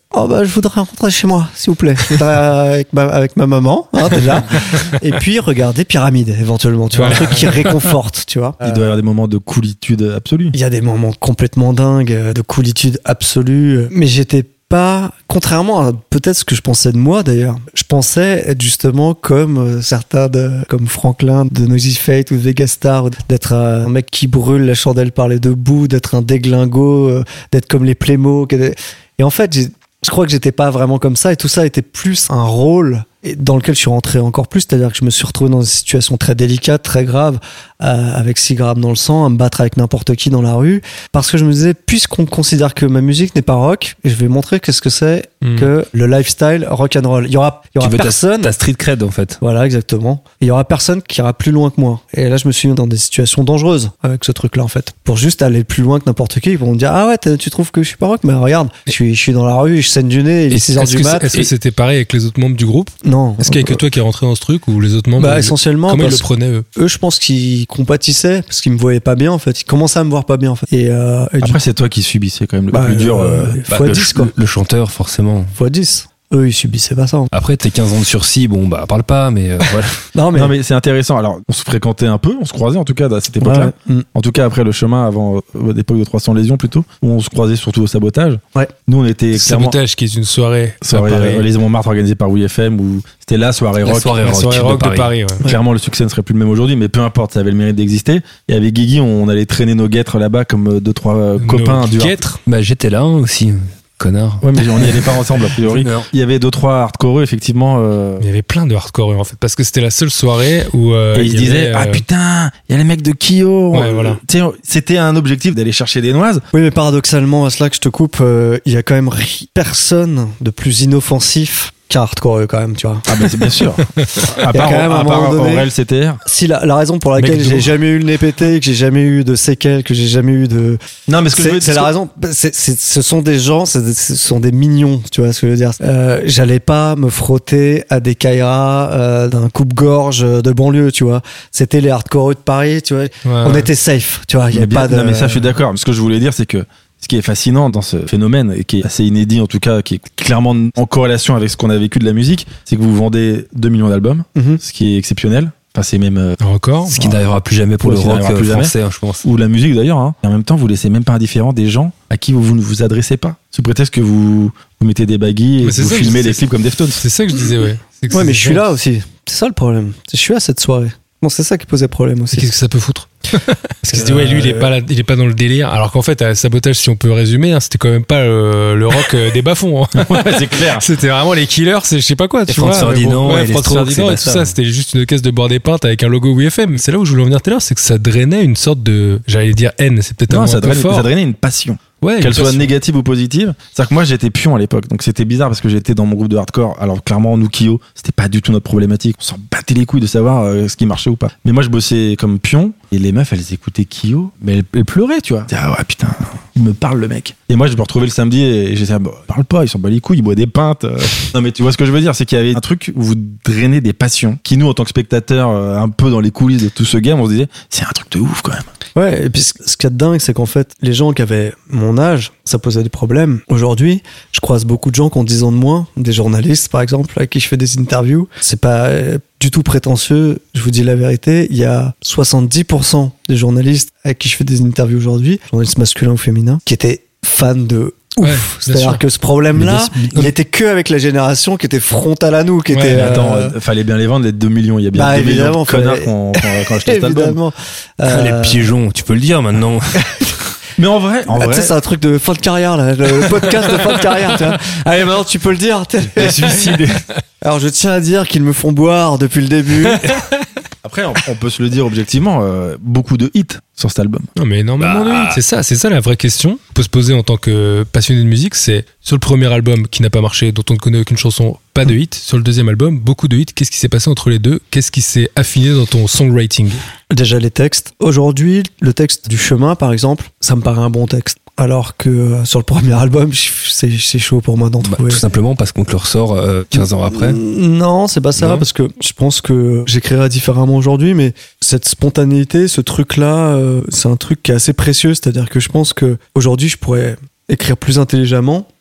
Oh bah je voudrais rentrer chez moi, s'il vous plaît. Je voudrais avec ma, avec ma maman, hein, déjà. Et puis regarder Pyramide, éventuellement, tu vois, un truc qui réconforte, tu vois. Il doit y avoir des moments de coolitude absolue. Il y a des moments complètement dingues, de coolitude absolue. Mais j'étais pas, contrairement à peut-être ce que je pensais de moi d'ailleurs, je pensais être justement comme euh, certains de, comme Franklin de Noisy Fate ou de Vegastar, d'être euh, un mec qui brûle la chandelle par les deux bouts, d'être un déglingo, euh, d'être comme les Playmo. Et en fait, j'ai, je crois que j'étais pas vraiment comme ça et tout ça était plus un rôle dans lequel je suis rentré encore plus, c'est-à-dire que je me suis retrouvé dans une situation très délicate, très grave, euh, avec six grammes dans le sang, à me battre avec n'importe qui dans la rue, parce que je me disais, puisqu'on considère que ma musique n'est pas rock, et je vais montrer qu'est-ce que c'est mmh. que le lifestyle rock and roll. Il y aura, il y aura tu veux personne. Ta, ta street cred en fait. Voilà, exactement. Et il y aura personne qui ira plus loin que moi. Et là, je me suis mis dans des situations dangereuses avec ce truc-là en fait, pour juste aller plus loin que n'importe qui. Ils vont me dire, ah ouais, tu trouves que je suis pas rock, mais regarde, je suis, je suis dans la rue, je saigne du nez, il est six heures du mat. Est-ce que c'était pareil avec les autres membres du groupe? Non. Est-ce qu'il y a que toi qui est rentré dans ce truc ou les autres membres? Bah, essentiellement. Comment ils le prenaient eux? Eux, je pense qu'ils compatissaient parce qu'ils me voyaient pas bien en fait. Ils commençaient à me voir pas bien en fait. Et, euh, et après, du... c'est toi qui subissais quand même le bah, plus dur. Euh, euh, fois bah, dix le, quoi. Le chanteur forcément. fois dix. Eux, ils subissaient pas ça. Hein. Après, t'es quinze ans de sursis, bon, bah, parle pas, mais euh, voilà. non, mais, non, mais c'est intéressant. Alors, on se fréquentait un peu, on se croisait en tout cas à cette époque-là. Ouais, ouais. En tout cas, après le chemin, avant euh, l'époque de trois cents Légions plutôt, où on se croisait surtout au Sabotage. Ouais. Nous, on était clairement. Sabotage, qui est une soirée. Soirée euh, les Montmartre organisée par W F M, où c'était la soirée la rock. Soirée la rock, soirée rock de Paris. De Paris ouais. Clairement, le succès ne serait plus le même aujourd'hui, mais peu importe, ça avait le mérite d'exister. Et avec Guigui, on allait traîner nos guêtres là-bas comme deux, trois euh, copains nos du guêtres. Bah, j'étais là aussi. Connard. Ouais, mais on n'y allait pas ensemble, a priori. Il y avait deux, trois hardcore, effectivement. Euh... Il y avait plein de hardcore, en fait, parce que c'était la seule soirée où. Euh, et ils se disaient, ah euh... putain, il y a les mecs de Kyo. Ouais, voilà. Tu sais, c'était un objectif d'aller chercher des noises. Oui, mais paradoxalement, à cela que je te coupe, euh, il y a quand même personne de plus inoffensif qu'un hardcore quand même, tu vois. Ah bah c'est bien sûr. À part, quand même, à à part donné, Aurel C T R. Si la, la raison pour laquelle j'ai jamais eu le nez pété, que j'ai jamais eu de séquelles, que j'ai jamais eu de. Non, mais ce que c'est, je veux c'est la raison. C'est, c'est, ce sont des gens, c'est, ce sont des mignons, tu vois ce que je veux dire. Euh, j'allais pas me frotter à des Kaira euh, d'un coupe-gorge de banlieue, tu vois. C'était les hardcore de Paris, tu vois. Ouais. On était safe, tu vois. Il y avait bien, pas de. Non, mais ça, je suis d'accord. Ce que je voulais dire, c'est que. Ce qui est fascinant dans ce phénomène, et qui est assez inédit en tout cas, qui est clairement en corrélation avec ce qu'on a vécu de la musique, c'est que vous vendez deux millions d'albums, mm-hmm. ce qui est exceptionnel. Enfin, c'est même euh, un record. Ce qui n'arrivera plus jamais pour le rock français, hein, je pense. Ou la musique d'ailleurs. Hein. Et en même temps, vous laissez même pas indifférent des gens à qui vous, vous ne vous adressez pas. Sous prétexte que vous, vous mettez des baguilles et vous filmez les clips comme Deftones. C'est ça que je disais, ouais. C'est ouais, mais je suis là aussi. C'est ça le problème. Je suis à cette soirée. Bon, c'est ça qui posait problème aussi. Et qu'est-ce que ça peut foutre? Parce qu'il se dit, ouais, lui, il est pas là, il est pas dans le délire. Alors qu'en fait, à Sabotage, si on peut résumer, hein, c'était quand même pas euh, le rock euh, des bas-fonds. Hein. Ouais, c'est clair. C'était vraiment les killers, c'est je sais pas quoi, tu vois. Franz Ferdinand, ouais, et Franz Ferdinand et tout ça. C'était juste une caisse de boire des pintes avec un logo W F M. C'est là où je voulais en venir tout à l'heure, c'est que ça drainait une sorte de, j'allais dire haine, c'est peut-être non, un ça peu drainait, fort. Ça drainait une passion. Ouais, qu'elle soit négative ou positive. C'est-à-dire que moi j'étais pion à l'époque, donc c'était bizarre parce que j'étais dans mon groupe de hardcore. Alors clairement nous Kyo, c'était pas du tout notre problématique. On s'en battait les couilles de savoir euh, ce qui marchait ou pas. Mais moi je bossais comme pion et les meufs elles écoutaient Kyo, mais elles, elles pleuraient, tu vois. Ah ouais putain, il me parle le mec. Et moi je me retrouvais le samedi et j'étais ah, bah, parle pas, ils s'en bat les couilles, ils boivent des pintes. Euh. Non mais tu vois ce que je veux dire, c'est qu'il y avait un truc où vous drainez des passions qui nous en tant que spectateurs euh, un peu dans les coulisses de tout ce game, on se disait c'est un truc de ouf quand même. Ouais, et puis ce qu'il y a de dingue, c'est qu'en fait, les gens qui avaient mon âge, ça posait des problèmes. Aujourd'hui, je croise beaucoup de gens qui ont dix ans de moins, des journalistes par exemple, avec qui je fais des interviews. C'est pas du tout prétentieux, je vous dis la vérité, il y a soixante-dix pour cent des journalistes avec qui je fais des interviews aujourd'hui, journalistes masculins ou féminins, qui étaient fans de ouf. Ouais, c'est-à-dire sûr. Que ce problème-là, il était que avec la génération qui était frontale à nous, qui ouais, était. Attends, euh... fallait bien les vendre les deux millions. Il y a bien bah, deux millions de connards qui ont acheté cet album. Euh... Les pigeons, tu peux le dire maintenant. Mais en vrai, en ah, vrai, tu sais, c'est un truc de fin de carrière là, le podcast de fin de carrière. Tu vois. Allez, maintenant tu peux le dire. T'es suicidé. Alors je tiens à dire qu'ils me font boire depuis le début. Après, on peut se le dire objectivement, euh, beaucoup de hits sur cet album. Non, mais énormément bah. de hits. C'est ça, c'est ça la vraie question qu'on peut se poser en tant que passionné de musique. C'est sur le premier album qui n'a pas marché, dont on ne connaît aucune chanson, pas de hits. Sur le deuxième album, beaucoup de hits. Qu'est-ce qui s'est passé entre les deux? Qu'est-ce qui s'est affiné dans ton songwriting? Déjà les textes. Aujourd'hui, le texte du Chemin, par exemple, ça me paraît un bon texte. Alors que euh, sur le premier album, c'est, c'est chaud pour moi d'en bah, trouver. Tout simplement parce qu'on te le ressort euh, quinze ans après. Non, c'est pas ça, non. Parce que je pense que j'écrirai différemment aujourd'hui, mais cette spontanéité, ce truc-là, euh, c'est un truc qui est assez précieux. C'est-à-dire que je pense que aujourd'hui, je pourrais écrire plus intelligemment,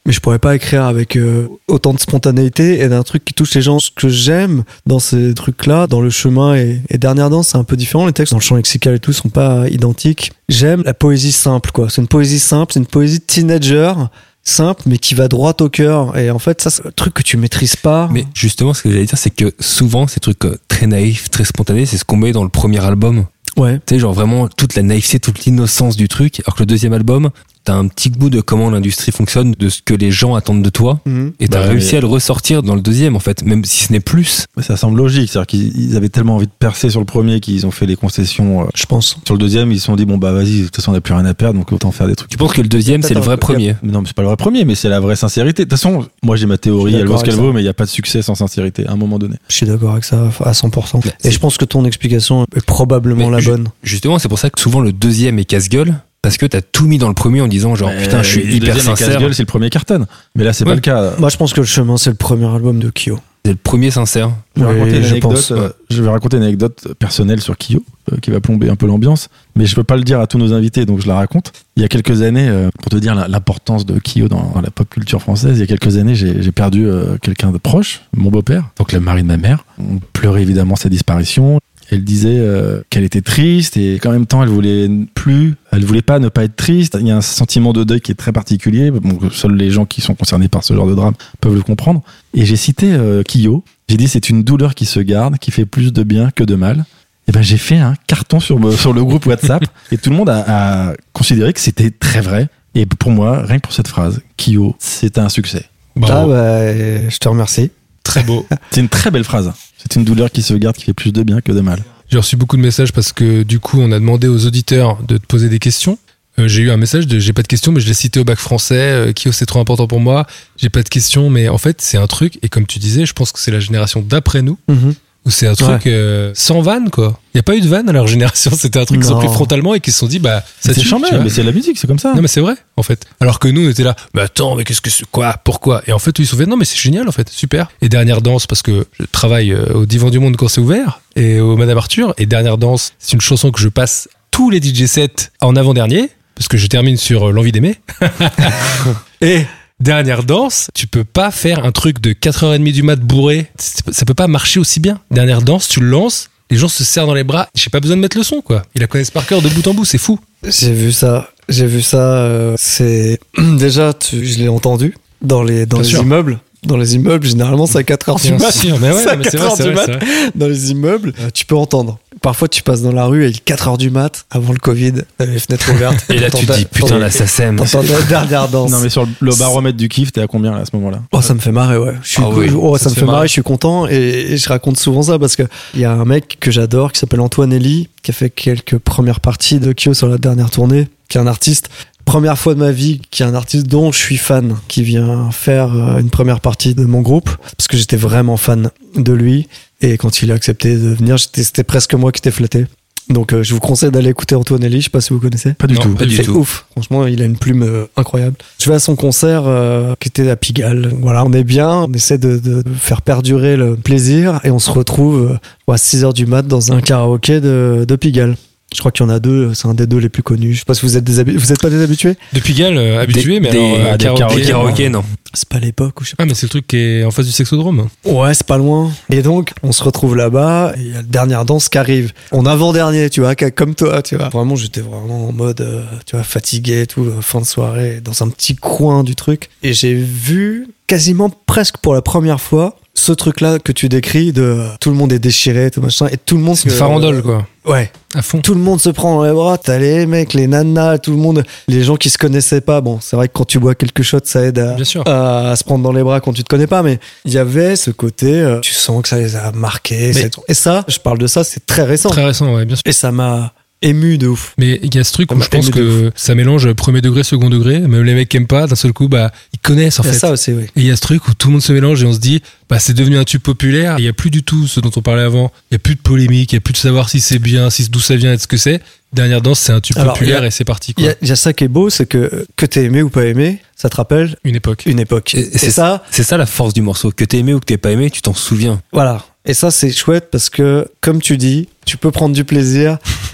mais je pourrais pas écrire avec euh, autant de spontanéité et d'un truc qui touche les gens. Ce que j'aime dans ces trucs-là, dans Le Chemin et, et Dernière Danse, c'est un peu différent. Les textes dans le champ lexical et tout sont pas identiques. J'aime la poésie simple, quoi. C'est une poésie simple, c'est une poésie de teenager, simple, mais qui va droit au cœur. Et en fait, ça, c'est un truc que tu maîtrises pas. Mais justement, ce que j'allais dire, c'est que souvent, ces trucs euh, très naïfs, très spontanés, c'est ce qu'on met dans le premier album. Ouais. Tu sais, genre vraiment toute la naïveté, toute l'innocence du truc. Alors que le deuxième album, t'as un petit goût de comment l'industrie fonctionne, de ce que les gens attendent de toi. Mhm. Et t'as Bah, réussi mais- à le ressortir dans le deuxième, en fait, même si ce n'est plus. Mais ça semble logique, c'est-à-dire qu'ils ils avaient tellement envie de percer sur le premier qu'ils ont fait les concessions. euh, Je pense. Sur le deuxième, ils se sont dit bon bah vas-y, de toute façon on n'a plus rien à perdre, donc autant faire des trucs. Tu penses que le deuxième, c'est le vrai Attends, premier? Mais non, mais c'est pas le vrai premier, mais c'est la vraie sincérité. De toute façon, moi j'ai ma théorie, Je suis elle vaut d'accord ce qu'elle avec vaut, ça. mais il n'y a pas de succès sans sincérité à un moment donné. Je suis d'accord avec ça à cent pour cent. Mais Et c'est- je pense que ton explication est probablement Mais la ju- bonne. Justement, c'est pour ça que souvent le deuxième est casse-gueule. Parce que t'as tout mis dans le premier en disant genre putain, je suis Le hyper deuxième, sincère. casse-gueule, c'est le premier carton. Mais là, c'est Ouais. pas le cas. Moi, je pense que Le Chemin, c'est le premier album de Kyo. C'est le premier sincère. Je vais, Oui, raconter une je anecdote, pense, euh, je vais raconter une anecdote personnelle sur Kyo euh, qui va plomber un peu l'ambiance, mais je peux pas le dire à tous nos invités, donc je la raconte. Il y a quelques années, euh, pour te dire la- l'importance de Kyo dans, dans la pop culture française, il y a quelques années, j'ai j'ai perdu euh, quelqu'un de proche, mon beau-père, donc le mari de ma mère. On pleurait évidemment sa disparition. Elle disait euh, qu'elle était triste et qu'en même temps elle voulait plus, elle voulait pas ne pas être triste. Il y a un sentiment de deuil qui est très particulier. Bon, seuls les gens qui sont concernés par ce genre de drame peuvent le comprendre. Et j'ai cité euh, Kyo. J'ai dit c'est une douleur qui se garde, qui fait plus de bien que de mal. Et ben j'ai fait un carton sur me- sur le groupe WhatsApp et tout le monde a, a considéré que c'était très vrai. Et pour moi, rien que pour cette phrase, Kyo, c'est un succès. Bravo. Ah, bah, je te remercie. Très beau. C'est une très belle phrase. C'est une douleur qui se garde, qui fait plus de bien que de mal. J'ai reçu beaucoup de messages parce que du coup, on a demandé aux auditeurs de te poser des questions. Euh, j'ai eu un message de j'ai pas de questions, mais je l'ai cité au bac français. Euh, Kyo, c'est trop important pour moi. J'ai pas de questions, mais en fait, c'est un truc. Et comme tu disais, je pense que c'est la génération d'après nous Mhm. où c'est un truc euh, sans vanne, quoi. Il y a pas eu de vanne à leur génération. C'était un truc qu'ils ont Non. pris frontalement et qui se sont dit, bah, ça C'est tue, charmant, tu vois. mais c'est la musique, c'est comme ça. Non, mais c'est vrai, en fait. Alors que nous, on était là, mais attends, mais qu'est-ce que c'est, quoi, pourquoi? Et en fait, eux, ils se sont fait, non, mais c'est génial, en fait, super. Et Dernière Danse, parce que je travaille euh, au Divan du Monde quand c'est ouvert, et au Madame Arthur, et Dernière Danse, c'est une chanson que je passe tous les D J sets en avant-dernier, parce que je termine sur euh, L'envie d'aimer. Et Dernière Danse, tu peux pas faire un truc de quatre heures trente du mat bourré. C'est- Ça peut pas marcher aussi bien. Dernière Danse, tu le lances, les gens se serrent dans les bras. J'ai pas besoin de mettre le son, quoi. Ils la connaissent par cœur de bout en bout, c'est fou. J'ai vu ça. J'ai vu ça. euh, c'est déjà, tu- je l'ai entendu dans les dans Bien les sûr. immeubles. Dans les immeubles, généralement, c'est à quatre heures du Bien mat. sûr, mais ouais, C'est à mais c'est quatre vrai, heures c'est du vrai, mat. c'est vrai. Dans les immeubles, euh, tu peux entendre. Parfois, tu passes dans la rue et il est quatre heures du mat, avant le Covid, t'avais les fenêtres ouvertes. Et là, tu te T'entends- dis putain, là, ça sème. T'entends la dernière danse. Non, mais sur le, le baromètre du kiff, t'es à combien là, à ce moment-là? Oh, ça me fait marrer, ouais. Je suis, Ah oui, oh, ça ça, te me fait fait marrer, marrer. je suis content. Et, et je raconte souvent ça parce que il y a un mec que j'adore qui s'appelle Antoine Elie, qui a fait quelques premières parties de Kyo sur la dernière tournée, qui est un artiste. Première fois de ma vie qui est un artiste dont je suis fan, qui vient faire euh, une première partie de mon groupe, parce que j'étais vraiment fan de lui. Et quand il a accepté de venir, j'étais- c'était presque moi qui étais flatté. Donc euh, je vous conseille d'aller écouter Antoine Elie, je sais pas si vous connaissez. Pas du Non, tout. pas du C'est tout. ouf. Franchement, il a une plume euh, incroyable. Je vais à son concert euh, qui était à Pigalle. Voilà, on est bien, on essaie de, de faire perdurer le plaisir et on se retrouve euh, à six heures du mat dans un karaoké de, de Pigalle. Je crois qu'il y en a deux, c'est un des deux les plus connus. Je sais pas si vous êtes des habi- vous êtes pas des habitués. De Pigalle, euh, habitué, Des- mais des- alors, euh, ah, des karaoké, karaokés, euh, karaokés, non. C'est pas l'époque ou je sais pas. Ah, mais c'est le truc qui est en face du sexodrome. Ouais, c'est pas loin. Et donc, on se retrouve là-bas et il y a la dernière danse qui arrive. En avant-dernier, tu vois, comme toi, tu vois. Vraiment, j'étais vraiment en mode, euh, tu vois, fatigué et tout, euh, fin de soirée, dans un petit coin du truc. Et j'ai vu quasiment presque pour la première fois ce truc-là que tu décris de euh, tout le monde est déchiré, tout machin, et tout le monde C'est une se- farandole, quoi. Ouais. À fond. Tout le monde se prend dans les bras, t'as les mecs, les nanas, tout le monde, les gens qui se connaissaient pas. Bon, c'est vrai que quand tu bois quelques shots, ça aide à, Bien sûr. à, à se prendre dans les bras quand tu te connais pas, mais il y avait ce côté, euh, tu sens que ça les a marqués. Mais- c'est- Et ça, je parle de ça, c'est très récent. Très récent, ouais, bien sûr. Et ça m'a ému de ouf. Mais il y a ce truc Ça où m'a je pense ému de que ça mélange premier degré, second degré. Même les mecs qui aiment pas, d'un seul coup, bah, ils connaissent, en Il y a fait. ça aussi, oui. Et il y a ce truc où tout le monde se mélange et on se dit, bah, c'est devenu un tube populaire. Il y a plus du tout ce dont on parlait avant. Il y a plus de polémique. Il y a plus de savoir si c'est bien, si d'où ça vient et de ce que c'est. Dernière Danse, c'est un tube Alors, populaire il y a- et c'est parti, Il quoi. y, a- il y a ça qui est beau, c'est que que t'aies aimé ou pas aimé, ça te rappelle Une époque. une époque. Et Et, c'est- ça, C'est ça la force du morceau. Que t'aies aimé ou que t'aies pas aimé, tu t'en souviens. voilà. Et ça, c'est chouette parce que, comme tu dis, tu peux prendre du plaisir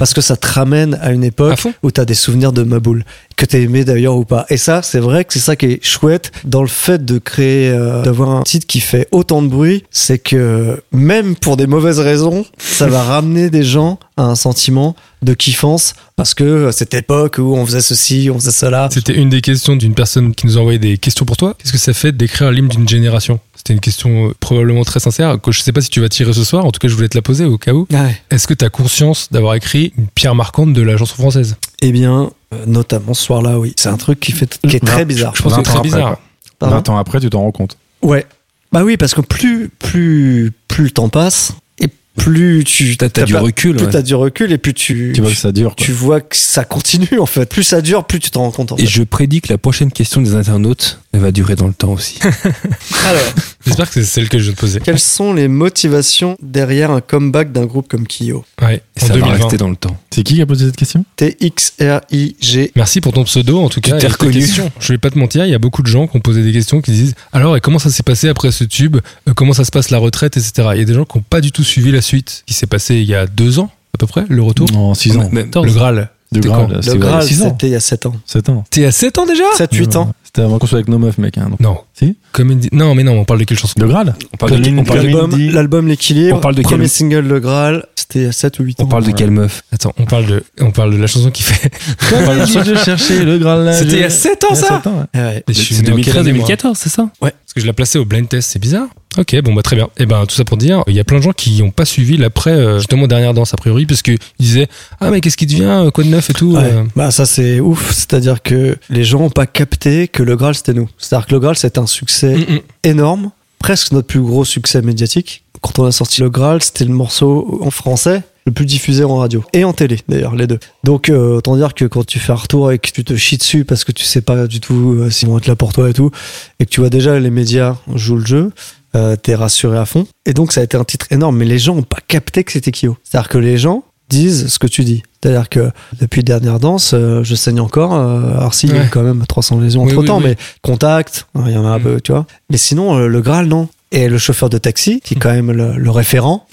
parce que ça te ramène à une À époque fond. où t'as des souvenirs de Maboul, que t'as aimé d'ailleurs ou pas. Et ça, c'est vrai que c'est ça qui est chouette dans le fait de créer, euh, d'avoir un titre qui fait autant de bruit, c'est que même pour des mauvaises raisons, ça va ramener des gens à un sentiment de kiffance, parce que cette époque où on faisait ceci, on faisait cela. C'était une des questions d'une personne qui nous a envoyé des questions pour toi. Qu'est-ce que ça fait d'écrire l'hymne d'une génération? C'était une question euh, probablement très sincère, que je sais pas si tu vas tirer ce soir, en tout cas je voulais te la poser au cas où. Ouais. Est-ce que tu as conscience d'avoir écrit une pierre marquante de la chanson française? Eh bien, euh, notamment ce soir-là, oui. C'est un truc qui, fait, qui est très bizarre. Je pense que c'est vingt ans très après, bizarre. quoi. Pardon vingt ans après, tu t'en rends compte. Ouais. Bah oui, parce que plus, plus, plus le temps passe, et plus tu T'as, t'as du pas- recul. plus ouais. t'as du recul, et plus tu, Tu vois que ça dure. Quoi. tu vois que ça continue en fait. Plus ça dure, plus tu t'en rends compte. En Et fait. je prédis que la prochaine question des internautes, elle va durer dans le temps aussi. Alors, J'espère que c'est celle que je vais te poser. quelles sont les motivations derrière un comeback d'un groupe comme Kyo? Ouais, Et en ça va deux mille vingt. rester dans le temps. C'est qui qui a posé cette question? T X R I G. Merci pour ton pseudo, en tout Tu cas. t'es et tes reconnu. questions. Je vais pas te mentir, il y a beaucoup de gens qui ont posé des questions qui disent alors, et comment ça s'est passé après ce tube? Euh, Comment ça se passe la retraite, et cetera. Il y a des gens qui n'ont pas du tout suivi la suite, qui s'est passé il y a deux ans, à peu près, le retour. En six ans. Même- Le Graal. De C'était Graal, quand c'est Le Graal, six ans. c'était il y a sept ans. sept ans. T'es à sept ans déjà? sept huit ans. C'était avant qu'on soit avec nos meufs, mec. Hein, donc. Non. Si Comédie- Non, mais non, on parle de quelle chanson? Le Graal On parle de, Comme on parle de- une- L'album, dit- l'album L'équilibre. On parle de Premier quel- single Le Graal, c'était il y a sept ou huit ans. on parle de quelle meuf? Attends, on parle de, on parle de la chanson qui fait. Comme dit, je cherchais le Graal. là, C'était je- il y a sept ans, Il y a ça? sept ans, ouais. Ah ouais. Mais je suis C'est né en quelle année, moi deux mille treize deux mille quatorze, c'est ça? Parce que je l'ai placé au blind test, c'est bizarre. Ok, bon bah très bien. Et ben tout ça pour dire, il y a plein de gens qui n'ont pas suivi l'après euh, justement dernière danse a priori, parce qu'ils disaient ah mais qu'est-ce qui devient, quoi de neuf et tout. Ouais. euh. Bah ça c'est ouf, c'est-à-dire que les gens ont pas capté que le Graal c'était nous. C'est-à-dire que le Graal c'est un succès Mm, mm. énorme, presque notre plus gros succès médiatique. Quand on a sorti le Graal, c'était le morceau en français le plus diffusé en radio et en télé d'ailleurs, les deux. Donc euh, autant dire que quand tu fais un retour et que tu te chies dessus parce que tu sais pas du tout euh, s'ils vont être là pour toi et tout, et que tu vois déjà les médias jouent le jeu, euh, t'es rassuré à fond. Et donc ça a été un titre énorme, mais les gens ont pas capté que c'était Kyo. C'est-à-dire que les gens disent ce que tu dis. C'est-à-dire que depuis Dernière Danse, euh, je saigne encore. Euh, alors si, il y a Ouais. quand même trois cents lésions Oui, entre temps, oui, oui. mais Contact, il y en a un Mm. peu, tu vois. Mais sinon, euh, le Graal, non. Et le chauffeur de taxi, qui est quand même le, le référent,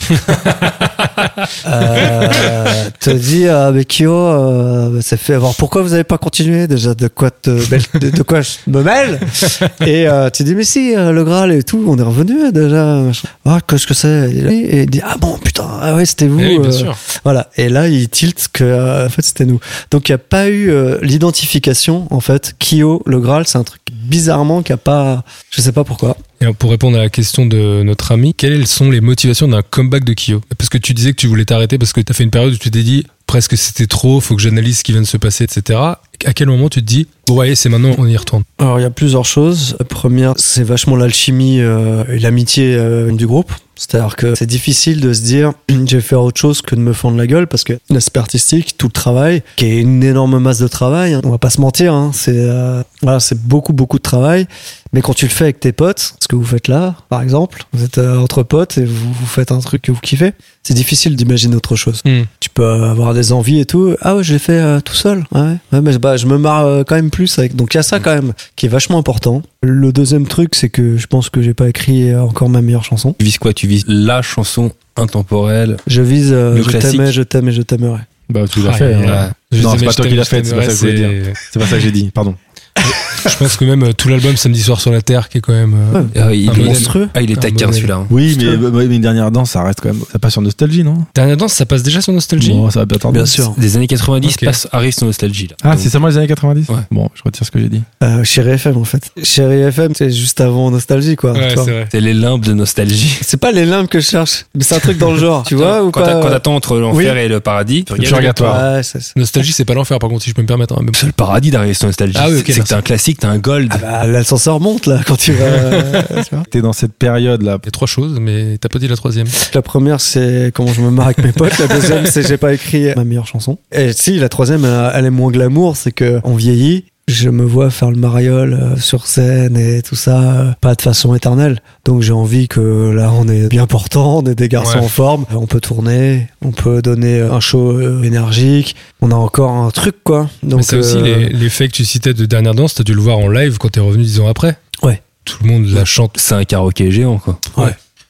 euh, te dit ah, avec Kyo, euh, ça fait. Alors pourquoi vous n'avez pas continué déjà? De quoi te, de, de quoi je me mêle? Et euh, tu dis mais si euh, le Graal et tout, on est revenu déjà. Ah qu'est-ce que c'est? Et il dit ah bon putain ah ouais c'était vous. Eh oui, bien euh, sûr. Voilà. Et là il tilte que euh, en fait c'était nous. Donc il n'y a pas eu euh, l'identification en fait. Kyo, le Graal, c'est un truc bizarrement qui a pas. Je sais pas pourquoi. Et alors, pour répondre à la question de notre ami, quelles sont les motivations d'un comeback de Kyo? Parce que tu disais que tu voulais t'arrêter parce que tu as fait une période où tu t'es dit presque c'était trop, faut que j'analyse ce qui vient de se passer, et cetera. À quel moment tu te dis bon ouais c'est maintenant on y retourne? Alors il y a plusieurs choses. La première, c'est vachement l'alchimie euh, et l'amitié euh, du groupe. C'est-à-dire que c'est difficile de se dire je vais faire autre chose que de me fendre la gueule parce que l'aspect artistique, tout le travail, qui est une énorme masse de travail, hein, on va pas se mentir, hein, c'est euh, voilà, c'est beaucoup beaucoup de travail. Mais quand tu le fais avec tes potes, ce que vous faites là, par exemple, vous êtes euh, entre potes et vous, vous faites un truc que vous kiffez, c'est difficile d'imaginer autre chose. Hmm. Tu peux avoir des envies et tout. Ah ouais, je l'ai fait euh, tout seul. Ouais, ouais mais bah, je me marre euh, quand même plus avec. Donc il y a ça quand même qui est vachement important. Le deuxième truc, c'est que je pense que j'ai pas écrit euh, encore ma meilleure chanson. Tu vises quoi? Tu vises la chanson intemporelle. Je vise euh, Le je classique. t'aimais, je t'aime et je t'aimerais. Bah, tu l'as Ah, fait. et, hein. euh, Ouais. Je Non, t'aimais, c'est pas je toi qui t'aimais, l'as je fait, c'est pas ça que je voulais t'aimerais, dire. C'est pas ça que j'ai dit, pardon. Je pense que même euh, tout l'album Samedi soir sur la Terre qui est quand même euh, Ouais. Ah, il, Un est, modèle. Monstrueux. ah, il est Un taquin modèle. celui-là. hein. Oui, mais, mais une dernière danse, ça reste quand même. Ça passe sur Nostalgie, non? Dernière danse, ça passe déjà sur Nostalgie. Bon, ça va pas tarder. Bien sûr. Des années quatre-vingt-dix Ok. passe, arrive sur Nostalgie là. Ah, Donc, c'est seulement les années quatre-vingt-dix? Ouais. Bon, je retire ce que j'ai dit. Euh, Chérie F M en fait. Chérie F M, c'est juste avant Nostalgie quoi. Ouais, tu vois. c'est vrai. c'est les limbes de Nostalgie. C'est pas les limbes que je cherche, mais c'est un truc dans le genre, tu vois ou quand pas t'as- quand t'attends entre l'enfer Oui. et le paradis, tu Le regardes- purgatoire. Ouais, c'est ça. Nostalgie, c'est pas l'enfer, par contre, si je peux me permettre. hein, mais- C'est le paradis d'arriver sur Nostalgie. Ah oui, ok, c'est que merci. t'as un classique, t'as un gold. Ah bah l'ascenseur monte là quand tu vas. tu vois. T'es dans cette période-là. Il y a trois choses, mais t'as pas dit la troisième. La première, c'est comment je me marre avec mes potes. La deuxième, c'est j'ai pas écrit ma meilleure chanson. Et si, la troisième, elle, elle est moins glamour, c'est que on vieillit. Je me vois faire le mariole euh, sur scène et tout ça, euh, pas de façon éternelle. Donc j'ai envie que là, on est bien portant, on est des garçons Ouais. en forme. On peut tourner, on peut donner un show euh, énergique. On a encore un truc, quoi. Donc, mais c'est aussi euh, les- l'effet que tu citais de Dernière danse, t'as dû le voir en live quand t'es revenu dix ans après. Ouais. Tout le monde la chante. C'est un karaoké géant quoi. Ouais.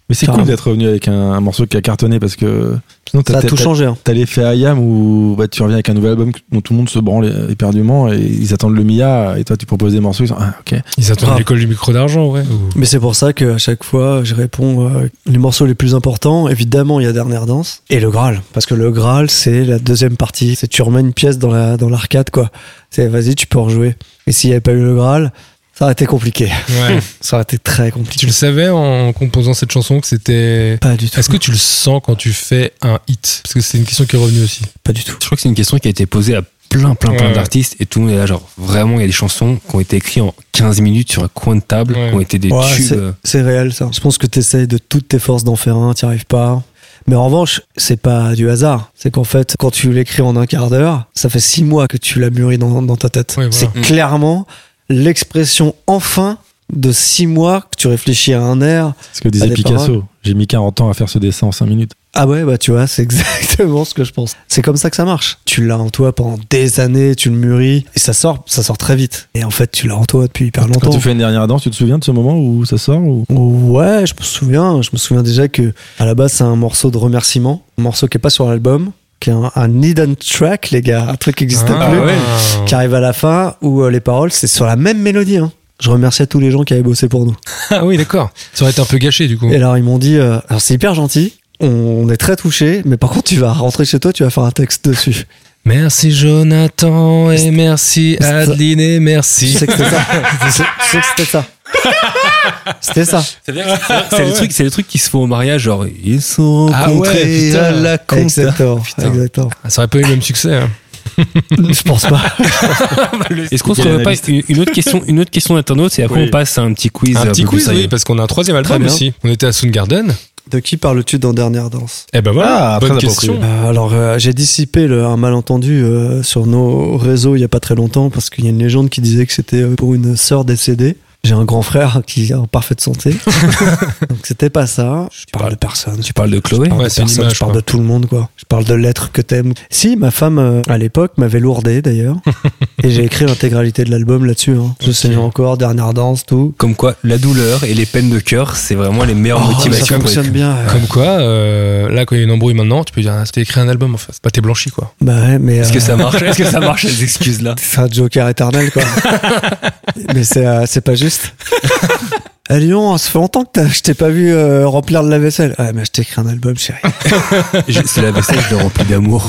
Mais c'est Carrément. cool d'être revenu avec un, un morceau qui a cartonné parce que sinon Ça t'as, a tout t'as- changé. Hein. t'as l'effet Ayam où bah, tu reviens avec un nouvel album dont tout le monde se branle éperdument et ils attendent le Mia et toi tu proposes des morceaux, ils sont ah ok. Ils attendent Grave. l'école du micro d'argent, ouais. ou- Mais c'est pour ça qu'à chaque fois, je réponds euh, les morceaux les plus importants. Évidemment, il y a Dernière Danse et le Graal. Parce que le Graal, c'est la deuxième partie. C'est tu remets une pièce dans, la, dans l'arcade, quoi. C'est vas-y, tu peux rejouer. Et s'il n'y avait pas eu le Graal, ça aurait été compliqué. Ouais. Ça aurait été très Tu compliqué. le savais en composant cette chanson que c'était. Pas du tout. Est-ce que tu le sens quand tu fais un hit? Parce que c'est une question qui est revenue aussi. Pas du tout. Je crois que c'est une question qui a été posée à plein, plein, plein Ouais. d'artistes et tout le monde est là, genre, vraiment, il y a des chansons qui ont été écrites en quinze minutes sur un coin de table, Ouais. qui ont été des Ouais, tubes. c'est, euh, c'est réel, ça. Je pense que tu essayes de toutes tes forces d'en faire un, t'y arrives pas. Mais en revanche, c'est pas du hasard. C'est qu'en fait, quand tu l'écris en un quart d'heure, ça fait six mois que tu l'as mûri dans, dans ta tête. Ouais, voilà. C'est Mm. clairement l'expression enfin de six mois que tu réfléchis à un air. Ce que disait Ah, des Picasso. paroles. J'ai mis quarante ans à faire ce dessin en cinq minutes. Ah ouais, bah tu vois, c'est exactement ce que je pense. C'est comme ça que ça marche. Tu l'as en toi pendant des années, tu le mûris, et ça sort, ça sort très vite. Et en fait, tu l'as en toi depuis hyper Quand longtemps. tu fais une dernière danse, tu te souviens de ce moment où ça sort ou... Ouais, je me souviens. Je me souviens déjà que à la base, c'est un morceau de remerciement, un morceau qui est pas sur l'album, qui est un, un hidden track, les gars, un truc qui n'existe Ah, plus, ouais. qui arrive à la fin où euh, les paroles, c'est sur la même mélodie. Hein. Je remercie à tous les gens qui avaient bossé pour nous. Ah oui, d'accord. Ça aurait été un peu gâché du coup. Et alors ils m'ont dit, euh, alors c'est hyper gentil, on, on est très touchés, mais par contre tu vas rentrer chez toi, tu vas faire un texte dessus. Merci Jonathan et merci C'est ça. Adeline et Je merci. sais que c'était ça. Je sais, je sais que c'était ça. C'était ça. C'est le truc, c'est le truc qui se font au mariage, genre, ils sont Ah ouais, rencontrés putain. à la compta. Exactement. Exactement. Ah, ça aurait pas eu le même succès. Hein. Je pense pas. Est-ce qu'on se Quel ferait pas analyste. une, une autre question, une autre question d'internaute, et après Oui. on passe à un petit quiz. Un peu petit plus quiz, sérieux. oui, parce qu'on a un troisième album bien. aussi. On était à Soundgarden. De qui parles-tu dans Dernière Danse? Eh ben voilà, Ah, bonne très question. approprié. Euh, alors, euh, j'ai dissipé le, un malentendu euh, sur nos réseaux il y a pas très longtemps parce qu'il y a une légende qui disait que c'était euh, pour une sœur décédée. J'ai un grand frère qui est en parfaite santé. Donc, c'était pas ça. Je parle parles- de personne. Tu parles de Chloé? Je parle Ouais, de c'est une personne, image, je parle quoi. de tout le monde, quoi. Je parle de l'être que t'aimes. Si, ma femme, euh, à l'époque, m'avait lourdé, d'ailleurs. Et j'ai écrit l'intégralité de l'album là-dessus. Hein. Je Ok. sais encore, Dernière Danse, tout. Comme quoi, la douleur et les peines de cœur, c'est vraiment les meilleures Oh, ça motivations pour fonctionne écrire. bien. euh. Comme quoi, euh, là, quand il y a une embrouille maintenant, tu peux dire, ah, c'était écrit un album en fait. Bah, t'es blanchi quoi. Bah ouais, mais... Est-ce que euh, ça marche? Est-ce que ça marche, ces excuses-là? C'est un joker éternel, quoi. Mais c'est, euh, c'est pas juste. Eh Lyon, ça fait longtemps que t'as- je t'ai pas vu euh, remplir de la vaisselle. Ouais, mais je t'ai écrit un album, chérie. Je- C'est la vaisselle, je le remplis d'amour.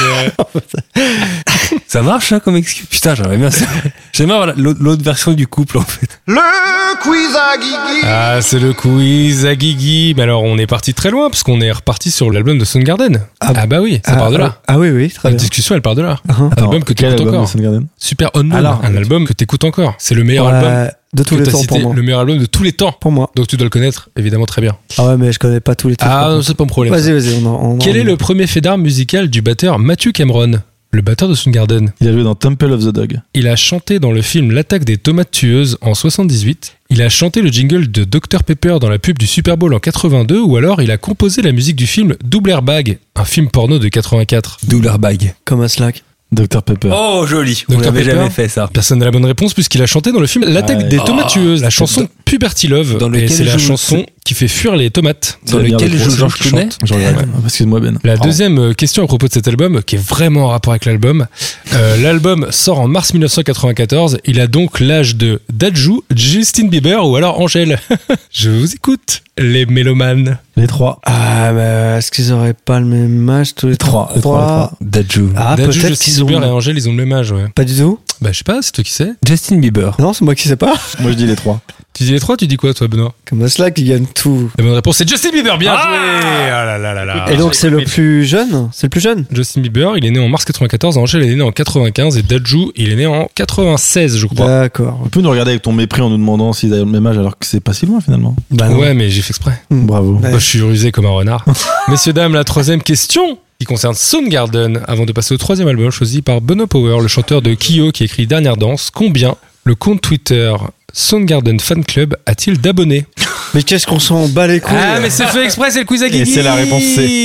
Ça marche, hein, comme excuse? Putain, j'aimerais bien ça. J'aimerais avoir la- l'autre l'autre version du couple, en fait. Le quiz à Guigui. Ah, c'est le quiz à Guigui. Mais alors, on est parti très loin, parce qu'on est reparti sur l'album de Soundgarden. Ah, Ah, bah oui, ça part de là. Ah oui, oui, très La bien. discussion, elle part de là. Hein. Un album que quel t'écoutes album encore. de Soundgarden? Super Unknown, Alors, un album que t'écoutes encore. C'est le meilleur Ouais, album de tous que les t'as temps cité, pour moi. le meilleur album de tous les temps. Pour moi. Donc tu dois le connaître, évidemment, très bien. Ah ouais, mais je connais pas tous les titres. Ah, par non, contre. c'est pas un problème. Vas-y, vas-y, on en, on en- Quel est le premier fait d'armes musical du batteur Matthew Cameron, le batteur de Soundgarden? Il a joué dans Temple of the Dog. Il a chanté dans le film L'attaque des tomates tueuses en soixante-dix-huit. Il a chanté le jingle de docteur Pepper dans la pub du Super Bowl en quatre-vingt-deux, ou alors il a composé la musique du film Double Airbag, un film porno de quatre-vingt-quatre. Double bag. Comme un slack. docteur Pepper. Oh, joli. On docteur n'avait Pepper. jamais fait ça. Personne n'a la bonne réponse puisqu'il a chanté dans le film L'attaque Ouais. des tomates Oh. tueuses, la chanson Puberty Love. Dans Et lequel c'est la joue- chanson qui fait fuir les tomates. Dans C'est la lequel merde, joue c'est Georges lui qui Clooney. chante. Je regarde. Ah, Excuse-moi Ben. La Pardon. deuxième euh, question à propos de cet album, qui est vraiment en rapport avec l'album, euh, l'album sort en mars mille neuf cent quatre-vingt-quatorze. Il a donc l'âge de Dadju, Justin Bieber ou alors Angèle. Je vous écoute, les mélomanes. Les trois. Ah, bah, est-ce qu'ils auraient pas le même âge tous les Trois, trois, les trois, les trois. Dadju. Ah, Dadju, peut-être Justin qu'ils ont. Bieber et Angèle, ils ont le même âge, ouais. Pas du tout. Bah, je sais pas, c'est toi qui sais. Justin Bieber. Non, c'est moi qui sais pas. Moi je dis les trois. Tu dis les trois, tu dis quoi, toi, Benoît? Comme un slack, ils gagnent tout. La bonne réponse, c'est Justin Bieber, bien joué! Ah là là là là. Et donc, c'est le plus jeune. C'est le plus jeune. Justin Bieber, il est né en mars quatre-vingt-quatorze, Angèle est né en quatre-vingt-quinze et Dadju, il est né en quatre-vingt-seize, je crois. D'accord. On peut nous regarder avec ton mépris en nous demandant s'ils avaient le même âge alors que c'est pas si loin finalement. Bah, non. Ouais, mais j'ai fait exprès. Bravo. Ouais. Moi, je suis rusé comme un renard. Messieurs, dames, la troisième question qui concerne Soundgarden. Avant de passer au troisième album choisi par Benoît Power, le chanteur de Kyo qui écrit Dernière Danse, combien le compte Twitter Soundgarden Fan Club a-t-il d'abonnés? Mais qu'est-ce qu'on s'en bat les couilles Ah, mais c'est fait exprès, c'est le quiz à Et Guigui. c'est la réponse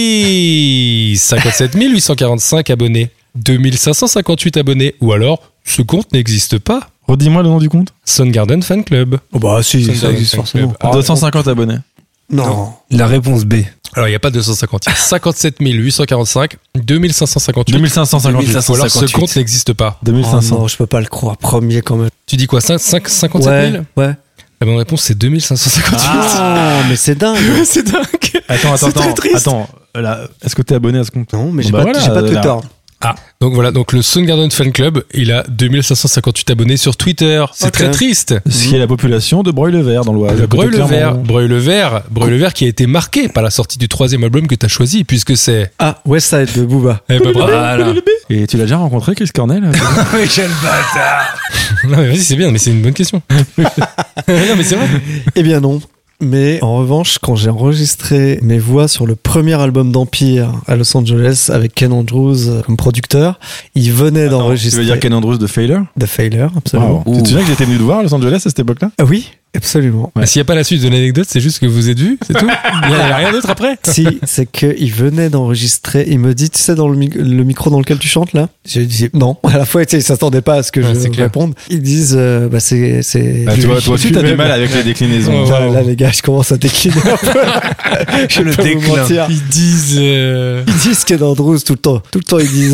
cinquante-sept mille huit cent quarante-cinq abonnés, deux mille cinq cent cinquante-huit abonnés, ou alors ce compte n'existe pas. Redis-moi le nom du compte. Soundgarden Fan Club. Oh bah si, ça Soundgarden existe Fan forcément. Club. Ah, deux cent cinquante abonnés. Non. La réponse B. Alors, il n'y a pas deux cent cinquante. Il y a cinquante-sept mille huit cent quarante-cinq, deux mille cinq cent cinquante-huit. deux mille cinq cent cinquante-huit. deux mille cinq cent Ou alors, ce cinquante-huit. compte n'existe pas. deux mille cinq Oh cents. non, je peux pas le croire. Premier quand même. Tu dis quoi, cinq, cinq, cinquante-sept Ouais, mille? ouais. La bonne réponse, c'est deux mille cinq cent cinquante-huit. Ah, mais c'est dingue. C'est dingue. Attends, attends, C'est très attends. triste. Attends. Là, est-ce que t'es abonné à ce compte? Non, mais Bon, j'ai bah pas, voilà, j'ai pas là. Twitter. Ah, donc voilà, donc le Soundgarden Fan Club, il a deux mille cinq cent cinquante-huit abonnés sur Twitter. C'est Ok. très triste. Ce qui est la population de Breuil-le-Vert dans l'Oise. Le à côté de Breuil-le-Vert, Clermont. Breuil-le-Vert, Breuil-le-Vert qui a été marqué par la sortie du troisième album que t'as choisi, puisque c'est. Ah, Westside de Booba. Eh ben, bravo. Voilà. Et tu l'as déjà rencontré, Chris Cornell? Mais quel bâtard. Non mais vas-y, c'est bien, mais c'est une bonne question. non mais c'est vrai. Eh bien non. Mais en revanche, quand j'ai enregistré mes voix sur le premier album d'Empire à Los Angeles avec Ken Andrews euh, comme producteur, il venait Tu d'enregistrer veux dire Ken Andrews de Failure? The Failure, absolument. Wow. Tu te souviens que j'étais venu te voir à Los Angeles à cette époque-là? Ah oui, absolument. S'il n'y a pas la suite de l'anecdote, c'est juste que vous êtes vus, c'est tout. Il n'y a rien d'autre après. Si, c'est qu'il venait d'enregistrer, il me dit, tu sais, dans le, mi- le micro dans lequel tu chantes là? J'ai dit non. À la fois, tu sais, il s'attendait pas à ce que Ouais, je c'est clair. réponde. Ils disent, euh, bah c'est, c'est. Bah, tu vois, toi aussi, t'as du lui-même. mal avec les déclinaisons. Oh. Là, là, les gars, je commence à décliner un peu. Je Le peux vous déclin. mentir. Ils disent. euh, Ils disent Ken Andrews tout le temps. Tout le temps, ils disent.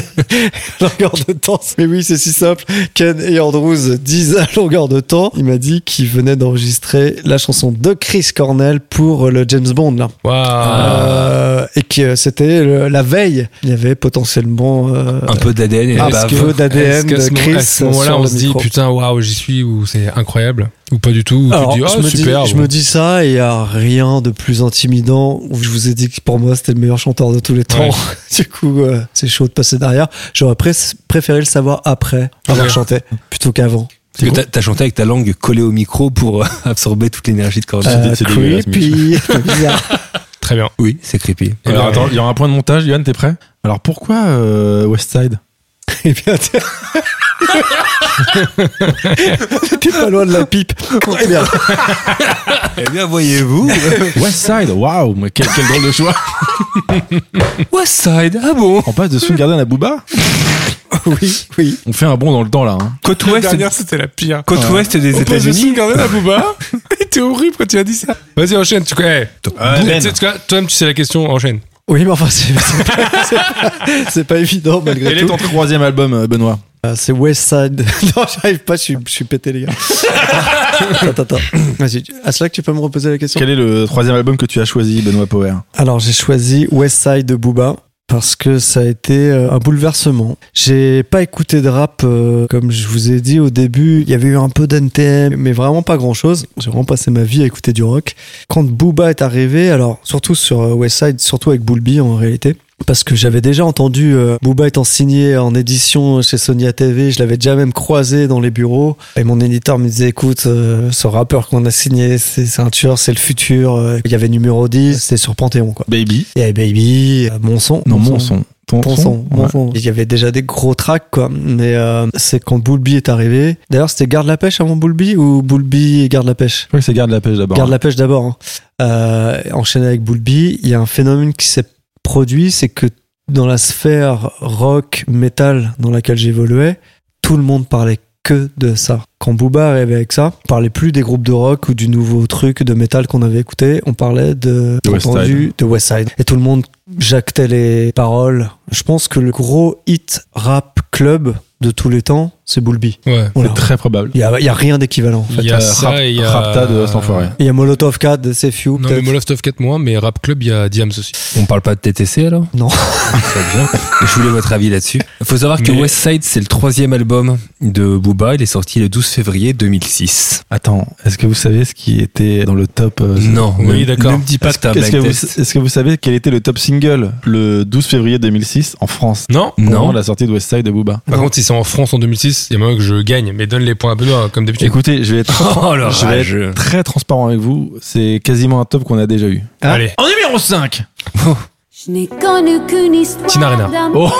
longueur de temps. Mais oui, c'est si simple. Ken et Andrews disent à longueur de temps. Il m'a dit qu'il venait d'enregistrer la chanson de Chris Cornell pour le James Bond, là. Waouh. Euh, et que c'était le- la veille. Il y avait potentiellement euh, Un peu d'A D N et un bah, peu d'A D Est-ce N qu'à de ce moment- Chris. à ce moment-là, sur on le se dit micro. putain, waouh, j'y suis, ou c'est incroyable, ou pas du tout, ou Alors, tu dis je, oh me super. dis, je bon. me dis ça et il n'y a rien de plus intimidant où je vous ai dit que pour moi c'était le meilleur chanteur de tous les temps. Ouais. Du coup, euh, c'est chaud de passer derrière. J'aurais pré- préféré le savoir après avoir Ouais. chanté plutôt qu'avant. Parce que t'as- t'as chanté avec ta langue collée au micro pour euh, absorber toute l'énergie de Cornell. Euh, c'est dégueulasse, creepy. C'est bizarre. Très bien. Oui, c'est creepy. Alors ben, attends, il y aura un point de montage, Yann, t'es prêt? Alors pourquoi euh, Westside? Eh bien, t'es- T'es pas loin de la pipe. Eh bien, Eh bien, voyez-vous. Westside, waouh, mais quel, quel drôle de choix! Westside, ah bon? On passe de Soundgarden à Booba? oui, oui. On fait un bond dans le temps là. Hein. Côte La ouest, dernière, c'était la pire. côte ouest des On pose le États-Unis. Soundgarden à Booba. T'es horrible quand tu as dit ça. Vas-y, enchaîne. Tu connais. Ah, Tu Ben. sais, tu connais- Toi-même, tu sais la question. Enchaîne. Oui, mais enfin, c'est c'est pas, c'est pas- c'est pas évident malgré Quel est tout. ton troisième album, euh, Benoît? Euh, c'est Westside. Non, j'arrive pas, je suis, je suis pété, les gars. attends, attends. Vas-y. À cela que tu peux me reposer la question? Quel est le troisième album que tu as choisi, Benoît Power? Alors, j'ai choisi Westside de Booba parce que ça a été euh, un bouleversement. J'ai pas écouté de rap, euh, comme je vous ai dit au début. Il y avait eu un peu d'N T M, mais vraiment pas grand chose. J'ai vraiment passé ma vie à écouter du rock. Quand Booba est arrivé, alors surtout sur euh, Westside, surtout avec Bulby en réalité, parce que j'avais déjà entendu euh, Booba étant signé en édition chez Sonia T V, je l'avais déjà même croisé dans les bureaux, et mon éditeur me disait écoute, euh, ce rappeur qu'on a signé, c'est c'est un tueur, c'est le futur. Euh, il y avait numéro dix, c'était sur Panthéon quoi. Baby. Il y avait Baby, euh, Mon Son. Non, mon son. Ton Mon son. son, mon Ouais. son. Il y avait déjà des gros tracks quoi, mais euh, c'est quand Bulby est arrivé. D'ailleurs, c'était Garde la pêche avant Bulby ou Bulby et Garde la pêche? Je crois que c'est Garde la pêche d'abord. Garde la pêche d'abord. Hein. Euh, enchaîné avec Bulby, il y a un phénomène qui s'est produit, c'est que dans la sphère rock, metal dans laquelle j'évoluais, tout le monde parlait que de ça. Quand Booba arrivait avec ça, on parlait plus des groupes de rock ou du nouveau truc de metal qu'on avait écouté, on parlait de, De Westside. entendu, de Westside. Et tout le monde jactait les paroles. Je pense que le gros hit rap club de tous les temps, c'est Bulby. Ouais. Voilà. C'est très probable. Il y a, il y a rien d'équivalent en fait. Il y a Euh, ça Rap- et il y a. Rapta de L'Enfoiré. Il y a Molotov quatre de C F U. Non, mais peut-être. Molotov quatre moins, mais Rap Club, il y a Diams aussi. On parle pas de T T C alors? Non. Très bien. Je voulais votre avis là-dessus. Il faut savoir que Mais- Westside, c'est le troisième album de Booba. Il est sorti le douze février deux mille six. Attends, est-ce que vous savez ce qui était dans le top euh, Non, Oui, ne- d'accord. Ne me dis pas que t'as un Est-ce blind que, vous, test. est-ce que vous savez quel était le top single le douze février deux mille six en France? Non. Au moment Non. de la sortie de Westside de Booba. Par contre, si c'est en France en deux mille six, il y a moyen que je gagne, mais donne les points à Benoît, comme d'habitude. Écoutez, je vais être, Oh, le je vais rageux. être très transparent avec vous. C'est quasiment un top qu'on a déjà eu. Ah. Allez. En numéro cinq. Je n'ai connu qu'une histoire Tina Arena. d'amour.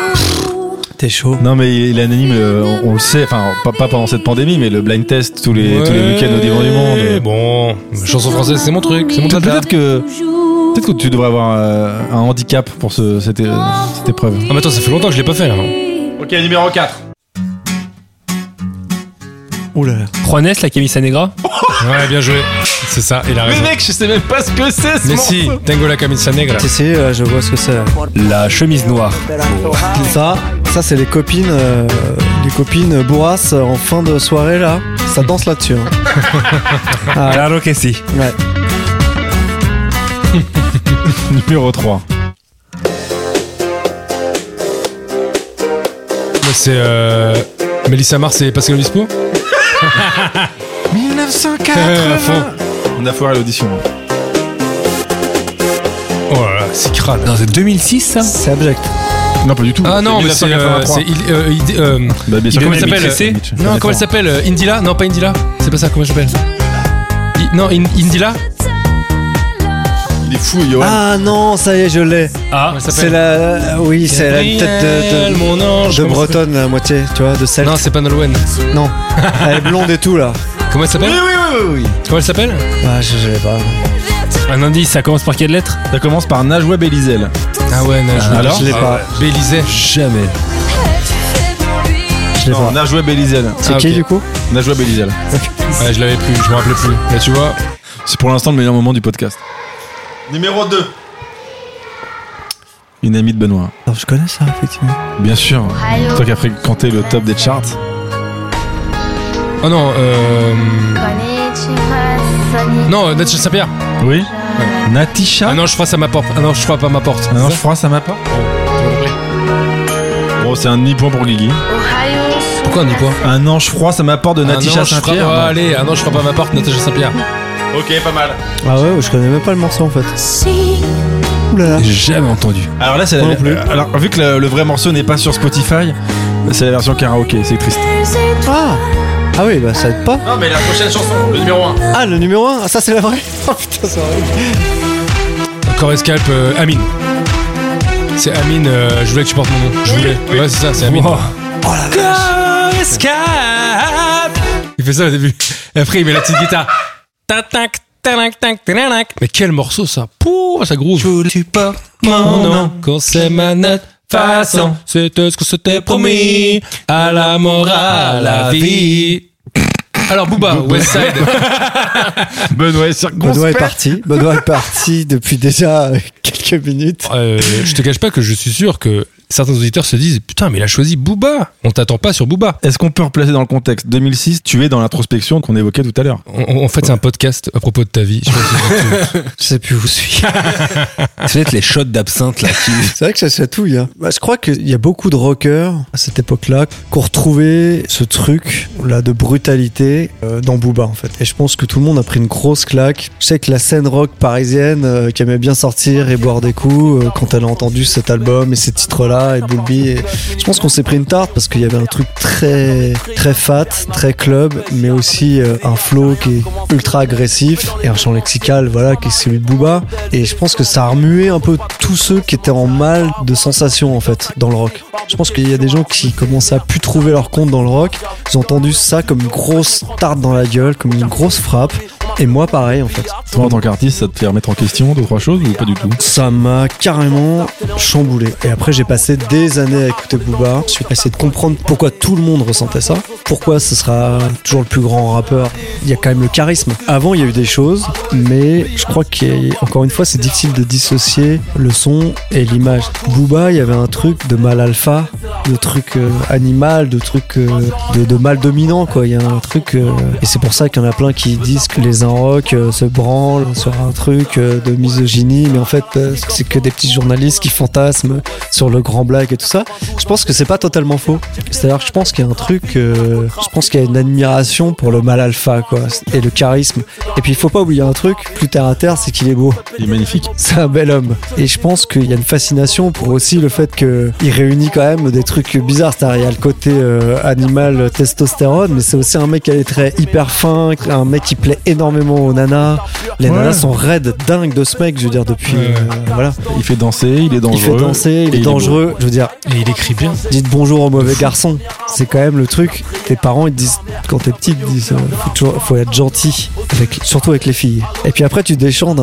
T'es chaud. Non mais il anime, le- on, on le sait, enfin pas, pas pendant cette pandémie, mais le blind test tous les, tous les week-ends au Divan du Monde. Bon, chanson française, c'est mon truc, c'est mon Peut-être dada. peut-être que, peut-être que tu devrais avoir euh, un handicap pour ce, cette, euh, cette épreuve. Ah, mais attends, ça fait longtemps que je l'ai pas fait là. non Ok, numéro quatre. Ouh là là. Juanes, la Camisa Negra? Ouais, bien joué. C'est ça, il a Mais raison. mec, je sais même pas ce que c'est ce Mais morceau. si, Tango la camisa negra. Si, si, euh, je vois ce que c'est. La chemise noire. Ça, ça c'est les copines, euh, les copines bourrasses en fin de soirée là. Ça danse là-dessus. Hein. Ah, Claro que si. ouais. Numéro trois. C'est euh, Mélissa Mars et Pascal Obispo. mille neuf cent À quatre-vingts. fond. On a foiré l'audition. Oh là là, c'est crade. Non, c'est deux mille six, ça. C'est abject. Non, pas du tout. Ah non, mais c'est, euh, c'est il- euh, il- euh, Bah, bien sûr, comment elle comme s'appelle Mitch, Mitch. Non, comment elle s'appelle euh, Indila Non, pas Indila. C'est pas ça. Comment elle s'appelle I- Non, In- Indila. Il est fou, Johan. Ah non, ça y est, je l'ai. Ah, Comment elle C'est s'appelle la, oui, c'est la tête de, de, mon ange. de comment elle bretonne à moitié, tu vois, de s'appelle Celte. Non, c'est pas Nolwenn. Non, elle est blonde et tout là. Comment elle s'appelle oui, oui, oui, oui. Comment elle s'appelle Ah, je, je l'ai pas. un indice, ça commence par quelle lettre? Ça commence par Najwa Belizel. Ah ouais, Najwa. Ah, alors je l'ai pas. Bélizet. Jamais. Je l'ai Non, pas. Najwa Belizel. C'est Ah, qui ok. du coup? Najwa Belizel. Ouais, je l'avais plus, je me rappelais plus. Là, tu vois. C'est pour l'instant le meilleur moment du podcast. Numéro deux. Une amie de Benoît. Alors, je connais ça, effectivement. Bien sûr. Toi qui as fréquenté le top des charts. Oh non, euh. Non, euh, Natasha Saint-Pierre. Oui. Natisha. Ah non, je crois que ça m'apporte. Ah non, je crois pas m'apporte. Ah non, je crois que ça m'a pas. Bon, c'est un demi-point pour Guigui. Pourquoi on dit quoi Un ange froid, ça m'apporte de Ah Natisha non, je crois- Saint-Pierre. ouais, allez, ah non, je crois pas m'apporte Natasha Saint-Pierre. Ok, pas mal. Ah ouais, je connais même pas le morceau en fait. Ouh là là. J'ai jamais entendu. Alors là, c'est la. Moi non plus. euh, Alors, vu que le, le vrai morceau n'est pas sur Spotify, c'est la version karaoké. C'est triste. Ah Ah oui, bah ça aide pas. Non, mais la prochaine chanson, le numéro un. Ah, le numéro un, ah, ça c'est la vraie. Oh putain, c'est horrible. Encore Escalp, euh, Amine. C'est Amine, euh, je voulais que tu portes mon nom. Je voulais. Ouais, c'est ça, c'est Amine. Wow. Oh la vache. Corps Escalp. Il fait ça au début. Et après, il met la petite guitare. Tac, tac, tac, tac, tac, tac. Mais quel morceau ça. Pouh, ça groove. Tu portes Mon nom, qu'on sait ma note façon. C'était ce qu'on s'était promis. À la morale, à la vie. Alors, Booba, Westside. Benoît est circonspect. Benoît est parti. Benoît est parti depuis déjà euh, quelques minutes. Euh, je te cache pas que je suis sûr que certains auditeurs se disent putain, mais il a choisi Booba. On t'attend pas sur Booba. Est-ce qu'on peut replacer dans le contexte deux mille six, tu es dans l'introspection qu'on évoquait tout à l'heure. En, en fait, c'est un podcast à propos de ta vie. Je sais pas si tu- Je sais plus où je suis. C'est peut-être les shots d'absinthe là qui. C'est vrai que ça chatouille. Hein. Bah, je crois qu'il y a beaucoup de rockers à cette époque-là qui ont retrouvé ce truc là de brutalité euh, dans Booba en fait. Et je pense que tout le monde a pris une grosse claque. Je sais que la scène rock parisienne euh, qui aimait bien sortir et boire des coups euh, quand elle a entendu cet album et ces titres-là et Bulby. Et... Je pense qu'on s'est pris une tarte parce qu'il y avait un truc très très fat, très club, mais aussi euh, un flow qui est ultra agressif et un chant lexical voilà qui est celui de Booba. Et je pense que ça a remué un peu tous ceux qui étaient en mal de sensations en fait dans le rock. Je pense qu'il y a des gens qui commençaient à plus trouver leur compte dans le rock. Ils ont entendu ça comme une grosse tarte dans la gueule, comme une grosse frappe. Et moi pareil en fait. Toi, en tant qu'artiste, ça te fait remettre en question deux, trois choses ou pas du tout? Ça m'a carrément chamboulé. Et après, j'ai passé des années à écouter Booba. Je suis essayé de comprendre pourquoi tout le monde ressentait ça. Pourquoi ce sera toujours le plus grand rappeur. Il y a quand même le charisme. Avant, il y a eu des choses, mais je crois qu'encore une fois, c'est difficile de dissocier le son et l'image. Booba, il y avait un truc de mal alpha, de truc euh, animal, de truc euh, de, de mal dominant, quoi. Il y a un truc... euh, et c'est pour ça qu'il y en a plein qui disent que les rock euh, se branlent sur un truc euh, de misogynie, mais en fait euh, c'est que des petits journalistes qui fantasment sur le grand blague et tout ça. Je pense que c'est pas totalement faux. C'est-à-dire que je pense qu'il y a un truc, euh, je pense qu'il y a une admiration pour le mal alpha quoi, et le charisme. Et puis il faut pas oublier un truc, plus terre à terre, c'est qu'il est beau. Il est magnifique. C'est un bel homme. Et je pense qu'il y a une fascination pour aussi le fait qu'il réunit quand même des trucs bizarres. C'est-à-dire il y a le côté euh, animal testostérone, mais c'est aussi un mec qui a des traits hyper fins, un mec qui plaît énormément aux nanas. Les Ouais. nanas sont raides, dingues de ce mec, je veux dire, depuis... Ouais. euh, voilà. Il fait danser, il est dangereux. Il fait danser, il et est dangereux. Je veux dire, Et il écrit bien. dites bonjour au mauvais garçon. C'est quand même le truc. Tes parents, ils te disent, quand t'es petit, ils te disent, euh, faut, toujours, faut être gentil, avec, surtout avec les filles. Et puis après, tu déchantes un peu.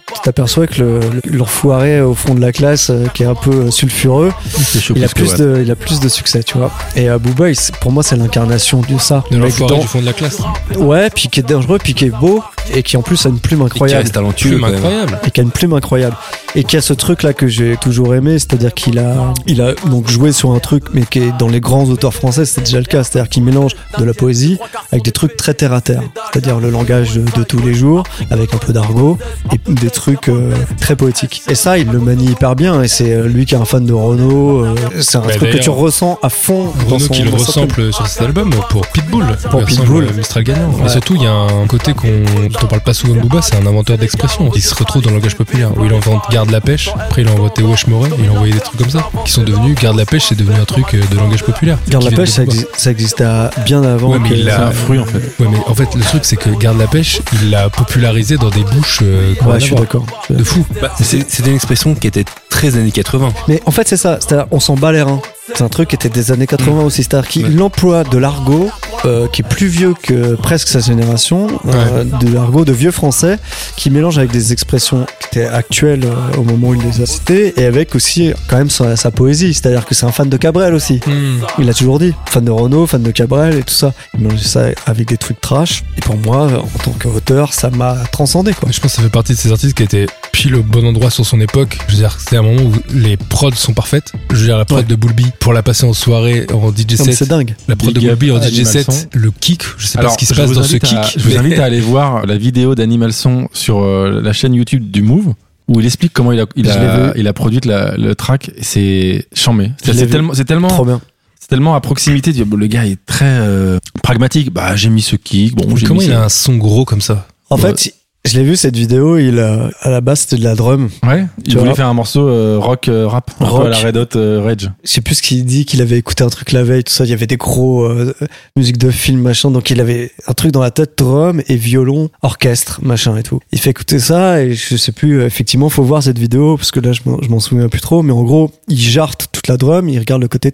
tu t'aperçois que le, le- l'enfoiré au fond de la classe, euh, qui est un peu euh, sulfureux, C'est chaud il a plus que plus ouais. de, il a plus de succès, tu vois. Et euh, Booba, il- c'est- pour moi, c'est l'incarnation de ça. De Le mec l'enfoiré dans- du fond de la classe. Ouais, puis qui est dangereux, puis qui est beau, et qui en plus a une plume Et qui incroyable. reste talentueux. Plume quand même. incroyable. Et qui a une plume incroyable. Et qui a ce truc là que j'ai toujours aimé, c'est-à-dire qu'il a, il a donc joué sur un truc, mais qui est dans les grands auteurs français, c'est déjà le cas. C'est-à-dire qu'il mélange de la poésie avec des trucs très terre à terre. C'est-à-dire le langage de, de tous les jours, avec un peu d'argot, et des trucs euh, très poétiques. Et ça, il le manie hyper bien. Et c'est euh, lui qui est un fan de Renaud. euh, c'est un Bah, truc que d'ailleurs, tu ressens à fond dans Renaud son qui le dans son truc. ressemble sur cet album pour Pitbull. Pour Il ressemble Pitbull. à Mistral gagnant. Ouais. Et surtout, il y a un côté qu'on, dont on parle pas souvent de Booba, c'est un inventeur d'expression. Il se retrouve dans le langage populaire, où il invente Garde la pêche, après il a inventé Wesh Moret, il a envoyé des trucs comme ça, qui sont devenus, Garde la pêche, c'est devenu un truc euh, de langage populaire. Garde qui la vient pêche, de ça, Booba. exi- ça existait à- bien avant. Ouais, mais que- il C'est a- un fruit en fait. Ouais, mais en fait, le truc, c'est que Garde la pêche, il l'a popularisé dans des bouches euh, qu'on Ouais, va je suis avoir. d'accord. De fou. Bah, c'est- C'était une expression qui était très années quatre-vingts. Mais en fait, c'est ça. C'est-à-dire, on s'en bat les reins. C'est un truc qui était des années quatre-vingts aussi. C'est-à-dire qu'il Ouais. emploie de l'argot euh, qui est plus vieux que presque sa génération, euh, de l'argot de vieux français, qui mélange avec des expressions qui étaient actuelles euh, au moment où il les a citées, et avec aussi quand même sa, sa poésie. C'est-à-dire que c'est un fan de Cabrel aussi. Hmm. Il l'a toujours dit. Fan de Renaud, fan de Cabrel et tout ça. Il mélange ça avec des trucs trash. Et pour moi, en tant qu'auteur, ça m'a transcendé, quoi. Je pense que ça fait partie de ces artistes qui étaient pile au bon endroit sur son époque. Je veux dire, c'était un moment où les prods sont parfaites. Je veux dire, la prod Ouais. de Bulby, pour la passer en soirée, en D J Non, mais set. c'est dingue. La prod de Big up Bulby en à D J Animal set, Son. le kick, je sais pas Alors, ce qui se je passe vous dans ce invite à- kick. Je vous mais- invite à aller voir la vidéo d'Animal Son sur euh, la chaîne YouTube du Move, où il explique comment il a, il Je l'ai a, vu. il a produit la- le track. C'est chambé. Je C'est l'ai c'est vu. tellement, c'est tellement, Trop bien. c'est tellement à proximité. Le gars est très euh, pragmatique. Bah, j'ai mis ce kick. Bon, j'ai Comment mis il ça. a un son gros comme ça? En Ouais. fait, je l'ai vu cette vidéo, il a, à la base c'était de la drum. Ouais. Il Tu voulait vois. faire un morceau euh, rock euh, rap, un peu Rock. à la Red Hot euh, Rage. Je sais plus ce qu'il dit, qu'il avait écouté un truc la veille, tout ça. Il y avait des gros euh, musiques de film, machin. Donc il avait un truc dans la tête, drum et violon, orchestre, machin et tout. Il fait écouter ça et je sais plus, euh, effectivement, faut voir cette vidéo parce que là je m'en, je m'en souviens plus trop. Mais en gros, il jarte toute la drum, il regarde le côté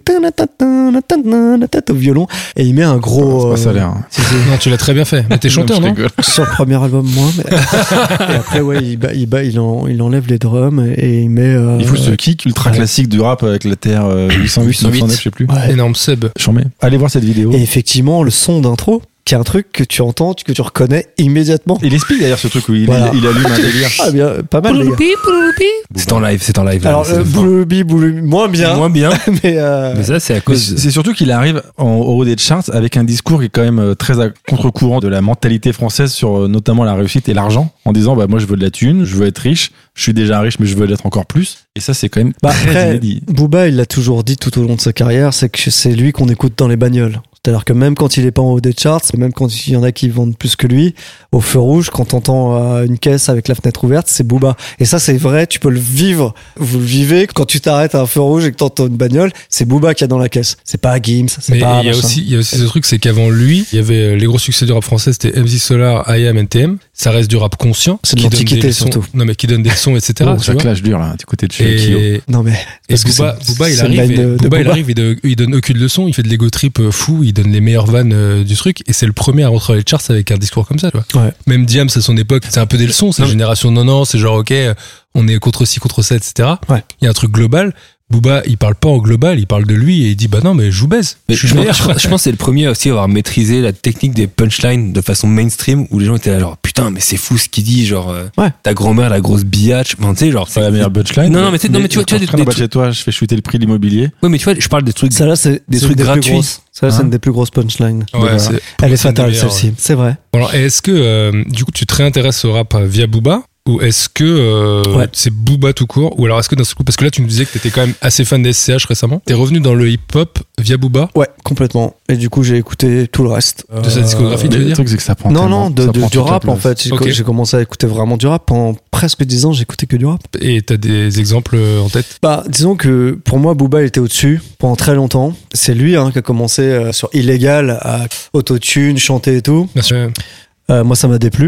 au violon et il met un C'est gros. pas ça euh, l'air. hein. si, si. Non, tu l'as très bien fait. Mais t'es chanteur, Je non? rigole. Sur le premier album, moi. Mais... et après, ouais, il, ba- il, ba- il, en- il enlève les drums et il met. euh, Il faut ce kick ultra ouais. classique du rap avec la T R euh, huit cent huit, neuf cent neuf, je sais plus. ouais. Énorme sub. Chambé. Allez voir cette vidéo. Et effectivement, le son d'intro, qui est un truc que tu entends, que tu reconnais immédiatement. Il explique d'ailleurs ce truc où il, Voilà. il, il allume un délire. Ah bien, pas mal les gars. C'est en live, c'est en live. là, Alors, c'est euh, fort. Boulubi, Boulubi, moins bien, Moins bien. mais, euh, Mais ça, c'est à Mais cause. C'est surtout qu'il arrive en au haut des charts avec un discours qui est quand même euh, très à contre-courant de la mentalité française sur euh, notamment la réussite et l'argent, en disant bah moi je veux de la thune, je veux être riche, je suis déjà riche mais je veux l'être encore plus. Et ça c'est quand même bah, très après, inédit. Booba, il l'a toujours dit tout au long de sa carrière, c'est que c'est lui qu'on écoute dans les bagnoles. C'est-à-dire que même quand il est pas en haut des charts, même quand il y en a qui vendent plus que lui, au feu rouge, quand t'entends euh, une caisse avec la fenêtre ouverte, c'est Booba. Et ça, c'est vrai, tu peux le vivre. Vous le vivez quand tu t'arrêtes à un feu rouge et que t'entends une bagnole, c'est Booba qui a dans la caisse. C'est pas Gims, c'est Mais pas. il y a machin. aussi, il y a aussi ce truc, c'est qu'avant lui, il y avait euh, les gros succès du rap français, c'était M C Solar, I A M, N T M. Ça reste du rap conscient. C'est de qui donne l'antiquité, des leçons- surtout. Non, mais qui donne des leçons, et cetera. Oh, tu ça vois. clash dur là, du côté de chez Kyo. Et, Non mais. et parce que Booba, c'est- Booba, il c'est arrive, une et, line de- de Booba, il Booba. arrive et de- il donne aucune leçon, il fait de l'ego trip euh, fou, il donne les meilleures vannes euh, du truc, et c'est le premier à rentrer dans les charts avec un discours comme ça, tu vois. Ouais. Même Diams à son époque, c'est un peu des leçons, c'est Non, la génération non, non, c'est genre, ok, euh, on est contre ci, contre ça, et cetera. Ouais. Il y a un truc global. Booba, il parle pas en global, il parle de lui et il dit, bah non, mais je vous baise. Mais je je, suis pense, meilleur. je pense- je pense que c'est le premier aussi à avoir maîtrisé la technique des punchlines de façon mainstream où les gens étaient là genre putain mais c'est fou ce qu'il dit genre euh, Ouais. ta grand-mère la grosse biatch enfin, tu sais genre C'est la meilleure punchline. Non, non, mais tu sais- non, mais tu vois- tu vois, quand des- je traîne en des bas de trucs- chez toi, je fais chuter le prix de l'immobilier. ouais mais tu vois je parle des trucs Ça là, c'est Des c'est trucs une des plus gratuits. grosses. Ça là, c'est Hein une des plus grosses punchlines. Ouais, Voilà. c'est- Elle est c'est une des fatale meilleures, celle-ci, ouais. c'est vrai. Bon, alors, est-ce que, euh, du coup, tu te réintéresses au rap euh, via Booba? Ou est-ce que euh, Ouais. c'est Booba tout court? Ou alors est-ce que d'un seul coup, parce que là tu nous disais que t'étais quand même assez fan des S C H récemment, t'es revenu dans le hip-hop via Booba? Ouais, complètement. Et du coup, j'ai écouté tout le reste. De sa discographie, tu Mais veux le dire? truc c'est que ça prend Non, tellement- non, de, ça de- prend du toute la rap en place. fait. J'ai Ok. j'ai commencé à écouter vraiment du rap. Pendant presque dix ans, j'écoutais que du rap. Et t'as des exemples euh, en tête? Bah, disons que pour moi, Booba il était au-dessus pendant très longtemps. C'est lui hein, qui a commencé euh, sur Illégal à autotune, chanter et tout. Bien sûr. Euh, moi, ça m'a déplu.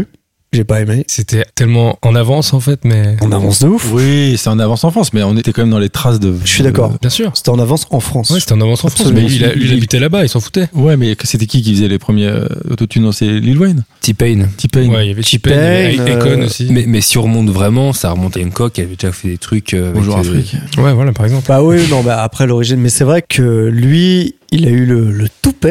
j'ai pas aimé. C'était tellement en avance en fait, mais. On avance de ouf. Oui, c'est en avance en France, mais on était quand même dans les traces de. Je suis d'accord. Bien sûr. C'était en avance en France. Ouais, c'était en avance en France. Absolument. Mais il, a, lui, il habitait là-bas, il s'en foutait. Ouais, mais c'était qui qui faisait les premiers euh, autotunes? Non, c'est Lil Wayne. T-Pain. T-Pain. Ouais, il y avait T-Pain, il y T-Pain, avait Akon euh, aussi. Mais, mais si on remonte vraiment, ça remonte à Hancock qui avait déjà fait des trucs. euh, Bonjour avec, euh, Afrique. Ouais, voilà, par exemple. Bah oui, non, bah après l'origine, mais c'est vrai que lui, il a eu le, le toupet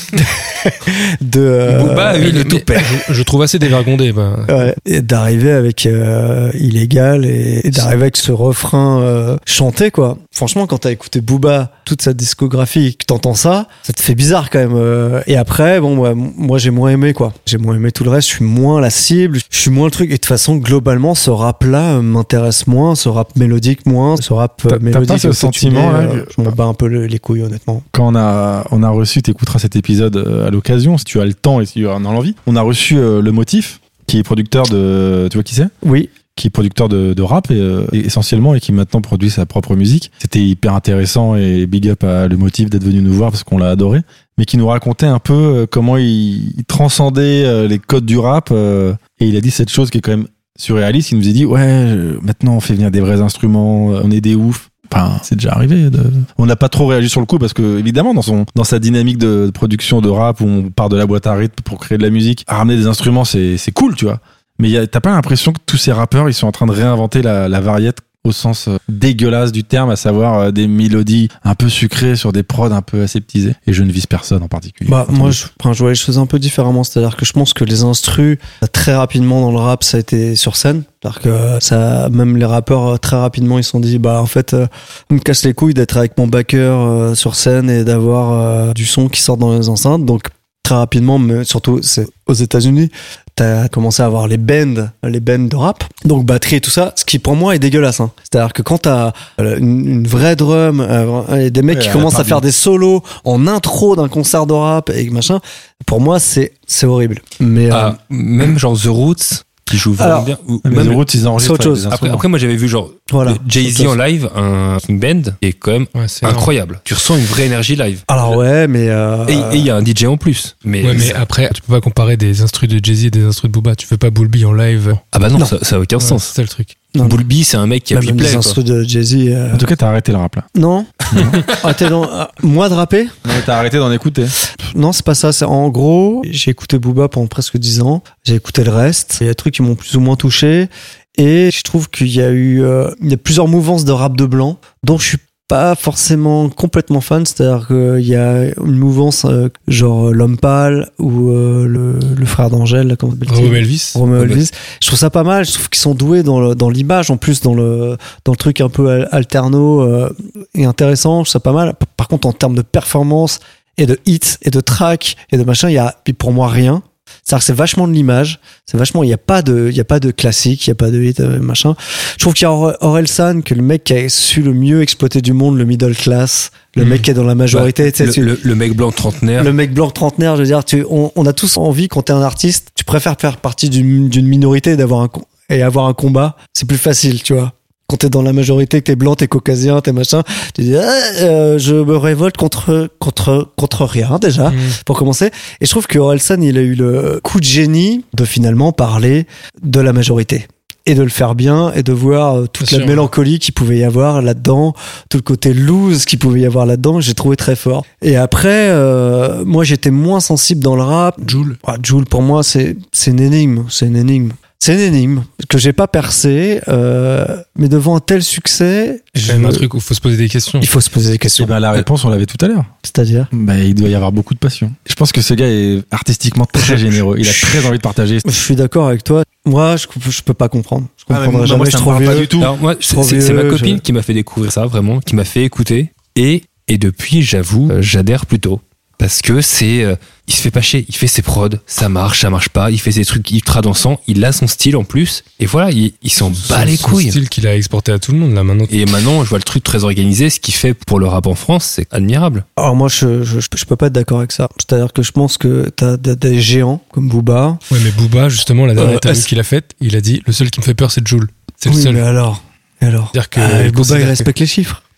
de. euh, Booba a eu le Mais toupet. Je, je trouve assez dévergondé. Bah. Ouais, et d'arriver avec euh, Illégal et, et d'arriver avec ce refrain euh, chanté, quoi. Franchement, quand t'as écouté Booba, toute sa discographie, et que t'entends ça, ça te fait bizarre quand même. euh. Et après, bon, moi, moi j'ai moins aimé, quoi. J'ai moins aimé tout le reste, je suis moins la cible, je suis moins le truc. Et de toute façon, globalement, ce rap-là euh, m'intéresse moins, ce rap mélodique moins, ce rap euh, T'as- t'as mélodique. pas ce autotuné, sentiment, là, euh, je m'en bats un peu le- les couilles, honnêtement. Quand on a, on a reçu, t'écouteras cet épisode euh, à l'occasion, si tu as le temps et si tu en as l'envie. On a reçu euh, le Motif, qui est producteur de. Tu vois qui c'est? Oui. Qui est producteur de, de rap et, euh, et essentiellement et qui maintenant produit sa propre musique. C'était hyper intéressant et big up à Le Motif d'être venu nous voir parce qu'on l'a adoré. Mais qui nous racontait un peu euh, comment il, il transcendait euh, les codes du rap euh, et il a dit cette chose qui est quand même surréaliste. Il nous a dit ouais, euh, maintenant on fait venir des vrais instruments, euh, on est des oufs. Enfin, c'est déjà arrivé. De... On n'a pas trop réagi sur le coup parce que, évidemment, dans son, dans sa dynamique de production de rap où on part de la boîte à rythme pour créer de la musique, à ramener des instruments, c'est, c'est cool, tu vois. Mais y a, t'as pas l'impression que tous ces rappeurs, ils sont en train de réinventer la, la variette au sens euh, dégueulasse du terme, à savoir euh, des mélodies un peu sucrées sur des prods un peu aseptisés. Et je ne vise personne en particulier. Bah, moi, je, enfin, je vois les choses un peu différemment. C'est-à-dire que je pense que les instrus, très rapidement dans le rap, ça a été sur scène. C'est-à-dire que ça, même les rappeurs, très rapidement, ils se sont dit, bah, en fait, euh, on me casse les couilles d'être avec mon backer euh, sur scène et d'avoir euh, du son qui sort dans les enceintes. Donc, très rapidement, mais surtout, c'est aux États-Unis, t'as commencé à avoir les bands, les bands de rap, donc batterie et tout ça, ce qui pour moi est dégueulasse. Hein. C'est-à-dire que quand t'as une, une vraie drum, euh, et des mecs Ouais, qui à commencent la à faire des solos en intro d'un concert de rap et machin, pour moi c'est c'est horrible. Mais euh, Ah, même genre The Roots qui joue vraiment Alors, bien. Ou- Mais même- The Roots, ils enregistrent c'est autre avec chose. des après, instruments. après, moi j'avais vu genre voilà. le Jay-Z en live, un une band qui est quand même Ouais, c'est énorme. incroyable. Tu ressens une vraie énergie live. Alors ouais, mais euh, Et et il y a un D J en plus. Mais, Ouais, mais ça- après, tu peux pas comparer des instrus de Jay-Z et des instrus de Booba. Tu fais pas Bulby en live. ah bah non, Non. Ça, ça a aucun Ouais, sens. c'est ça le truc. non, Bulby, c'est un mec qui a même pu les play. quoi. instrus de Jay-Z. euh, En tout cas, t'as arrêté le rap là. non. Ah, t'es dans- ah, moi de rapper. Mais t'as arrêté d'en écouter. Non, c'est pas ça. C'est en gros, j'ai écouté Booba pendant presque dix ans. J'ai écouté le reste. Il y a des trucs qui m'ont plus ou moins touché. Et je trouve qu'il y a eu, euh, il y a plusieurs mouvances de rap de blanc dont je suis pas forcément complètement fan. C'est-à-dire qu'il y a une mouvance euh, genre L'Homme Pâle ou euh, le, le frère d'Angèle, là, comment s'appelle-t-il Romeo Elvis. Romeo Ouais, bah, Elvis. Je trouve ça pas mal. Je trouve qu'ils sont doués dans le- dans l'image, en plus dans le dans le truc un peu al- alterno euh, et intéressant. Je trouve ça pas mal. P- Par contre, en termes de performance et de hits et de tracks et de machin, il y a pour moi rien. C'est-à-dire que c'est vachement de l'image, c'est vachement, il y a pas de, il y a pas de classique, il y a pas de hit, euh, machin. Je trouve qu'il y a Or- Orelsan, que le mec qui a su le mieux exploiter du monde, le middle class, le Mhm. mec qui est dans la majorité, tu sais, le, tu- le, le mec blanc trentenaire. le mec blanc trentenaire, je veux dire, tu, on, on a tous envie, quand t'es un artiste, tu préfères faire partie d'une d'une minorité et d'avoir un, com- et avoir un combat. C'est plus facile, tu vois. Quand t'es dans la majorité, que t'es blanc, t'es caucasien, t'es machin, tu dis, ah, euh, je me révolte contre, contre, contre rien, déjà, Mmh. pour commencer. Et je trouve que Orelsan, il a eu le coup de génie de finalement parler de la majorité. Et de le faire bien, et de voir euh, toute Bien la sûr. mélancolie qu'il pouvait y avoir là-dedans, tout le côté loose qu'il pouvait y avoir là-dedans, j'ai trouvé très fort. Et après, euh, moi j'étais moins sensible dans le rap. Jul. Ah, Jul, pour moi, c'est c'est une énigme, c'est une énigme. C'est une énigme que j'ai pas percé, euh, mais devant un tel succès, C'est je- quand même un truc où il faut se poser des questions. il faut se poser des Et questions. ben la réponse, on l'avait tout à l'heure. C'est-à-dire, Bah, il doit y avoir beaucoup de passion. Je pense que ce gars est artistiquement très généreux. Il a très envie de partager. je suis d'accord avec toi. Moi, je, je peux pas comprendre. Je Ah, mais comprendrai moi, jamais. moi, je ça me trouve parle pas vieux. du tout. Alors moi, c'est Trop c'est- c'est ma vieux, copine je- qui m'a fait découvrir ça, vraiment, qui m'a fait écouter. Et, et depuis, j'avoue, euh, j'adhère plutôt. Parce que c'est, euh, il se fait pas chier, il fait ses prods, ça marche, ça marche pas, il fait ses trucs ultra dansants, il a son style en plus, et voilà, il, il s'en bat les Son couilles. style qu'il a exporté à tout le monde, là, maintenant. Et maintenant, je vois le truc très organisé, ce qu'il fait pour le rap en France, c'est admirable. Alors moi, je, je, je peux pas être d'accord avec ça. C'est-à-dire que je pense que t'as des, des géants comme Booba. Ouais, mais Booba, justement, la dernière Euh, interview est-ce- qu'il a faite, il a dit, le seul qui me fait peur, c'est Jul. C'est Oui, le seul. mais alors, et alors C'est-à-dire que- Ah, il Booba, considère il que- respecte les chiffres.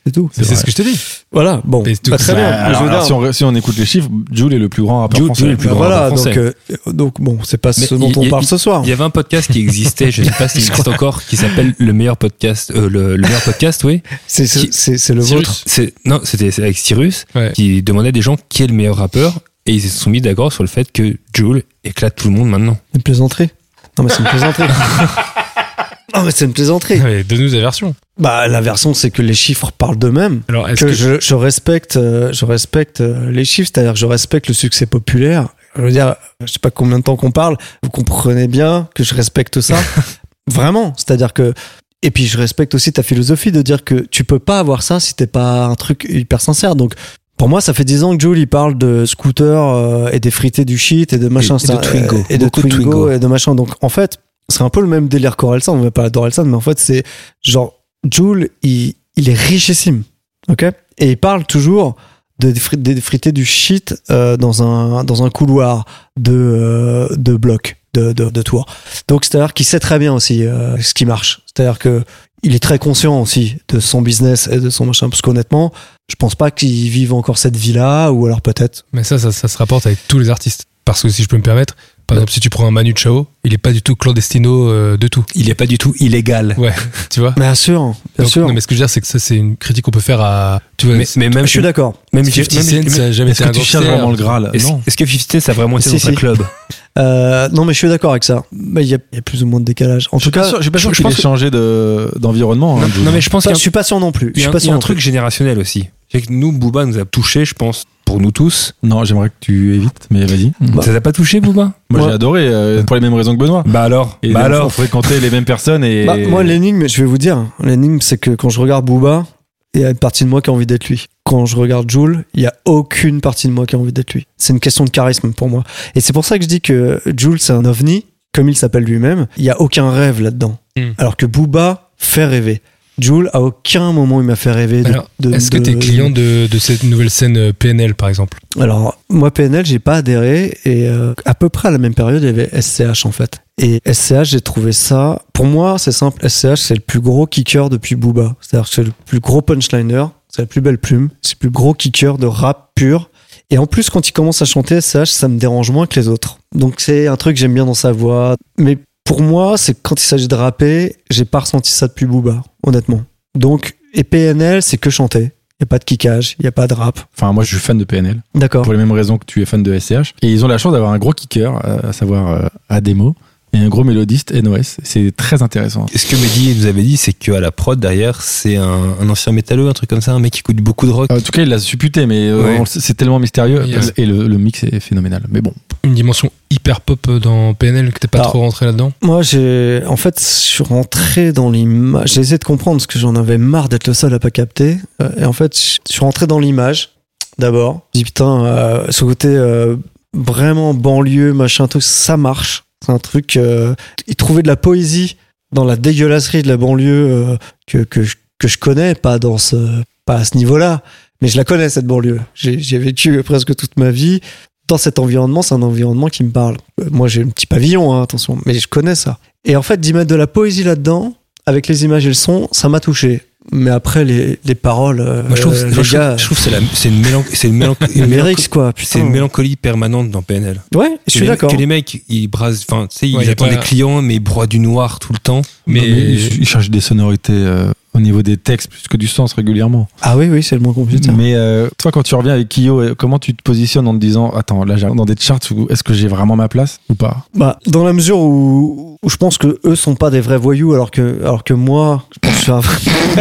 C'est tout. C'est, c'est ce que je te dis. Voilà, bon, Et tout pas ça, très bien. Alors, Mais je veux alors, dire, si, on, si on écoute les chiffres, Jul est le plus grand rappeur Jul- français. Jul est le plus bah grand voilà, rappeur donc, français. euh, donc bon, c'est pas Mais ce dont il- on il- parle ce soir. Il y avait un podcast qui existait, je sais pas s'il existe encore, qui s'appelle le meilleur podcast, euh, le, le meilleur podcast, oui. C'est c'est- qui- c'est- c'est le Cyrus. vôtre. C'est, non, c'était c'est avec Cyrus, Ouais. qui demandait à des gens qui est le meilleur rappeur, et ils se sont mis d'accord sur le fait que Jul éclate tout le monde maintenant. Une plaisanterie. Non, mais c'est une plaisanterie. Non, mais c'est une plaisanterie. Ouais, donne-nous ta version. Bah, la version, c'est que les chiffres parlent d'eux-mêmes. Alors, est-ce Que, que, je, je respecte, euh, je respecte euh, les chiffres, c'est-à-dire que je respecte le succès populaire. Je veux dire, je sais pas combien de temps qu'on parle, vous comprenez bien que je respecte ça. Vraiment. C'est-à-dire que, et puis je respecte aussi ta philosophie de dire que tu peux pas avoir ça si t'es pas un truc hyper sincère. Donc, pour moi, ça fait dix ans que Jul, il parle de scooter euh, et d'effriter du shit et de machin. Et- et de ça, Twingo. Et de Beaucoup de Twingo, Twingo. et de machin. Donc, en fait, c'est un peu le même délire qu'Orelsan. On va pas d'Orelsan, mais en fait, c'est genre, Jul, il, il est richissime. Ok? Et il parle toujours de défri- d'effriter du shit euh, dans un, dans un couloir de, euh, de blocs, de, de, de tours. Donc, c'est-à-dire qu'il sait très bien aussi euh, ce qui marche. C'est-à-dire que il est très conscient aussi de son business et de son machin. Parce qu'honnêtement, je pense pas qu'il vive encore cette vie-là, ou alors peut-être. Mais ça, ça, ça se rapporte avec tous les artistes. Parce que si je peux me permettre, par exemple, si tu prends un Manu Chao, il est pas du tout clandestino euh, de tout. Il est pas du tout illégal. Ouais, tu vois. Bien sûr, bien Donc, sûr. non, mais ce que je veux dire, c'est que ça, c'est une critique qu'on peut faire à. Tu vois, Mais, mais même, Je suis d'accord. même, cinquante même- Cent, même- ça a jamais Est-ce été que un tu cherches gangster. vraiment le Graal? Est-ce, Non. est-ce que fifty Cent a vraiment été Si, dans un si. club? Euh, non, mais je suis d'accord avec ça. Mais il y, a- il y a plus ou moins de décalage. En Je suis tout pas cas, sûr, je suis pas sûr je qu'il ait pense que- changé de, d'environnement. Non, hein, Jul. non, mais je pense pas- qu'il y je a, suis pas sûr non plus. il y Je a suis un, pas il y sûr a un non truc plus. générationnel aussi. C'est que nous, Booba nous a touché, je pense, pour nous tous. Non, j'aimerais que tu évites, mais vas-y. Bah. Ça t'a pas touché, Booba? Moi, Moi- j'ai adoré, euh, pour les mêmes raisons que Benoît. Bah alors, Et bah on alors. fréquentait les mêmes personnes et. Bah, moi, l'énigme, je vais vous dire, l'énigme, c'est que quand je regarde Booba, il y a une partie de moi qui a envie d'être lui. Quand je regarde Jul, il y a aucune partie de moi qui a envie d'être lui. C'est une question de charisme pour moi. Et c'est pour ça que je dis que Jul, c'est un ovni, comme il s'appelle lui-même. Il y a aucun rêve là-dedans. Hmm. Alors que Booba fait rêver. Jul, à aucun moment, il m'a fait rêver. De, Alors, de- est-ce que de- t'es client de, de cette nouvelle scène euh, P N L, par exemple? Alors, moi, P N L, j'ai pas adhéré. Et euh, à peu près à la même période, il y avait S C H, en fait. Et S C H, j'ai trouvé ça... Pour moi, c'est simple. S C H, c'est le plus gros kicker depuis Booba. C'est-à-dire que c'est le plus gros punchliner. C'est la plus belle plume. C'est le plus gros kicker de rap pur. Et en plus, quand il commence à chanter S C H, ça me dérange moins que les autres. Donc, c'est un truc que j'aime bien dans sa voix. Mais pour moi, c'est quand il s'agit de rapper, j'ai pas ressenti ça depuis Booba, honnêtement. Donc, et P N L, c'est que chanter. Il n'y a pas de kickage, il n'y a pas de rap. Enfin, moi, je suis fan de P N L. D'accord. Pour les mêmes raisons que tu es fan de S C H. Et ils ont la chance d'avoir un gros kicker, euh, à savoir euh, Ademo, et un gros mélodiste, N O S. C'est très intéressant. Ce que Mehdi nous avait dit, c'est qu'à la prod derrière, c'est un, un ancien métalleux, un truc comme ça, un mec qui écoute beaucoup de rock. En tout cas, il l'a supputé, mais euh, Ouais. on le sait, c'est tellement mystérieux. Yes. Et le, le mix est phénoménal. Mais bon. Une dimension hyper pop dans P N L que t'es pas Alors, trop rentré là-dedans? Moi, j'ai, en fait, je suis rentré dans l'image. J'ai essayé de comprendre parce que j'en avais marre d'être le seul à pas capter. Euh, Et en fait, je suis rentré dans l'image d'abord. Je dis putain, euh, ce côté euh, vraiment banlieue, machin, tout, ça marche. C'est un truc. Euh, il trouvait de la poésie dans la dégueulasserie de la banlieue euh, que que je, que je connais, pas dans ce, pas à ce niveau-là, mais je la connais cette banlieue. J'ai, j'ai vécu presque toute ma vie. Dans cet environnement, c'est un environnement qui me parle. Euh, Moi, j'ai un petit pavillon, hein, attention, mais je connais ça. Et en fait, d'y mettre de la poésie là-dedans, avec les images et le son, ça m'a touché. Mais après, les, les paroles, euh, Moi, je trouve, euh, moi, les je trouve- gars, je trouve que c'est, la, c'est une, mélan- c'est une, mélan- une les mélanco- lyrics, quoi, putain. c'est une mélancolie permanente dans P N L. Ouais, je Que suis les- d'accord. Que les mecs, ils brasent, enfin, tu sais, Ouais, ils y a attendent pas- des clients, mais ils broient du noir tout le temps. Mais, Non, il, il cherche des sonorités euh, au niveau des textes plus que du sens régulièrement. Ah oui, oui, c'est le moins compliqué. Mais euh, toi, quand tu reviens avec Kyo, euh, comment tu te positionnes en te disant, attends, là, j'arrive dans des charts, où est-ce que j'ai vraiment ma place ou pas? Bah, dans la mesure où, où je pense que eux sont pas des vrais voyous, alors que, alors que moi, je pense que je suis un vrai.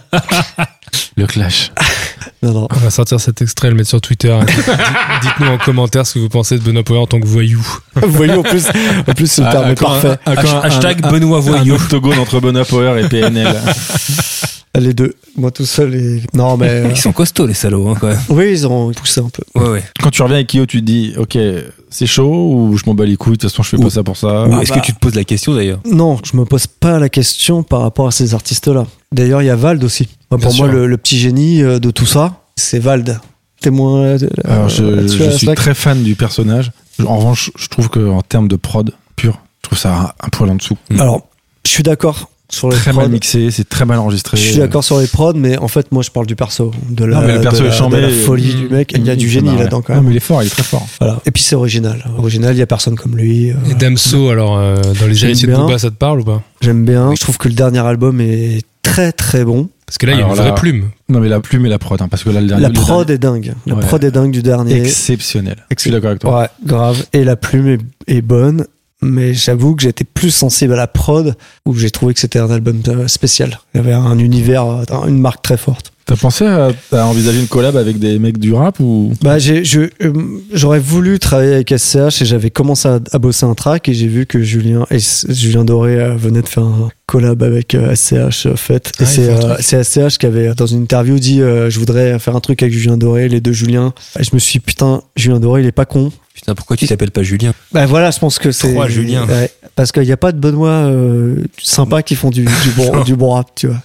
Le clash. Non, non. on va sortir cet extrait, le mettre sur Twitter. Dites- Dites-nous en commentaire ce que vous pensez de Benoît Poirier en tant que voyou. Voyou, en plus, en plus, c'est le terme est parfait. Hashtag- hashtag Benoît Un Voyou. octogone entre Benoît Power et P N L. Les deux. Moi tout seul et. Non, mais. euh, Ils sont costauds, les salauds, hein, quand même. Oui, ils ont poussé un peu. Ouais, ouais. Quand tu reviens avec Kyo, tu te dis, ok, c'est chaud ou je m'en bats les couilles, de toute façon, je fais Ou- pas ça pour ça. Ou Ah est-ce bah. que tu te poses la question d'ailleurs? Non, je me pose pas la question par rapport à ces artistes-là. D'ailleurs, il y a Vald aussi. Moi, Bien pour moi, sûr. le, le petit génie euh, de tout ça, c'est Vald. Témoin. euh, Alors, je, là-dessus, je à la suis Slack. très fan du personnage. En revanche, je trouve qu'en termes de prod pur, je trouve ça un, un poil en dessous. Alors, je suis d'accord. sur les Très prods. mal mixé, c'est très mal enregistré. Je suis d'accord sur les prods, mais en fait, moi, je parle du perso. De la, Non, mais le perso de est la, chambé. de la folie du mec. Il y a du génie là-dedans quand Non, même. mais il est fort, il est très fort. Voilà. Et puis, c'est original. Original, il y a personne comme lui. euh, Et Damso, alors, euh, dans les J'aime héritiers de bien. Booba, ça te parle ou pas? J'aime bien. Je trouve que le dernier album est très, très bon. Parce que là, il y a Alors une vraie là- plume. Non, mais la plume et la prod, hein, parce que là, le dernier. La le prod dernier- est dingue. La Ouais. prod est dingue du dernier. exceptionnel. Je suis d'accord avec toi. Ouais, grave. Et la plume est, est bonne. Mais j'avoue que j'étais plus sensible à la prod, où j'ai trouvé que c'était un album euh, spécial. Il y avait un univers, euh, une marque très forte. T'as pensé à, à envisager une collab avec des mecs du rap ou Bah, j'ai, je, euh, j'aurais voulu travailler avec S C H et j'avais commencé à, à bosser un track et j'ai vu que Julien, et s- Julien Doré euh, venait de faire un collab avec euh, S C H euh, fait. Et Ah, il c'est, fait un euh, truc. c'est S C H qui avait, dans une interview, dit euh, je voudrais faire un truc avec Julien Doré, les deux Julien. Et je me suis dit, putain, Julien Doré, il est pas con. Putain, pourquoi tu t'appelles pas Julien? Bah voilà, je pense que c'est. Trois Julien. Ouais, parce qu'il n'y a pas de Benoît euh, sympas qui font du, du, bon, du bon rap, tu vois.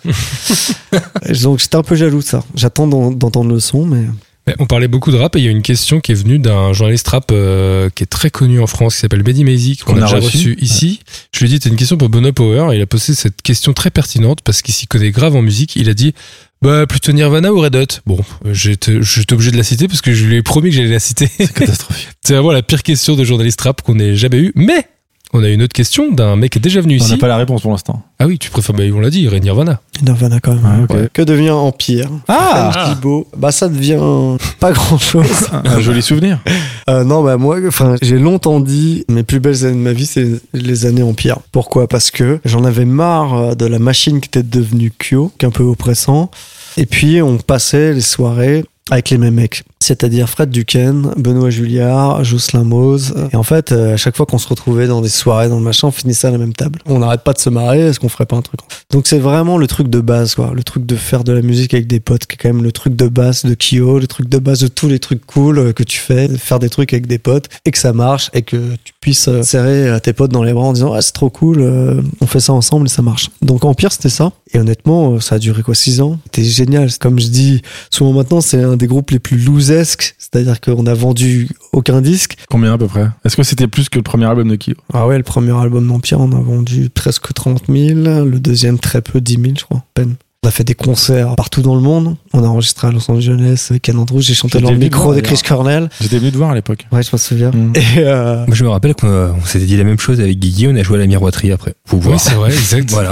Donc j'étais un peu jaloux de ça. J'attends d'en- d'entendre le son, mais. Mais on parlait beaucoup de rap et il y a une question qui est venue d'un journaliste rap euh, qui est très connu en France, qui s'appelle Mehdi Maizi, qu'on Qu'on a a déjà reçu. reçu ici. Je lui ai dit, t'as une question pour Bono Power, et il a posé cette question très pertinente parce qu'il s'y connaît grave en musique. Il a dit, bah plutôt Nirvana ou Red Hot. Bon, euh, j'étais j'étais obligé de la citer parce que je lui ai promis que j'allais la citer. catastrophique. C'est vraiment la pire question de journaliste rap qu'on ait jamais eue. Mais on a une autre question d'un mec qui est déjà venu On ici. n'a pas la réponse pour l'instant. Ah oui, tu préfères, bah, on l'a dit, Ray Nirvana. Nirvana quand même. Ah, ok. Ouais. Que devient Empire? Ah French Kibo. Bah ça devient pas grand chose. Un joli souvenir. Euh, non, bah moi, enfin, j'ai longtemps dit mes plus belles années de ma vie, c'est les années Empire. Pourquoi? Parce que j'en avais marre euh, de la machine qui était devenue Kyo, qui est un peu oppressant. Et puis on passait les soirées avec les mêmes mecs, c'est-à-dire Fred Duquesne, Benoît Julliard, Jocelyn Moze. Et en fait, euh, à chaque fois qu'on se retrouvait dans des soirées, dans le machin, on finissait à la même table. On n'arrête pas de se marrer, est-ce qu'on ferait pas un truc? Donc c'est vraiment le truc de base, quoi. Le truc de faire de la musique avec des potes, qui est quand même le truc de base de Kyo, le truc de base de tous les trucs cool euh, que tu fais, de faire des trucs avec des potes, et que ça marche, et que tu puisses euh, serrer euh, tes potes dans les bras en disant, ah, c'est trop cool, euh, on fait ça ensemble et ça marche. Donc Empire, c'était ça. Et honnêtement, euh, ça a duré quoi, six ans? C'était génial. Comme je dis souvent maintenant, c'est un des groupes les plus loosesques, c'est-à-dire qu'on a vendu aucun disque. Combien à peu près? Est-ce que c'était plus que le premier album de Kyo? Ah ouais, le premier album d'Empire, on a vendu presque trente mille, le deuxième très peu, dix mille je crois, à peine. On a fait des concerts partout dans le monde. On a enregistré à Los Angeles avec Anne Andrews. J'ai chanté J'étais dans le venu micro voir, de d'ailleurs. Chris Cornell. J'étais venu te voir à l'époque. Ouais, je me souviens. Mm. Et euh, Moi, je me rappelle qu'on euh, on s'était dit la même chose avec Guigui, on a joué à la miroiterie après. Faut voir. Oui, c'est vrai, exact. Voilà.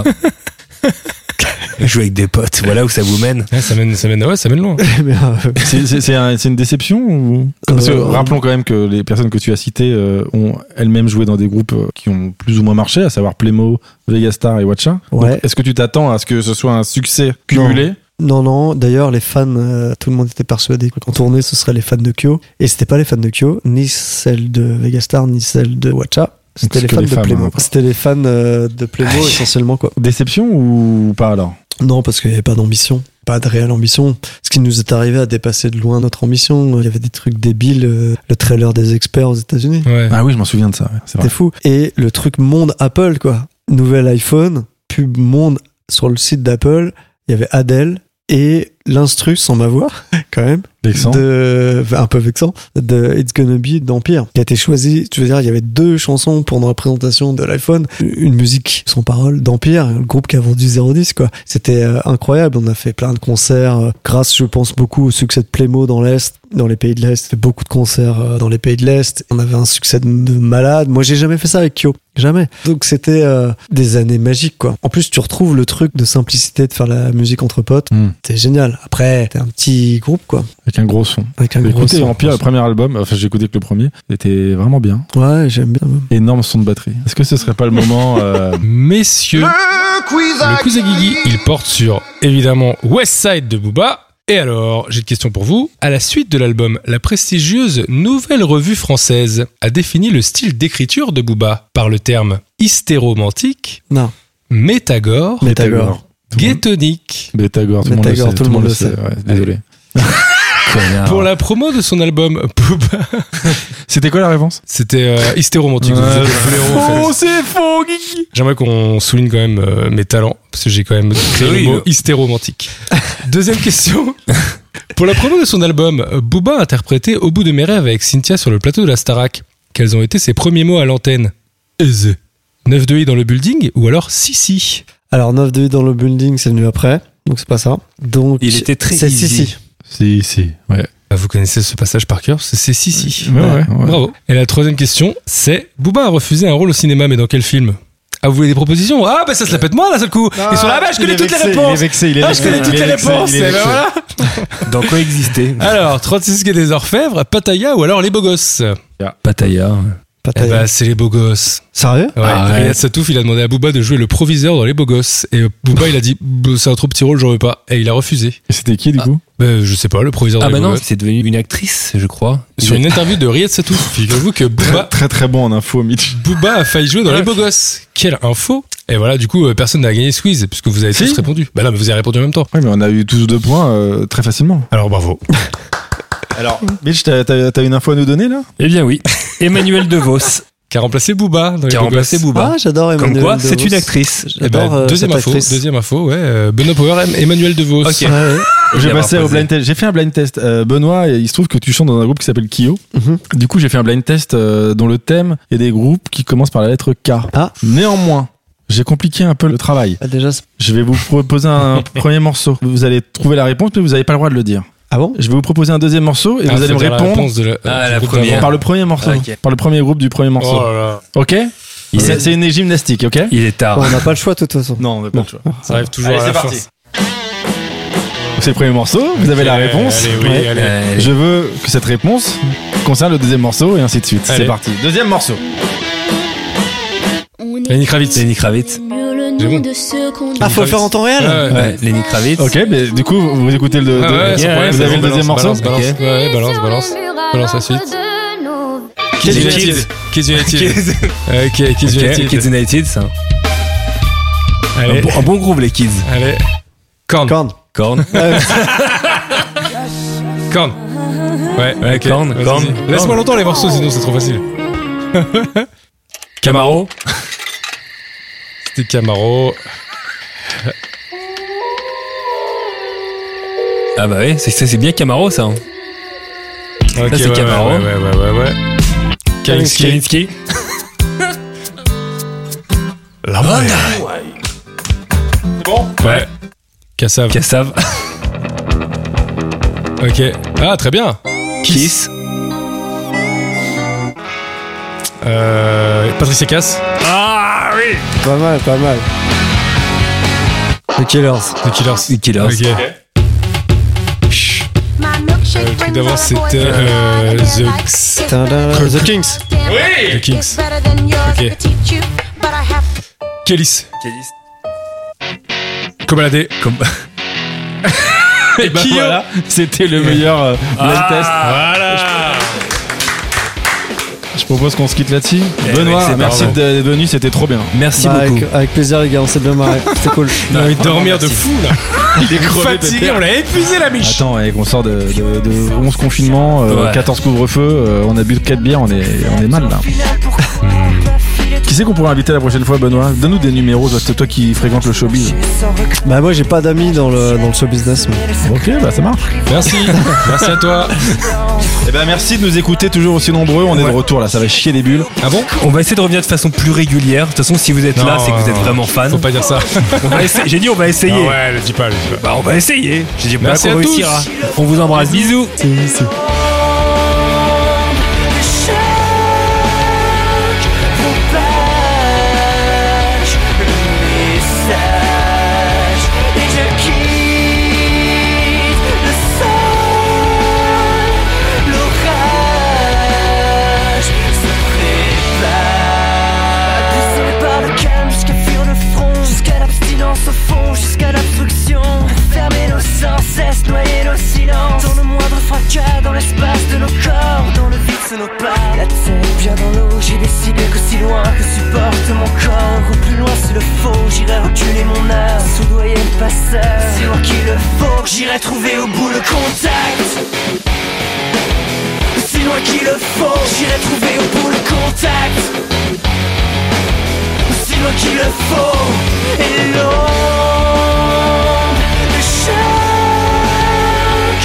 Jouer avec des potes, voilà où ça vous mène. Ouais, ça mène, ça mène, ouais, ça mène loin. mais, euh, C'est c'est- c'est un- c'est une déception ou... Parce que Euh, rappelons quand même que les personnes que tu as citées euh, ont elles-mêmes joué dans des groupes euh, qui ont plus ou moins marché, à savoir Playmo, Vegastar et Watcha. Donc, Ouais. est-ce que tu t'attends à ce que ce soit un succès cumulé? non, non. D'ailleurs, les fans, euh, tout le monde était persuadé qu'en tournée, ce serait les fans de Kyo. Et c'était pas les fans de Kyo, ni celles de Vegastar, ni celles de Watcha. C'était c'est les que fans les de femmes, Playmo. hein. C'était les fans euh, de Playmo essentiellement, quoi. Déception ou pas alors? Non, parce qu'il n'y avait pas d'ambition, pas de réelle ambition. Ce qui nous est arrivé à dépasser de loin notre ambition. Il y avait des trucs débiles, euh, le trailer des experts aux États-Unis. Ouais. Ah oui, je m'en souviens de ça. ouais, c'est vrai. C'était fou. Et le truc monde Apple, quoi. Nouvel iPhone, pub monde sur le site d'Apple. Il y avait Adele et l'instru sans ma voix, quand même. Vexant. De, enfin, un peu vexant, de It's Gonna Be d'Empire, qui a été choisi. Tu veux dire, il y avait deux chansons pendant la présentation de l'iPhone, une musique sans parole d'Empire, le groupe qui a vendu zéro dix, quoi. C'était euh, incroyable. On a fait plein de concerts, euh, grâce, je pense, beaucoup au succès de Playmo dans l'Est, dans les pays de l'Est. On fait beaucoup de concerts euh, dans les pays de l'Est. On avait un succès de, de malade. Moi, j'ai jamais fait ça avec Kyo. Jamais. Donc, c'était euh, des années magiques, quoi. En plus, tu retrouves le truc de simplicité de faire la musique entre potes. Hmm. C'était génial. Après, t'es un petit groupe, quoi. Avec un gros son. Avec un J'ai gros écouté son. Empire, le premier album, enfin j'ai écouté que le premier, c'était vraiment bien. Ouais, j'aime bien. Énorme son de batterie. Est-ce que ce serait pas le moment euh, Messieurs, Le quiz à le quiz à Guigui, il porte sur, évidemment, West Side de Booba. Et alors, j'ai une question pour vous. À la suite de l'album, la prestigieuse Nouvelle Revue Française a défini le style d'écriture de Booba par le terme hystéromantique, Non. métagore, Métagore. ghetonique. Bétagore, tout le monde le Métagore, sait. tout le monde le sait. Ouais, désolé. Connard. Pour la promo de son album, Booba, C'était quoi la réponse? c'était euh, hystéromantique. Vous êtes des fléaux, en fait. c'est faux, Guigui. J'aimerais qu'on souligne quand même euh, mes talents, parce que j'ai quand même créé Oui, le mot le- hystéromantique. Deuxième question. Pour la promo de son album, euh, Booba a interprété Au bout de mes rêves avec Cynthia sur le plateau de la Starac. Quels ont été ses premiers mots à l'antenne? Aisé. neuf de i dans le building ou alors si si? Alors, neuf de huit dans le building, c'est venu après. Donc, c'est pas ça. Donc, Il était très c'est easy. si, si. Si, si, ouais. Ah, vous connaissez ce passage par cœur, c'est c'est si si. Ouais, ouais, ouais. Bravo. Et la troisième question, c'est Booba a refusé un rôle au cinéma, mais dans quel film? Ah, vous voulez des propositions? Ah, bah ça se la pète moi d'un seul coup. Ils sont là, bah je connais toutes les réponses. Il est vexé, il est Ah, je vexé. connais toutes il est les vexé, réponses. il est Et ben vexé. voilà. Dans quoi exister Alors, trente-six quai des Orfèvres, Pattaya ou alors Les Beaux Gosses? Pattaya. Pas Eh taillé. bah, c'est Les Beaux Gosses. Sérieux? Ouais, Arrête. Riyad Satouf, il a demandé à Booba de jouer le proviseur dans Les Beaux Gosses. Et euh, Booba, il a dit, Bah, c'est un trop petit rôle, j'en veux pas. Et il a refusé. Et c'était qui, du coup? Bah, je sais pas, le proviseur dans Ah Les bah Beaux non, Gosses. c'est devenu une actrice, je crois. Sur une interview de Riyad Satouf, figurez-vous que Très, Booba, très, très bon en info, Mitch. Booba a failli jouer dans Les Beaux Gosses. Quelle info! Et voilà, du coup, euh, personne n'a gagné Squeeze, puisque vous avez Si. tous répondu. Bah non, mais vous avez répondu en même temps. Oui, mais on a eu tous deux points euh, très facilement. Alors bravo. Alors, Mitch, t'as, t'as, t'as une info à nous donner, là? Eh bien oui. Emmanuel DeVos, Qui a remplacé Booba dans Les qui a Beaux remplacé Gosses. Booba. Ah, j'adore Comme Emmanuel quoi, c'est DeVos. une actrice. Eh ben, J'adore euh, deuxième cette info, actrice. deuxième info, ouais. euh, Benoît Power et Emmanuel DeVos. Ok. Ouais, ouais. Je vais avoir passer au posé. blind test. J'ai fait un blind test. Euh, Benoît, il se trouve que tu chantes dans un groupe qui s'appelle Kyo. Mhm. Du coup, j'ai fait un blind test euh, dont le thème est des groupes qui commencent par la lettre K. Ah. Néanmoins, j'ai compliqué un peu le travail. Ah, déjà, c'est- Je vais vous proposer un premier morceau. Vous allez trouver la réponse, mais vous n'avez pas le droit de le dire. ah bon? Je vais vous proposer un deuxième morceau et Ah, vous allez faut me dire la répondre réponse de la, Ah, du la groupe première. d'avant. par le premier morceau, Ok. par le premier groupe du premier morceau. Oh là là. Ok? Il C'est est, c'est une gymnastique, ok? il est tard. Bon, on n'a pas le choix, de toute façon. Non, on n'a pas le choix. Ça arrive toujours Allez, à c'est la parti. fin. C'est le premier morceau, vous avez la Ok, réponse. Allez, oui, Ouais. allez. Euh, Je veux que cette réponse concerne le deuxième morceau et ainsi de suite. Allez. C'est parti. Deuxième morceau. Lenny Kravitz. Lenny Kravitz. J'ai bon. Ah, faut le faire en temps réel? Ouais, ouais. Ouais, Lenny Kravitz. Ok, mais du coup, vous, vous écoutez le. Ah deux- ouais, sans Yeah, problème, vous c'est avez bon, le deuxième balance, morceau? balance, Ok. balance. Ouais, balance, balance. Balance la suite. Kids Kids United. United. Kids United. Kids. Ok, Kids Ok, United. Kids United, ça. Un Allez, bon, un bon groupe, les Kids. allez. Korn. Corne. Korn. Korn. Ouais, Ouais, ok. Korn, Vas-y. Korn. Laisse-moi longtemps les morceaux, sinon c'est trop facile. Camaro. C'était Camaro. Ah bah oui, c'est, c'est c'est bien Camaro, ça. hein. Ok, c'est ouais, Camaro. Ouais, ouais, ouais, ouais, ouais. Kavinsky. Kavinsky. La Ouais. Kassav. Kassav. Ok. Ah, très bien. Kiss. Euh, Patricia Cass. Ah oui. Pas mal, pas mal. The Killers. The Killers. The Killers. Ok. Euh, le truc d'avant, c'était euh, The... Tadam, The Kings. The Kings. Ok. Kélis. Kobalade. Comme... Et ben Kyo. voilà, c'était le meilleur euh, blind test. Voilà. Je propose qu'on se quitte là-dessus. Eh Benoît, oui, c'est merci pardon. d'être venu, c'était trop bien. Merci Bah, beaucoup. avec, avec plaisir, les gars, on s'est bien marré. C'était cool. On a envie de dormir de fou là. Il est crevé, Fatigué, pépère. on l'a épuisé la miche. Attends, avec, on sort de, de, de onze confinements, euh, Ouais. quatorze couvre-feux, euh, on a bu quatre bières, on est, on est mal là. Qui c'est qu'on pourrait inviter la prochaine fois, Benoît? Donne-nous des numéros, toi, c'est toi qui fréquente le showbiz. Bah, moi, j'ai pas d'amis dans le, dans le show business. Mais... Ok, bah ça marche. Merci. Merci à toi. Eh ben merci de nous écouter toujours aussi nombreux, on est de retour là, ça va chier des bulles. Ah bon? On va essayer de revenir de façon plus régulière. De toute façon, si vous êtes là, Non, c'est que vous êtes vraiment fan. Faut pas dire ça. On va essayer- J'ai dit on va essayer. Ah ouais, le dis pas, le dis pas. Bah on va essayer. J'ai dit Merci voilà qu'on à tous. réussira. On vous embrasse. Bisous. Par le calme jusqu'à fuir le front, jusqu'à l'abstinence au fond, jusqu'à l'obstruction. Fermer nos sans cesse, noyer nos silences. Dans le moindre fracas, dans l'espace de nos corps, dans le vide sous nos pas. La tête bien dans l'eau, j'ai décidé qu'aussi loin que supporte mon corps, au plus loin s'il le faut, j'irai reculer mon âme, soudoyer le passeur. Si loin qu'il le faut, j'irai trouver au bout le contact. Si loin qu'il le faut, j'irai trouver au bout le contact. Si loin qu'il le faut, et l'onde de chaque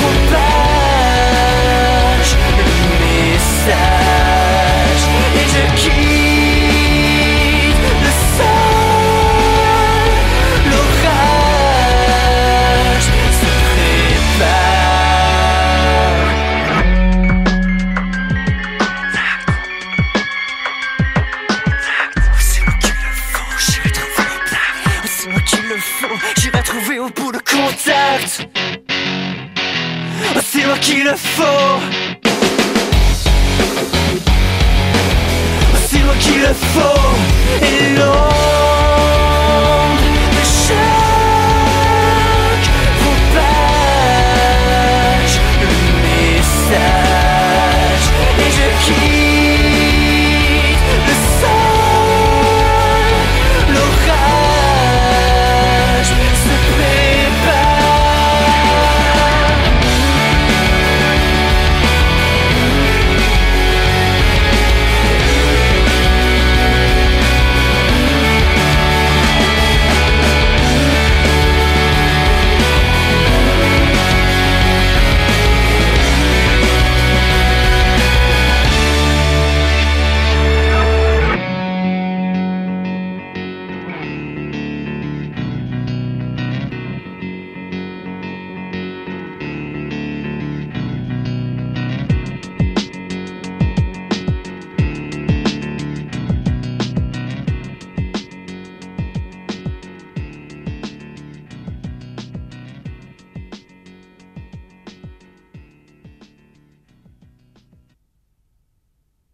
propage le message. Et je quitte le sol, le faut. C'est moi qui le faut. Et l'eau